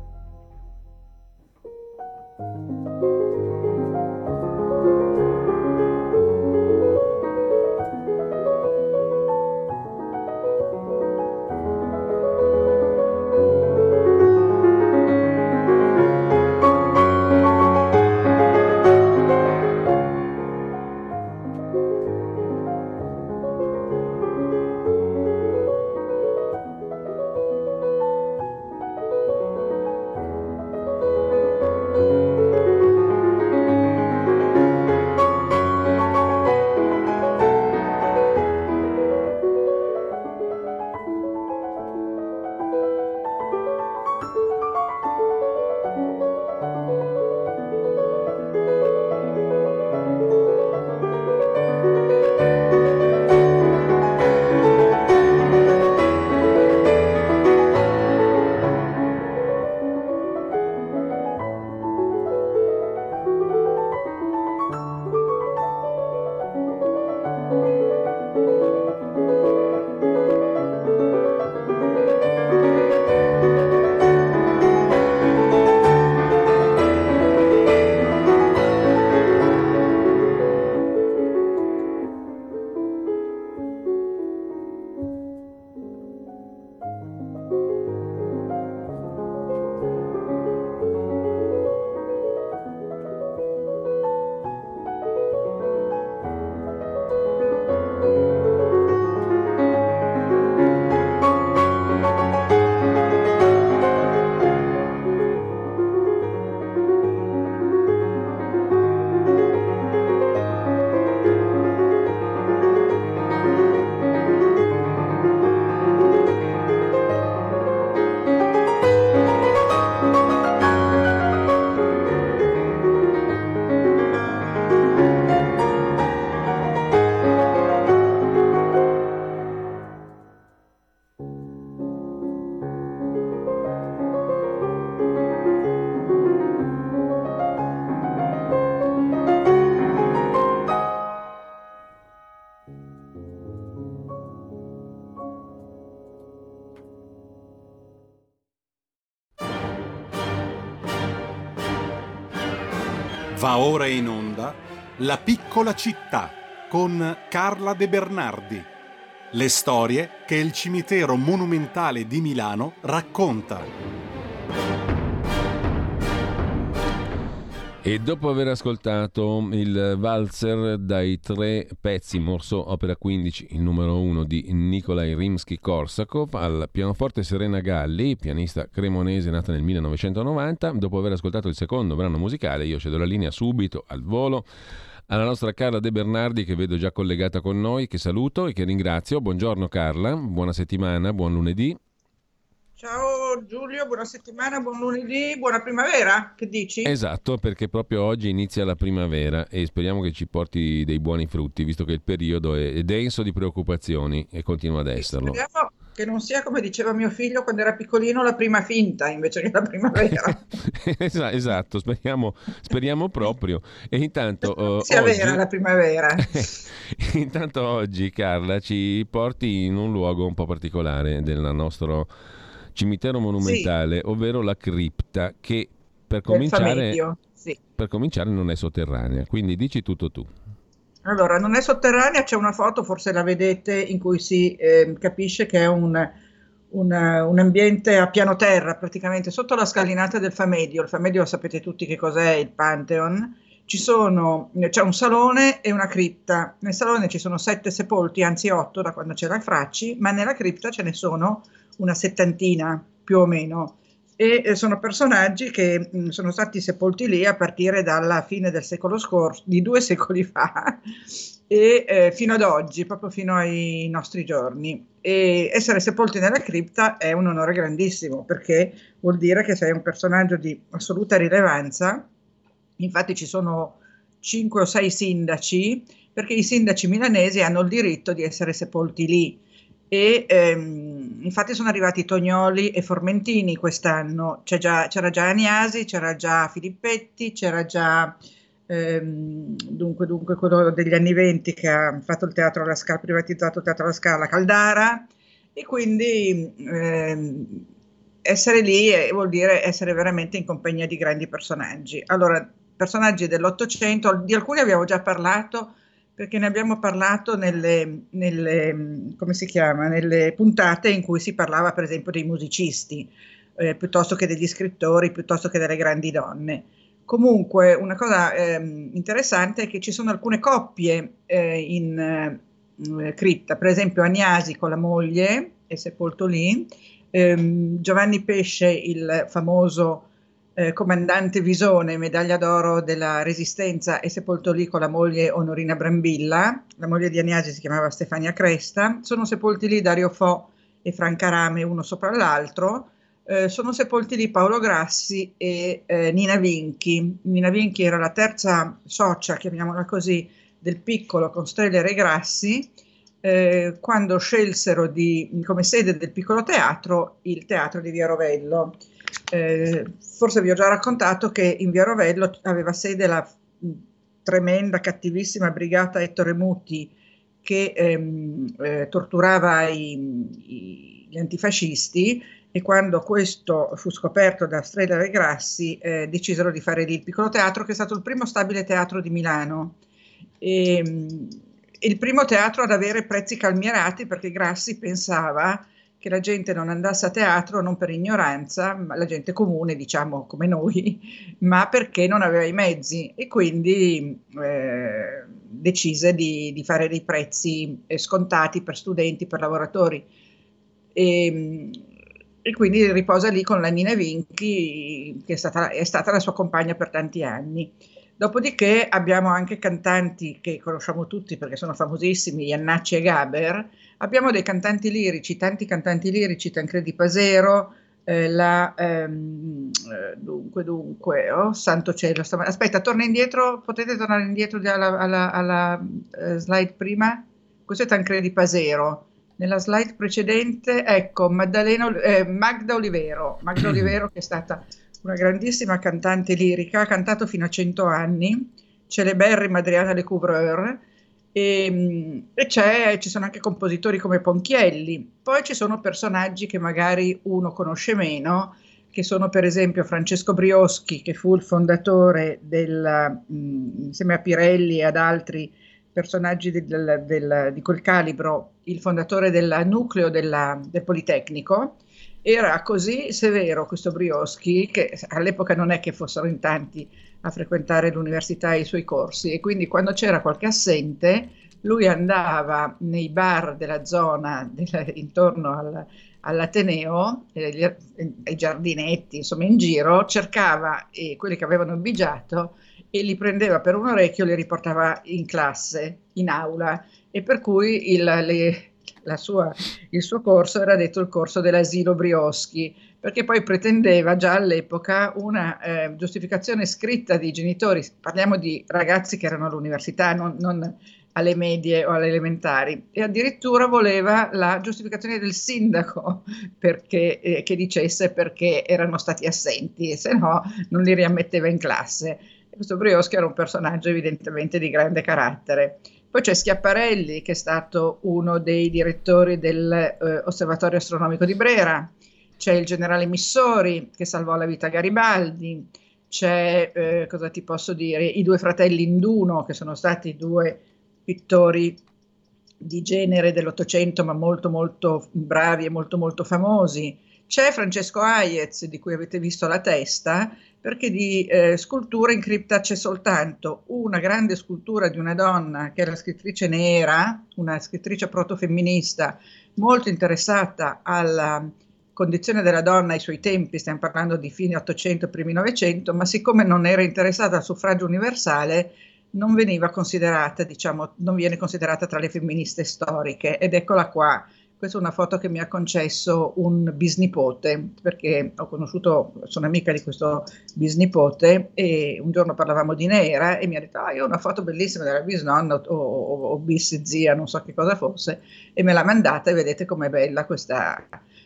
Va ora in onda La piccola città con Carla De Bernardi. Le storie che il cimitero monumentale di Milano racconta. E dopo aver ascoltato il valzer dai 3 pezzi Morceau opera 15, il numero 1 di Nikolai Rimsky-Korsakov, al pianoforte Serena Galli, pianista cremonese nata nel 1990, dopo aver ascoltato il secondo brano musicale, io cedo la linea subito al volo alla nostra Carla De Bernardi, che vedo già collegata con noi, che saluto e che ringrazio. Buongiorno Carla, buona settimana, buon lunedì. Ciao Giulio, buona settimana, buon lunedì, buona primavera, che dici? Esatto, perché proprio oggi inizia la primavera e speriamo che ci porti dei buoni frutti, visto che il periodo è denso di preoccupazioni e continua ad esserlo. che non sia, come diceva mio figlio quando era piccolino, la prima finta invece che la primavera. Esatto, speriamo proprio. E intanto sia oggi, vera la primavera. intanto oggi, Carla, ci porti in un luogo un po' particolare del nostro cimitero monumentale, sì, ovvero la cripta, che per cominciare non è sotterranea. Quindi dici tutto tu. Allora, non è sotterranea, c'è una foto, forse la vedete, in cui si capisce che è un ambiente a piano terra, praticamente sotto la scalinata del Famedio. Il Famedio sapete tutti che cos'è, il Pantheon. C'è un salone e una cripta. Nel salone ci sono 7 sepolti, anzi 8 da quando c'era Fracci, ma nella cripta ce ne sono una 70 più o meno. E sono personaggi che sono stati sepolti lì a partire dalla fine del secolo scorso, di 2 secoli fa, e fino ad oggi, proprio fino ai nostri giorni. E essere sepolti nella cripta è un onore grandissimo, perché vuol dire che sei un personaggio di assoluta rilevanza. Infatti ci sono 5 o 6 sindaci, perché i sindaci milanesi hanno il diritto di essere sepolti lì. E infatti sono arrivati Tognoli e Formentini quest'anno. c'era già Aniasi, c'era già Filippetti, c'era già dunque quello degli anni 20 che ha fatto il Teatro alla Scala, privatizzato il Teatro alla Scala, Caldara, e quindi essere lì vuol dire essere veramente in compagnia di grandi personaggi. Allora, personaggi dell'Ottocento, di alcuni abbiamo già parlato, perché ne abbiamo parlato nelle puntate in cui si parlava per esempio dei musicisti, piuttosto che degli scrittori, piuttosto che delle grandi donne. Comunque una cosa interessante è che ci sono alcune coppie in cripta, per esempio Agnasi con la moglie è sepolto lì, Giovanni Pesce, il famoso comandante Visone, medaglia d'oro della Resistenza, è sepolto lì con la moglie Onorina Brambilla. La moglie di Agnasi si chiamava Stefania Cresta. Sono sepolti lì Dario Fo e Franca Rame, uno sopra l'altro. Sono sepolti lì Paolo Grassi e Nina Vinchi. Nina Vinchi era la terza socia, chiamiamola così, del Piccolo con Streller e Grassi, quando scelsero come sede del Piccolo Teatro il teatro di Via Rovello. Forse vi ho già raccontato che in Via Rovello aveva sede la tremenda, cattivissima brigata Ettore Muti, che torturava gli antifascisti, e quando questo fu scoperto da Streller e Grassi decisero di fare lì il Piccolo Teatro, che è stato il primo stabile teatro di Milano. Il primo teatro ad avere prezzi calmierati, perché Grassi pensava che la gente non andasse a teatro non per ignoranza, ma la gente comune, diciamo come noi, ma perché non aveva i mezzi, e quindi decise di fare dei prezzi scontati per studenti, per lavoratori, e quindi riposa lì con la Nina Vinchi, che è stata la sua compagna per tanti anni. Dopodiché abbiamo anche cantanti che conosciamo tutti perché sono famosissimi, Iannacci e Gaber. Abbiamo dei cantanti lirici, tanti cantanti lirici, Tancredi Pasero, oh santo cielo, aspetta, torna indietro, potete tornare indietro alla slide prima? Questo è Tancredi Pasero. Nella slide precedente, ecco, Magda Olivero, che è stata una grandissima cantante lirica, ha cantato fino a 100 anni, celeberrima Adriana Lecouvreur, e ci sono anche compositori come Ponchielli. Poi ci sono personaggi che magari uno conosce meno, che sono per esempio Francesco Brioschi, che fu il fondatore insieme a Pirelli e ad altri personaggi di quel calibro, il fondatore del nucleo del Politecnico. Era così severo questo Brioschi che all'epoca non è che fossero in tanti a frequentare l'università e i suoi corsi, e quindi quando c'era qualche assente lui andava nei bar della zona intorno all'Ateneo, ai giardinetti, insomma in giro, cercava quelli che avevano bigiato e li prendeva per un orecchio e li riportava in classe, in aula, e per cui il suo corso era detto il corso dell'asilo Brioschi, perché poi pretendeva già all'epoca una giustificazione scritta dei genitori. Parliamo di ragazzi che erano all'università, non alle medie o alle elementari, e addirittura voleva la giustificazione del sindaco perché, che dicesse perché erano stati assenti e se no non li riammetteva in classe. E questo Brioschi era un personaggio evidentemente di grande carattere. Poi c'è Schiaparelli, che è stato uno dei direttori dell'Osservatorio Astronomico di Brera, c'è il generale Missori che salvò la vita a Garibaldi, c'è, cosa ti posso dire, i due fratelli Induno, che sono stati due pittori di genere dell'Ottocento, ma molto molto bravi e molto molto famosi. C'è Francesco Hayez, di cui avete visto la testa, perché di scultura in cripta c'è soltanto una grande scultura di una donna, che è la scrittrice Nera, una scrittrice protofemminista molto interessata alla condizione della donna ai suoi tempi, stiamo parlando di fine 800 primi 900, ma siccome non era interessata al suffragio universale non veniva considerata, diciamo, non viene considerata tra le femministe storiche, ed eccola qua. Questa è una foto che mi ha concesso un bisnipote, perché sono amica di questo bisnipote, e un giorno parlavamo di Nera e mi ha detto: io ho una foto bellissima della bisnonna o bis zia, non so che cosa fosse, e me l'ha mandata, e vedete com'è bella questa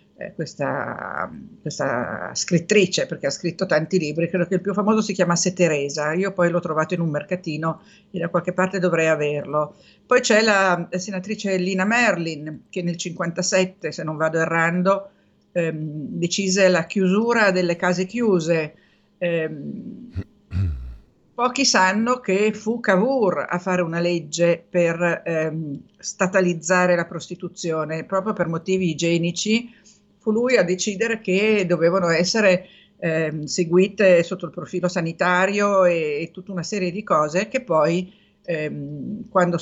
scrittrice, perché ha scritto tanti libri. Credo che il più famoso si chiamasse Teresa, io poi l'ho trovato in un mercatino e da qualche parte dovrei averlo. Poi c'è la senatrice Lina Merlin, che nel 57, se non vado errando, decise la chiusura delle case chiuse. Pochi sanno che fu Cavour a fare una legge per statalizzare la prostituzione, proprio per motivi igienici. Fu lui a decidere che dovevano essere seguite sotto il profilo sanitario e tutta una serie di cose che poi, quando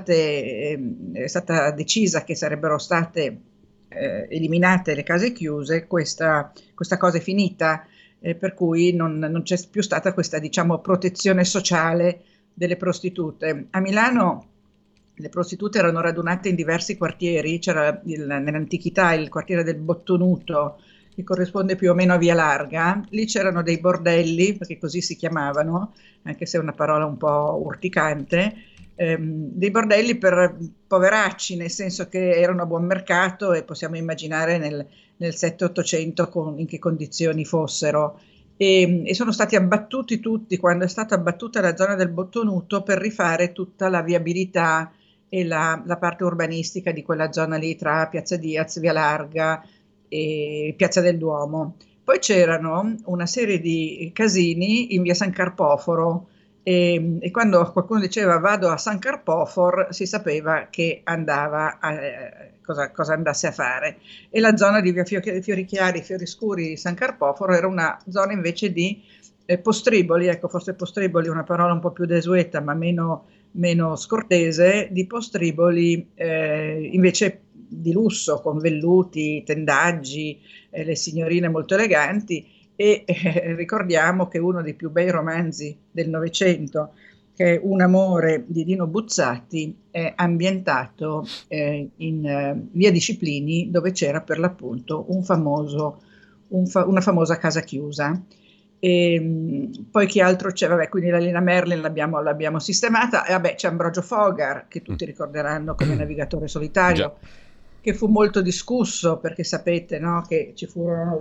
è stata decisa che sarebbero state eliminate le case chiuse, questa cosa è finita, per cui non c'è più stata questa, diciamo, protezione sociale delle prostitute. A Milano le prostitute erano radunate in diversi quartieri, c'era nell'antichità il quartiere del Bottonuto, che corrisponde più o meno a Via Larga. Lì c'erano dei bordelli, perché così si chiamavano, anche se è una parola un po' urticante, dei bordelli per poveracci, nel senso che erano a buon mercato, e possiamo immaginare nel 700-800 in che condizioni fossero. E sono stati abbattuti tutti quando è stata abbattuta la zona del Bottonuto, per rifare tutta la viabilità e la parte urbanistica di quella zona lì tra Piazza Diaz, Via Larga e Piazza del Duomo. Poi c'erano una serie di casini in via San Carpoforo, e quando qualcuno diceva vado a San Carpofor si sapeva che andava cosa andasse a fare, e la zona di via Fiorichiari, Fioriscuri di San Carpoforo era una zona invece di postriboli, ecco, forse postriboli è una parola un po' più desueta ma meno scortese, di postriboli invece di lusso, con velluti, tendaggi, le signorine molto eleganti. E ricordiamo che uno dei più bei romanzi del Novecento, che è Un amore di Dino Buzzati, è ambientato in via Disciplini, dove c'era per l'appunto una famosa casa chiusa. E poi chi altro c'è? Vabbè, quindi la Lina Merlin l'abbiamo sistemata, e vabbè, c'è Ambrogio Fogar, che tutti ricorderanno come navigatore solitario, che fu molto discusso, perché sapete, no, che ci furono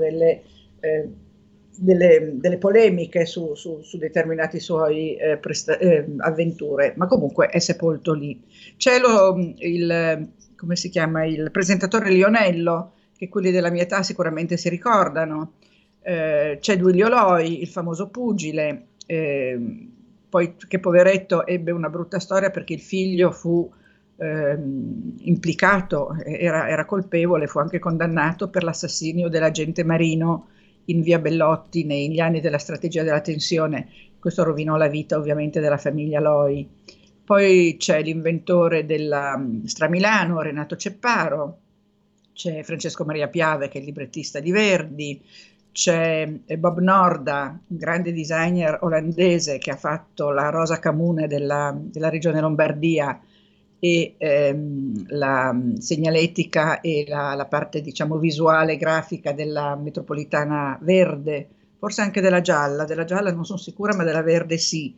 delle polemiche su determinati suoi avventure, ma comunque è sepolto lì. C'è come si chiama, il presentatore Lionello, che quelli della mia età sicuramente si ricordano. C'è Duilio Loi, il famoso pugile, poi che poveretto ebbe una brutta storia, perché il figlio fu implicato, era colpevole, fu anche condannato per l'assassinio dell'agente Marino in via Bellotti negli anni della strategia della tensione. Questo rovinò la vita ovviamente della famiglia Loi. Poi c'è l'inventore della Stramilano, Renato Cepparo, c'è Francesco Maria Piave, che è il librettista di Verdi, c'è Bob Norda, un grande designer olandese che ha fatto la rosa comune della regione Lombardia, e la segnaletica e la parte, diciamo, visuale grafica della metropolitana verde, forse anche della gialla non sono sicura, ma della verde sì.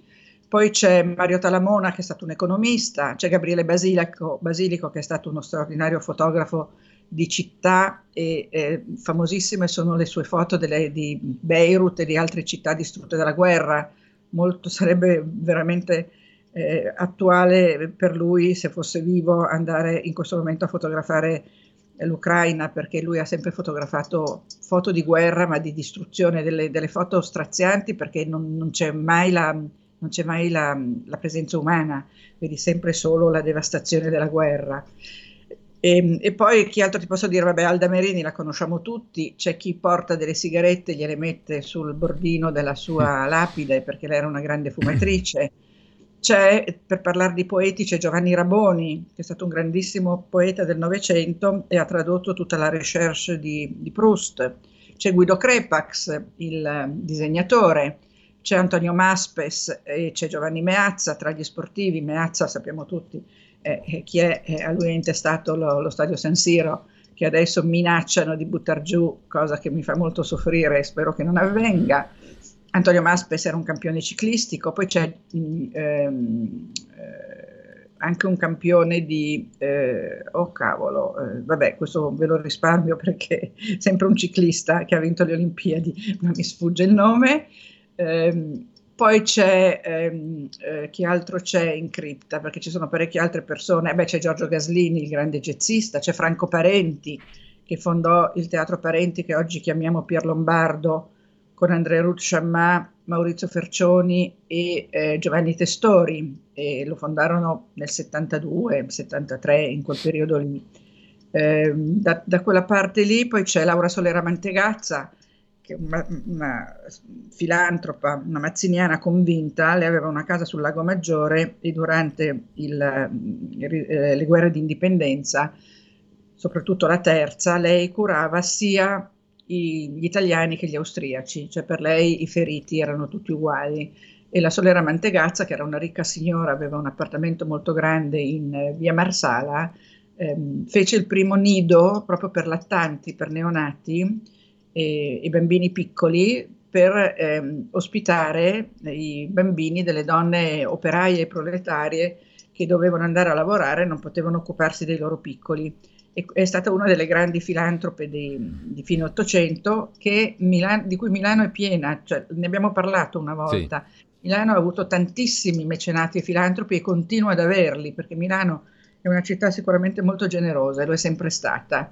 Poi c'è Mario Talamona, che è stato un economista, c'è Gabriele Basilico, che è stato uno straordinario fotografo di città, e famosissime sono le sue foto di Beirut e di altre città distrutte dalla guerra. Sarebbe veramente attuale per lui, se fosse vivo, andare in questo momento a fotografare l'Ucraina, perché lui ha sempre fotografato foto di guerra, ma di distruzione, delle foto strazianti, perché non c'è mai la presenza umana, vedi sempre solo la devastazione della guerra. E poi chi altro ti posso dire? Vabbè, Alda Merini la conosciamo tutti, c'è chi porta delle sigarette e gliele mette sul bordino della sua lapide, perché lei era una grande fumatrice. Per parlare di poeti, c'è Giovanni Raboni, che è stato un grandissimo poeta del Novecento e ha tradotto tutta la recherche di Proust. C'è Guido Crepax, il disegnatore, c'è Antonio Maspes e c'è Giovanni Meazza. Tra gli sportivi, Meazza sappiamo tutti chi è, a lui è intestato lo stadio San Siro, che adesso minacciano di buttar giù, cosa che mi fa molto soffrire e spero che non avvenga. Antonio Maspes era un campione ciclistico, poi c'è anche un campione di... vabbè, questo ve lo risparmio perché è sempre un ciclista che ha vinto le Olimpiadi, ma mi sfugge il nome. Poi c'è, chi altro c'è in cripta, perché ci sono parecchie altre persone. C'è Giorgio Gaslini, il grande jazzista, c'è Franco Parenti, che fondò il Teatro Parenti, che oggi chiamiamo Pier Lombardo, con Andrea Ruth Chammah, Maurizio Fercioni e Giovanni Testori, e lo fondarono nel 72, 73, in quel periodo lì. Da quella parte lì poi c'è Laura Solera Mantegazza, che è una filantropa, una mazziniana convinta. Lei aveva una casa sul Lago Maggiore e durante le guerre di indipendenza, soprattutto la terza, lei curava sia gli italiani che gli austriaci, cioè per lei i feriti erano tutti uguali. E la Solera Mantegazza, che era una ricca signora, aveva un appartamento molto grande in via Marsala, fece il primo nido proprio per lattanti, per neonati e bambini piccoli, per ospitare i bambini delle donne operaie e proletarie che dovevano andare a lavorare e non potevano occuparsi dei loro piccoli. È stata una delle grandi filantrope di fine Ottocento, di cui Milano è piena, cioè, ne abbiamo parlato una volta. Sì. Milano ha avuto tantissimi mecenati e filantropi e continua ad averli, perché Milano è una città sicuramente molto generosa e lo è sempre stata.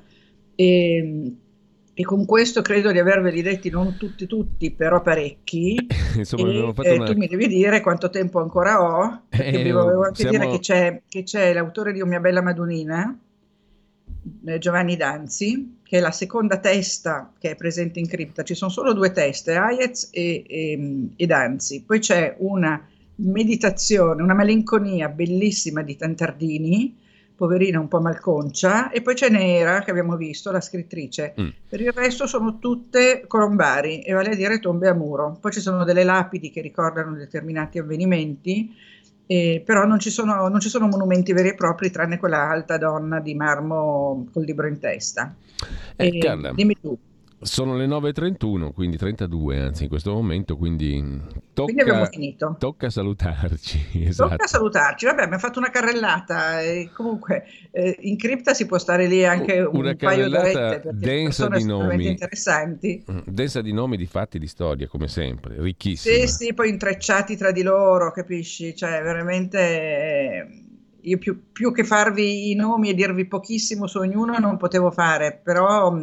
E con questo credo di averveli detti non tutti, però parecchi. Insomma, tu mi devi dire quanto tempo ancora ho, perché vi volevo anche dire che c'è l'autore di O mia bella Madonnina, Giovanni Danzi, che è la seconda testa che è presente in cripta. Ci sono solo due teste, Hayez e Danzi. Poi c'è una meditazione, una malinconia bellissima di Tantardini, poverina un po' malconcia, e poi c'è Nera, che abbiamo visto, la scrittrice. Per il resto sono tutte colombari, e vale a dire tombe a muro. Poi ci sono delle lapidi che ricordano determinati avvenimenti, però non ci sono monumenti veri e propri, tranne quella alta donna di marmo col libro in testa. Carla, dimmi tu. Sono le 9.31, quindi 32 anzi in questo momento, quindi abbiamo finito. Tocca salutarci. Esatto. Tocca salutarci, vabbè, abbiamo fatto una carrellata, e comunque in cripta si può stare lì anche un paio d'orette, perché densa di nomi interessanti. Densa di nomi, di fatti, di storia, come sempre, ricchissima. Sì, poi intrecciati tra di loro, capisci? Cioè veramente... io più che farvi i nomi e dirvi pochissimo su ognuno non potevo fare, però...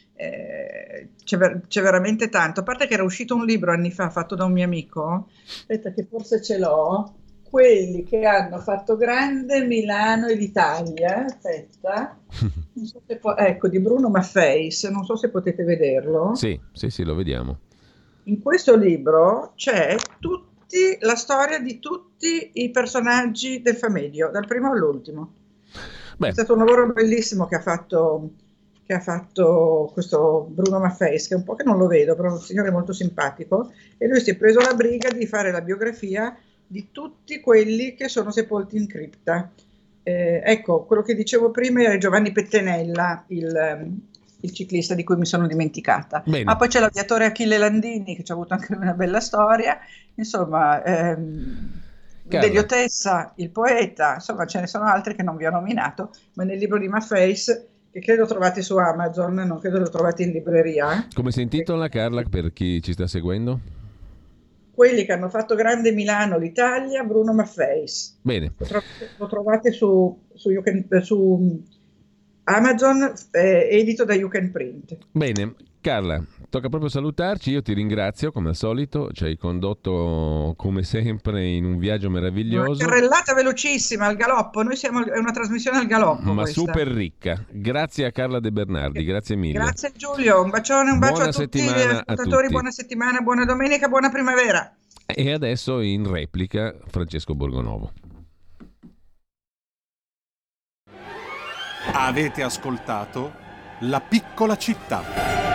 c'è veramente tanto, a parte che era uscito un libro anni fa fatto da un mio amico, aspetta che forse ce l'ho, quelli che hanno fatto grande Milano e l'Italia, aspetta, non so se ecco, di Bruno Maffeis, non so se potete vederlo. Sì, lo vediamo. In questo libro c'è la storia di tutti i personaggi del Famedio, dal primo all'ultimo. È stato un lavoro bellissimo che ha fatto questo Bruno Maffeis, che è un po' che non lo vedo, però è un signore molto simpatico, e lui si è preso la briga di fare la biografia di tutti quelli che sono sepolti in cripta. Ecco, quello che dicevo prima è Giovanni Pettenella, il ciclista di cui mi sono dimenticata. Ma poi c'è l'aviatore Achille Landini, che ci ha avuto anche una bella storia, insomma... Delio Tessa, il poeta, insomma ce ne sono altri che non vi ho nominato, ma nel libro di Maffeis, che credo trovate su Amazon, non credo lo trovate in libreria. Come si intitola, Carla, per chi ci sta seguendo? Quelli che hanno fatto grande Milano, l'Italia, Bruno Maffeis. Bene. Lo trovate su Amazon, edito da You Can Print. Bene, Carla, tocca proprio salutarci. Io ti ringrazio come al solito, ci hai condotto come sempre in un viaggio meraviglioso. Una carrellata velocissima al galoppo, è una trasmissione al galoppo. Ma questa. super ricca. Grazie a Carla De Bernardi, grazie mille. Grazie Giulio, un bacione, un bacio buona a tutti gli settimana ascoltatori, buona settimana, buona domenica, buona primavera. E adesso in replica Francesco Borgonovo. Avete ascoltato La piccola città.